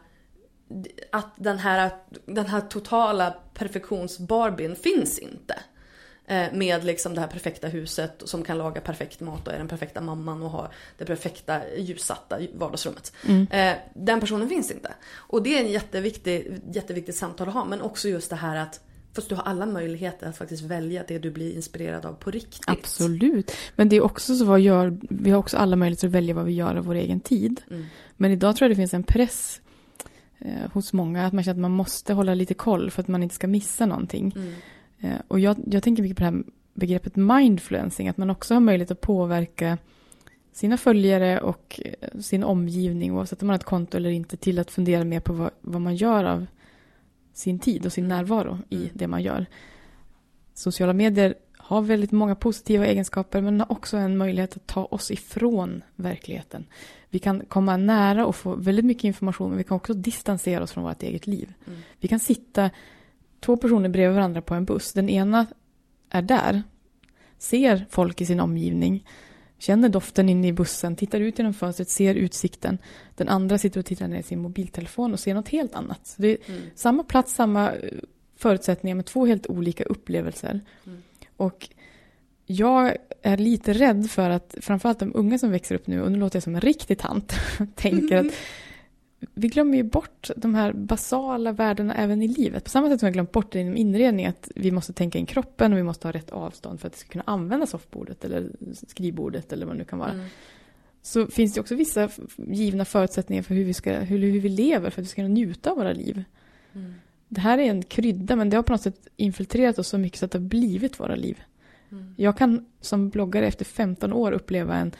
att den här, den här totala perfektionsbarbien finns inte. Eh, med liksom det här perfekta huset som kan laga perfekt mat och är den perfekta mamman och har det perfekta ljussatta vardagsrummet. Mm. Eh, den personen finns inte. Och det är en jätteviktig, jätteviktigt samtal att ha. Men också just det här att fast du har alla möjligheter att faktiskt välja det du blir inspirerad av på riktigt. Absolut. Men det är också så vad gör, vi har också alla möjligheter att välja vad vi gör av vår egen tid. Mm. Men idag tror jag det finns en press eh, hos många att man känner att man måste hålla lite koll för att man inte ska missa någonting. Mm. Eh, och jag, jag tänker mycket på det här begreppet mindfluencing, att man också har möjlighet att påverka sina följare och eh, sin omgivning oavsett om man har ett konto eller inte till att fundera mer på vad, vad man gör av sin tid och sin närvaro i mm. det man gör. Sociala medier har väldigt många positiva egenskaper men har också en möjlighet att ta oss ifrån verkligheten. Vi kan komma nära och få väldigt mycket information men vi kan också distansera oss från vårt eget liv. Mm. Vi kan sitta två personer bredvid varandra på en buss. Den ena är där, ser folk i sin omgivning, känner doften inne i bussen, tittar ut genom fönstret, ser utsikten. Den andra sitter och tittar ner i sin mobiltelefon och ser något helt annat. Så det är mm. samma plats, samma förutsättningar med två helt olika upplevelser. Mm. Och jag är lite rädd för att framförallt de unga som växer upp nu, och nu låter jag som en riktig tant, tänker att vi glömmer ju bort de här basala värdena även i livet. På samma sätt som vi glömt bort det inom inredning, att vi måste tänka in kroppen och vi måste ha rätt avstånd för att vi ska kunna använda soffbordet eller skrivbordet eller vad det nu kan vara. Mm. Så finns det också vissa givna förutsättningar för hur vi, ska, hur, hur vi lever för att vi ska kunna njuta av våra liv. Mm. Det här är en krydda, men det har på något sätt infiltrerat oss så mycket så att det har blivit våra liv. Mm. Jag kan som bloggare efter femton år uppleva en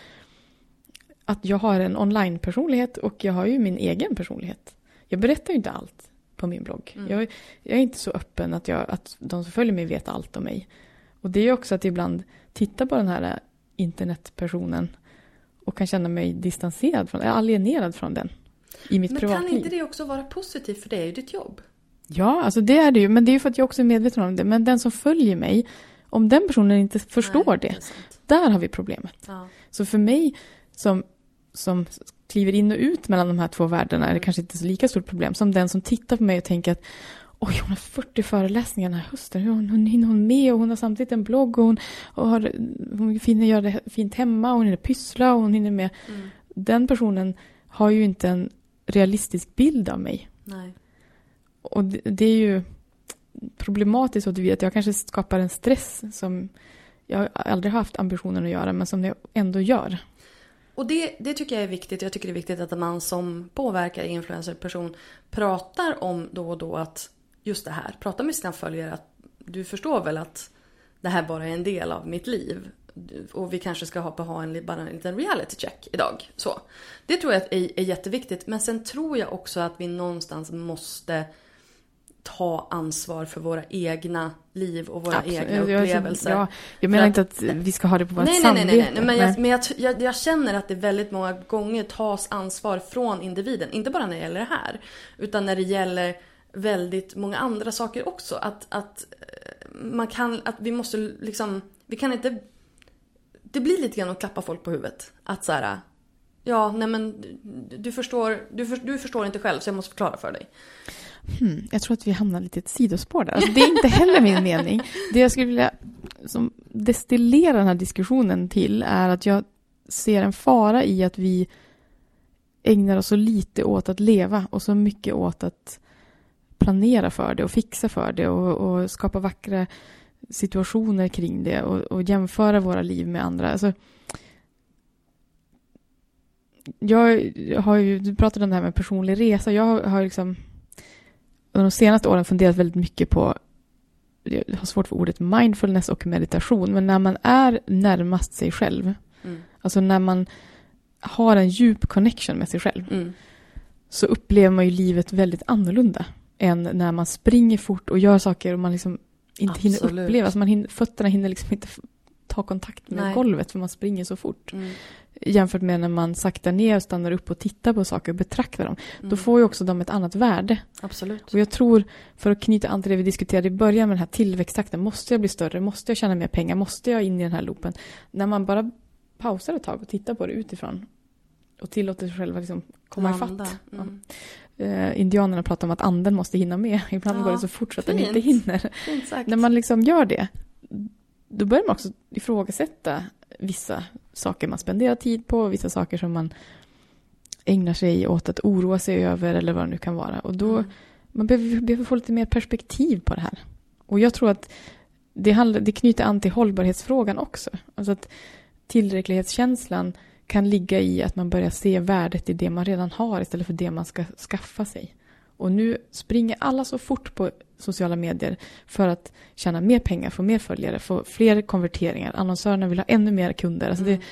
att jag har en online-personlighet och jag har ju min egen personlighet. Jag berättar ju inte allt på min blogg. Mm. Jag, jag är inte så öppen att, jag, att de som följer mig vet allt om mig. Och det är också att ibland titta på den här internetpersonen och kan känna mig distanserad från, alienerad från den i mitt privatliv. Men kan inte det också vara positivt för dig i ditt jobb? Ja, alltså det är det ju. Men det är ju för att jag också är medveten om det. Men den som följer mig, om den personen inte förstår Nej, det, det där har vi problemet. Ja. Så för mig som, som kliver in och ut mellan de här två världarna är det kanske inte så lika stort problem som den som tittar på mig och tänker att oj, hon har fyrtio föreläsningar den här hösten. Hon, hon hinner hon med och hon har samtidigt en blogg och hon, och har, hon hinner göra det fint hemma och hon hinner pyssla och hon hinner med. Mm. Den personen har ju inte en realistisk bild av mig. Nej. Och det, det är ju problematiskt att jag kanske skapar en stress som jag aldrig haft ambitionen att göra men som jag ändå gör. Och det, det tycker jag är viktigt. Jag tycker det är viktigt att man som påverkar influencerperson pratar om då och då att just det här, prata med sina följare att du förstår väl att det här bara är en del av mitt liv och vi kanske ska ha, ha en, bara en liten reality check idag. Så. Det tror jag är, är jätteviktigt, men sen tror jag också att vi någonstans måste ta ansvar för våra egna liv och våra Absolut. egna upplevelser. Ja, jag menar att, inte att vi ska ha det på vårt nej, samvete. Nej, nej, nej, nej. Men, jag, men jag, jag, jag känner att det väldigt många gånger tas ansvar från individen. Inte bara när det gäller det här, utan när det gäller väldigt många andra saker också. Att, att man kan, att vi måste liksom, vi kan inte, det blir lite grann att klappa folk på huvudet. Att så här, ja, nej men du, du förstår, du, för, du förstår inte själv så jag måste förklara för dig. Hmm, jag tror att vi hamnar lite i ett sidospår där. Alltså, det är inte heller min mening. Det jag skulle vilja som destillera den här diskussionen till är att jag ser en fara i att vi ägnar oss så lite åt att leva och så mycket åt att planera för det och fixa för det och, och skapa vackra situationer kring det och, och jämföra våra liv med andra. Alltså, jag har ju, du pratade om det här med personlig resa. Jag har, har liksom de senaste åren funderat väldigt mycket på, jag har svårt för ordet mindfulness och meditation, men när man är närmast sig själv, mm. alltså när man har en djup connection med sig själv, mm. så upplever man ju livet väldigt annorlunda än när man springer fort och gör saker och man liksom inte Absolut. hinner uppleva, alltså man hinner, fötterna hinner liksom inte ta kontakt med Nej. golvet för man springer så fort. Mm. Jämfört med när man saktar ner och stannar upp och tittar på saker och betraktar dem. Mm. Då får ju också de ett annat värde. Absolut. Och jag tror, för att knyta an till det vi diskuterade i början med den här tillväxttakten, måste jag bli större? Måste jag tjäna mer pengar? Måste jag in i den här loopen? När man bara pausar ett tag och tittar på det utifrån och tillåter sig själva liksom komma ifatt. Mm. Ja. Uh, indianerna pratar om att anden måste hinna med. Ibland ja, går det så fort så att fint. den inte hinner. Fint, när man liksom gör det, då börjar man också ifrågasätta vissa saker man spenderar tid på, vissa saker som man ägnar sig åt att oroa sig över eller vad det nu kan vara. Och då mm. man behöver, behöver få lite mer perspektiv på det här. Och jag tror att det, handlar, det knyter an till hållbarhetsfrågan också. Alltså att tillräcklighetskänslan kan ligga i att man börjar se värdet i det man redan har istället för det man ska skaffa sig. Och nu springer alla så fort på sociala medier för att tjäna mer pengar, få mer följare, få fler konverteringar. Annonsörerna vill ha ännu mer kunder. Alltså det,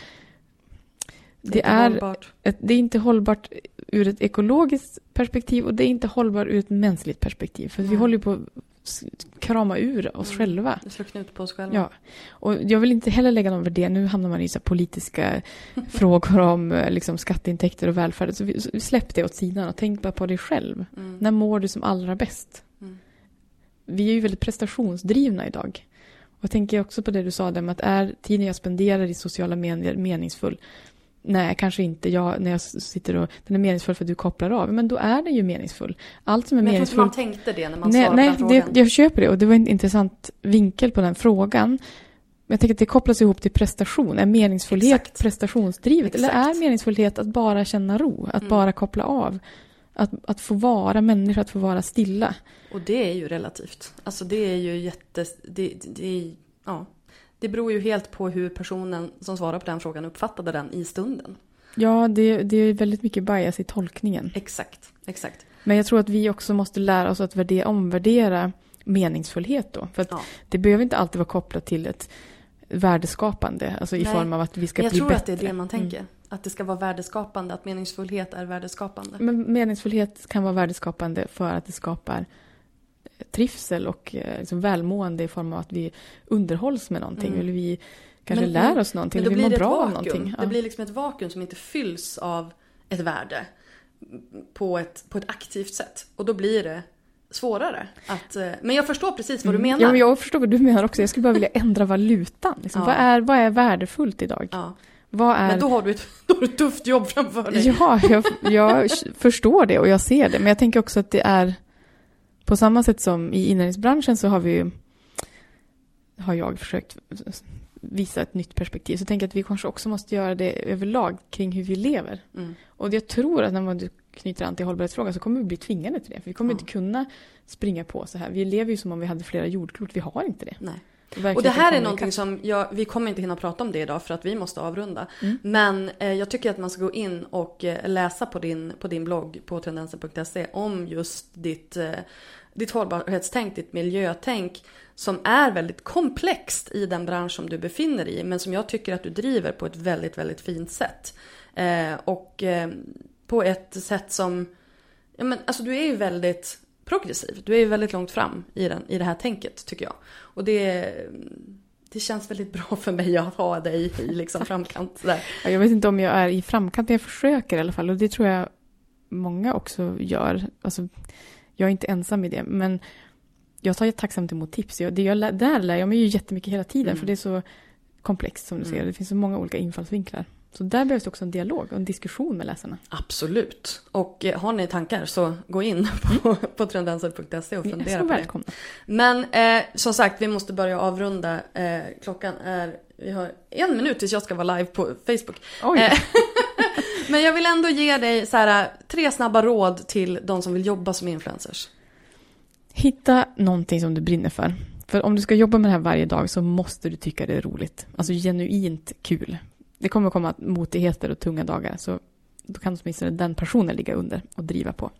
det, det, är, är ett, det är inte hållbart ur ett ekologiskt perspektiv och det är inte hållbart ur ett mänskligt perspektiv. För mm. vi håller ju på att krama ur oss mm. själva. Det slår knut på oss själva. Ja. Och jag vill inte heller lägga någon värdering. Nu hamnar man i så politiska frågor om liksom, skatteintäkter och välfärd. Så vi, så släpp det åt sidan och tänk bara på dig själv. Mm. När mår du som allra bäst? Mm. Vi är ju väldigt prestationsdrivna idag. Och jag tänker också på det du sa där med att är tiden jag spenderar i sociala medier meningsfull? Nej, kanske inte. Jag, när jag sitter och den är meningsfull för att du kopplar av. Men då är den ju meningsfull. Allt som är men meningsfull. Men jag tror man tänkte det när man nej, svarade nej, på den frågan. Det, jag köper det och det var en intressant vinkel på den frågan. Men jag tänker att det kopplas ihop till prestation. Är meningsfullhet Exakt. prestationsdrivet? Exakt. Eller är meningsfullhet att bara känna ro? Att Mm. bara koppla av? Att, att få vara människa, att få vara stilla? Och det är ju relativt. Alltså det är ju jätte... Det, det, ja. det beror ju helt på hur personen som svarar på den frågan uppfattade den i stunden. Ja, det, det är väldigt mycket bias i tolkningen. Exakt, exakt. Men jag tror att vi också måste lära oss att värdera, omvärdera meningsfullhet då. För att Ja. det behöver inte alltid vara kopplat till ett värdeskapande. Alltså i Nej. form av att vi ska Men jag bli tror bättre. att det är det man tänker. Mm. Att det ska vara värdeskapande, att meningsfullhet är värdeskapande. Men meningsfullhet kan vara värdeskapande för att det skapar trivsel och liksom välmående i form av att vi underhålls med någonting. Mm. Eller vi kanske men, lär oss någonting. Men då eller vi blir mår det ett bra av vakuum. någonting. Ja. Det blir liksom ett vakuum som inte fylls av ett värde på ett, på ett aktivt sätt. Och då blir det svårare. Att, men jag förstår precis vad Mm. du menar. Ja, men jag förstår vad du menar också. Jag skulle bara vilja ändra valutan. Liksom. Ja. Vad, är, vad är värdefullt idag? Ja. Vad är... Men då har, du ett, då har du ett tufft jobb framför dig. Ja, jag, jag förstår det och jag ser det. Men jag tänker också att det är på samma sätt som i inredningsbranschen så har vi ju, har jag försökt visa ett nytt perspektiv. Så jag tänker att vi kanske också måste göra det överlag kring hur vi lever. Mm. Och jag tror att när man knyter an till hållbarhetsfrågan så kommer vi bli tvingade till det. För vi kommer ja. inte kunna springa på så här. Vi lever ju som om vi hade flera jordklot. Vi har inte det. Nej. Och det här är någonting som, jag, vi kommer inte hinna prata om det idag för att vi måste avrunda. Mm. Men eh, jag tycker att man ska gå in och eh, läsa på din, på din blogg på tendenser punkt se om just ditt, eh, ditt hållbarhetstänk, ditt miljötänk som är väldigt komplext i den bransch som du befinner i. Men som jag tycker att du driver på ett väldigt, väldigt fint sätt. Eh, och eh, på ett sätt som, ja men alltså du är ju väldigt progressiv. Du är ju väldigt långt fram i, den, i det här tänket tycker jag. Och det, det känns väldigt bra för mig att ha dig i liksom framkant. Där. Ja, jag vet inte om jag är i framkant, men jag försöker i alla fall. Och det tror jag många också gör. Alltså, jag är inte ensam i det. Men jag tar ju tacksamt emot tips. Jag, det jag lär, där lär jag mig ju jättemycket hela tiden. Mm. För det är så komplext som du ser. Mm. Det finns så många olika infallsvinklar. Så där behövs det också en dialog och en diskussion med läsarna. Absolut. Och eh, har ni tankar så gå in på, mm. på tendenser punkt se och fundera på välkomna. det. Men eh, som sagt, vi måste börja avrunda. Eh, klockan är, vi har en minut tills jag ska vara live på Facebook. Eh, men jag vill ändå ge dig så här, tre snabba råd till de som vill jobba som influencers. Hitta någonting som du brinner för. För om du ska jobba med det här varje dag så måste du tycka det är roligt. Alltså genuint kul. Det kommer att komma motigheter och tunga dagar. Så då kan åtminstone den personen ligga under och driva på.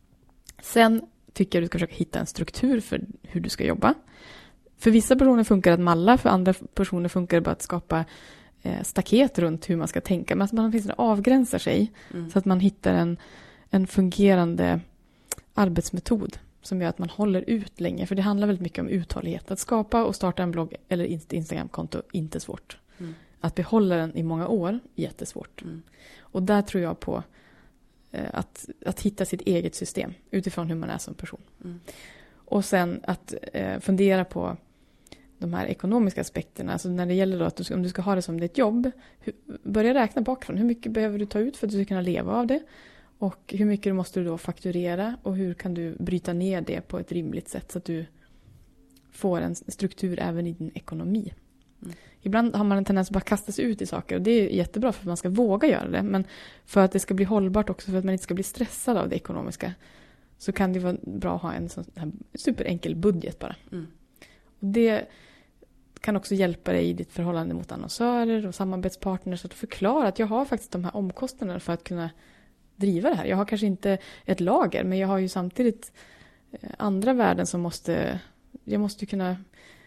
Sen tycker jag du ska försöka hitta en struktur för hur du ska jobba. För vissa personer funkar det att malla. För andra personer funkar det bara att skapa eh, staket runt hur man ska tänka. Men att man åtminstone avgränsar sig. Mm. Så att man hittar en, en fungerande arbetsmetod. Som gör att man håller ut länge. För det handlar väldigt mycket om uthållighet. Att skapa och starta en blogg eller Instagram-konto är inte svårt. Mm. Att behålla den i många år är jättesvårt. Mm. Och där tror jag på eh, att, att hitta sitt eget system utifrån hur man är som person. Mm. Och sen att eh, fundera på de här ekonomiska aspekterna. Alltså när det gäller då att du, om du ska ha det som ditt jobb. Hur, börja räkna bakifrån. Hur mycket behöver du ta ut för att du ska kunna leva av det? Och hur mycket måste du då fakturera? Och hur kan du bryta ner det på ett rimligt sätt så att du får en struktur även i din ekonomi? Mm. Ibland har man en tendens att bara kasta sig ut i saker och det är jättebra för att man ska våga göra det. Men för att det ska bli hållbart också, för att man inte ska bli stressad av det ekonomiska, så kan det vara bra att ha en sån här superenkel budget bara. Mm. Och det kan också hjälpa dig i ditt förhållande mot annonsörer och samarbetspartners att förklara att jag har faktiskt de här omkostnaderna för att kunna driva det här. Jag har kanske inte ett lager, men jag har ju samtidigt andra värden som måste, jag måste kunna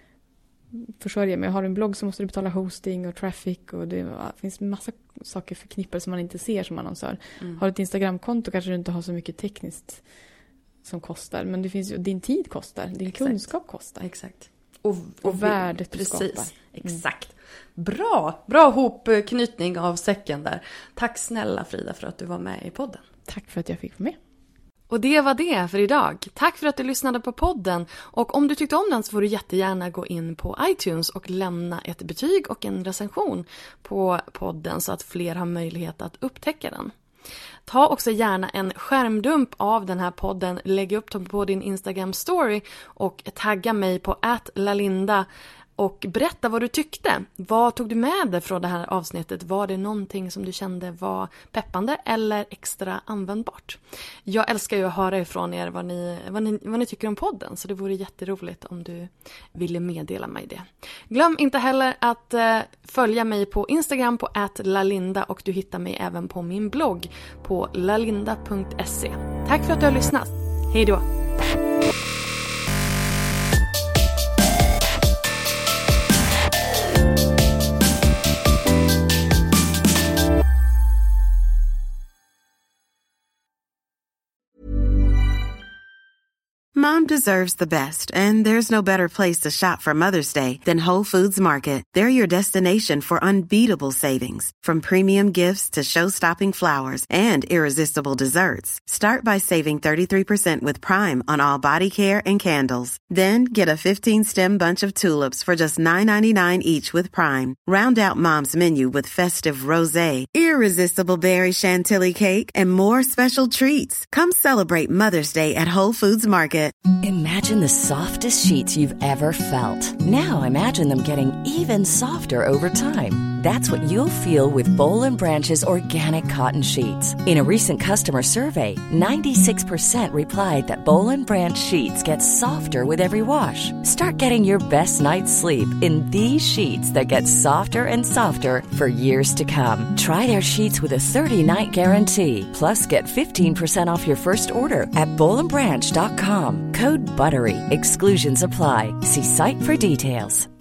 försörja mig. Jag har en blogg så måste du betala hosting och traffic och det finns massa saker förknippade som man inte ser som annonsör. Mm. Har du ett Instagramkonto kanske du inte har så mycket tekniskt som kostar, men det finns ju, din tid kostar, din Exakt. kunskap kostar. Exakt. Och, och, och värdet du precis. skapar. Exakt. Bra, bra hopknytning av säcken där. Tack snälla Frida för att du var med i podden. Tack för att jag fick vara med. Och det var det för idag. Tack för att du lyssnade på podden. Och om du tyckte om den så får du jättegärna gå in på iTunes och lämna ett betyg och en recension på podden så att fler har möjlighet att upptäcka den. Ta också gärna en skärmdump av den här podden, lägg upp den på din Instagram story och tagga mig på at lalinda och berätta vad du tyckte. Vad tog du med dig från det här avsnittet? Var det någonting som du kände var peppande eller extra användbart? Jag älskar ju att höra ifrån er vad ni, vad ni, vad ni tycker om podden, så det vore jätteroligt om du ville meddela mig det. Glöm inte heller att eh, följa mig på Instagram på at lalinda, och du hittar mig även på min blogg på lalinda punkt se. Tack för att du har lyssnat. Hej då! Mom deserves the best, and there's no better place to shop for Mother's Day than Whole Foods Market. They're your destination for unbeatable savings, from premium gifts to show-stopping flowers and irresistible desserts. Start by saving thirty-three percent with Prime on all body care and candles. Then get a fifteen-stem bunch of tulips for just nine ninety-nine each with Prime. Round out Mom's menu with festive rosé, irresistible berry chantilly cake, and more special treats. Come celebrate Mother's Day at Whole Foods Market. Imagine the softest sheets you've ever felt. Now imagine them getting even softer over time. That's what you'll feel with Boll and Branch's organic cotton sheets. In a recent customer survey, ninety-six percent replied that Boll and Branch sheets get softer with every wash. Start getting your best night's sleep in these sheets that get softer and softer for years to come. Try their sheets with a thirty-night guarantee. Plus, get fifteen percent off your first order at boll and branch dot com. Code BUTTERY. Exclusions apply. See site for details.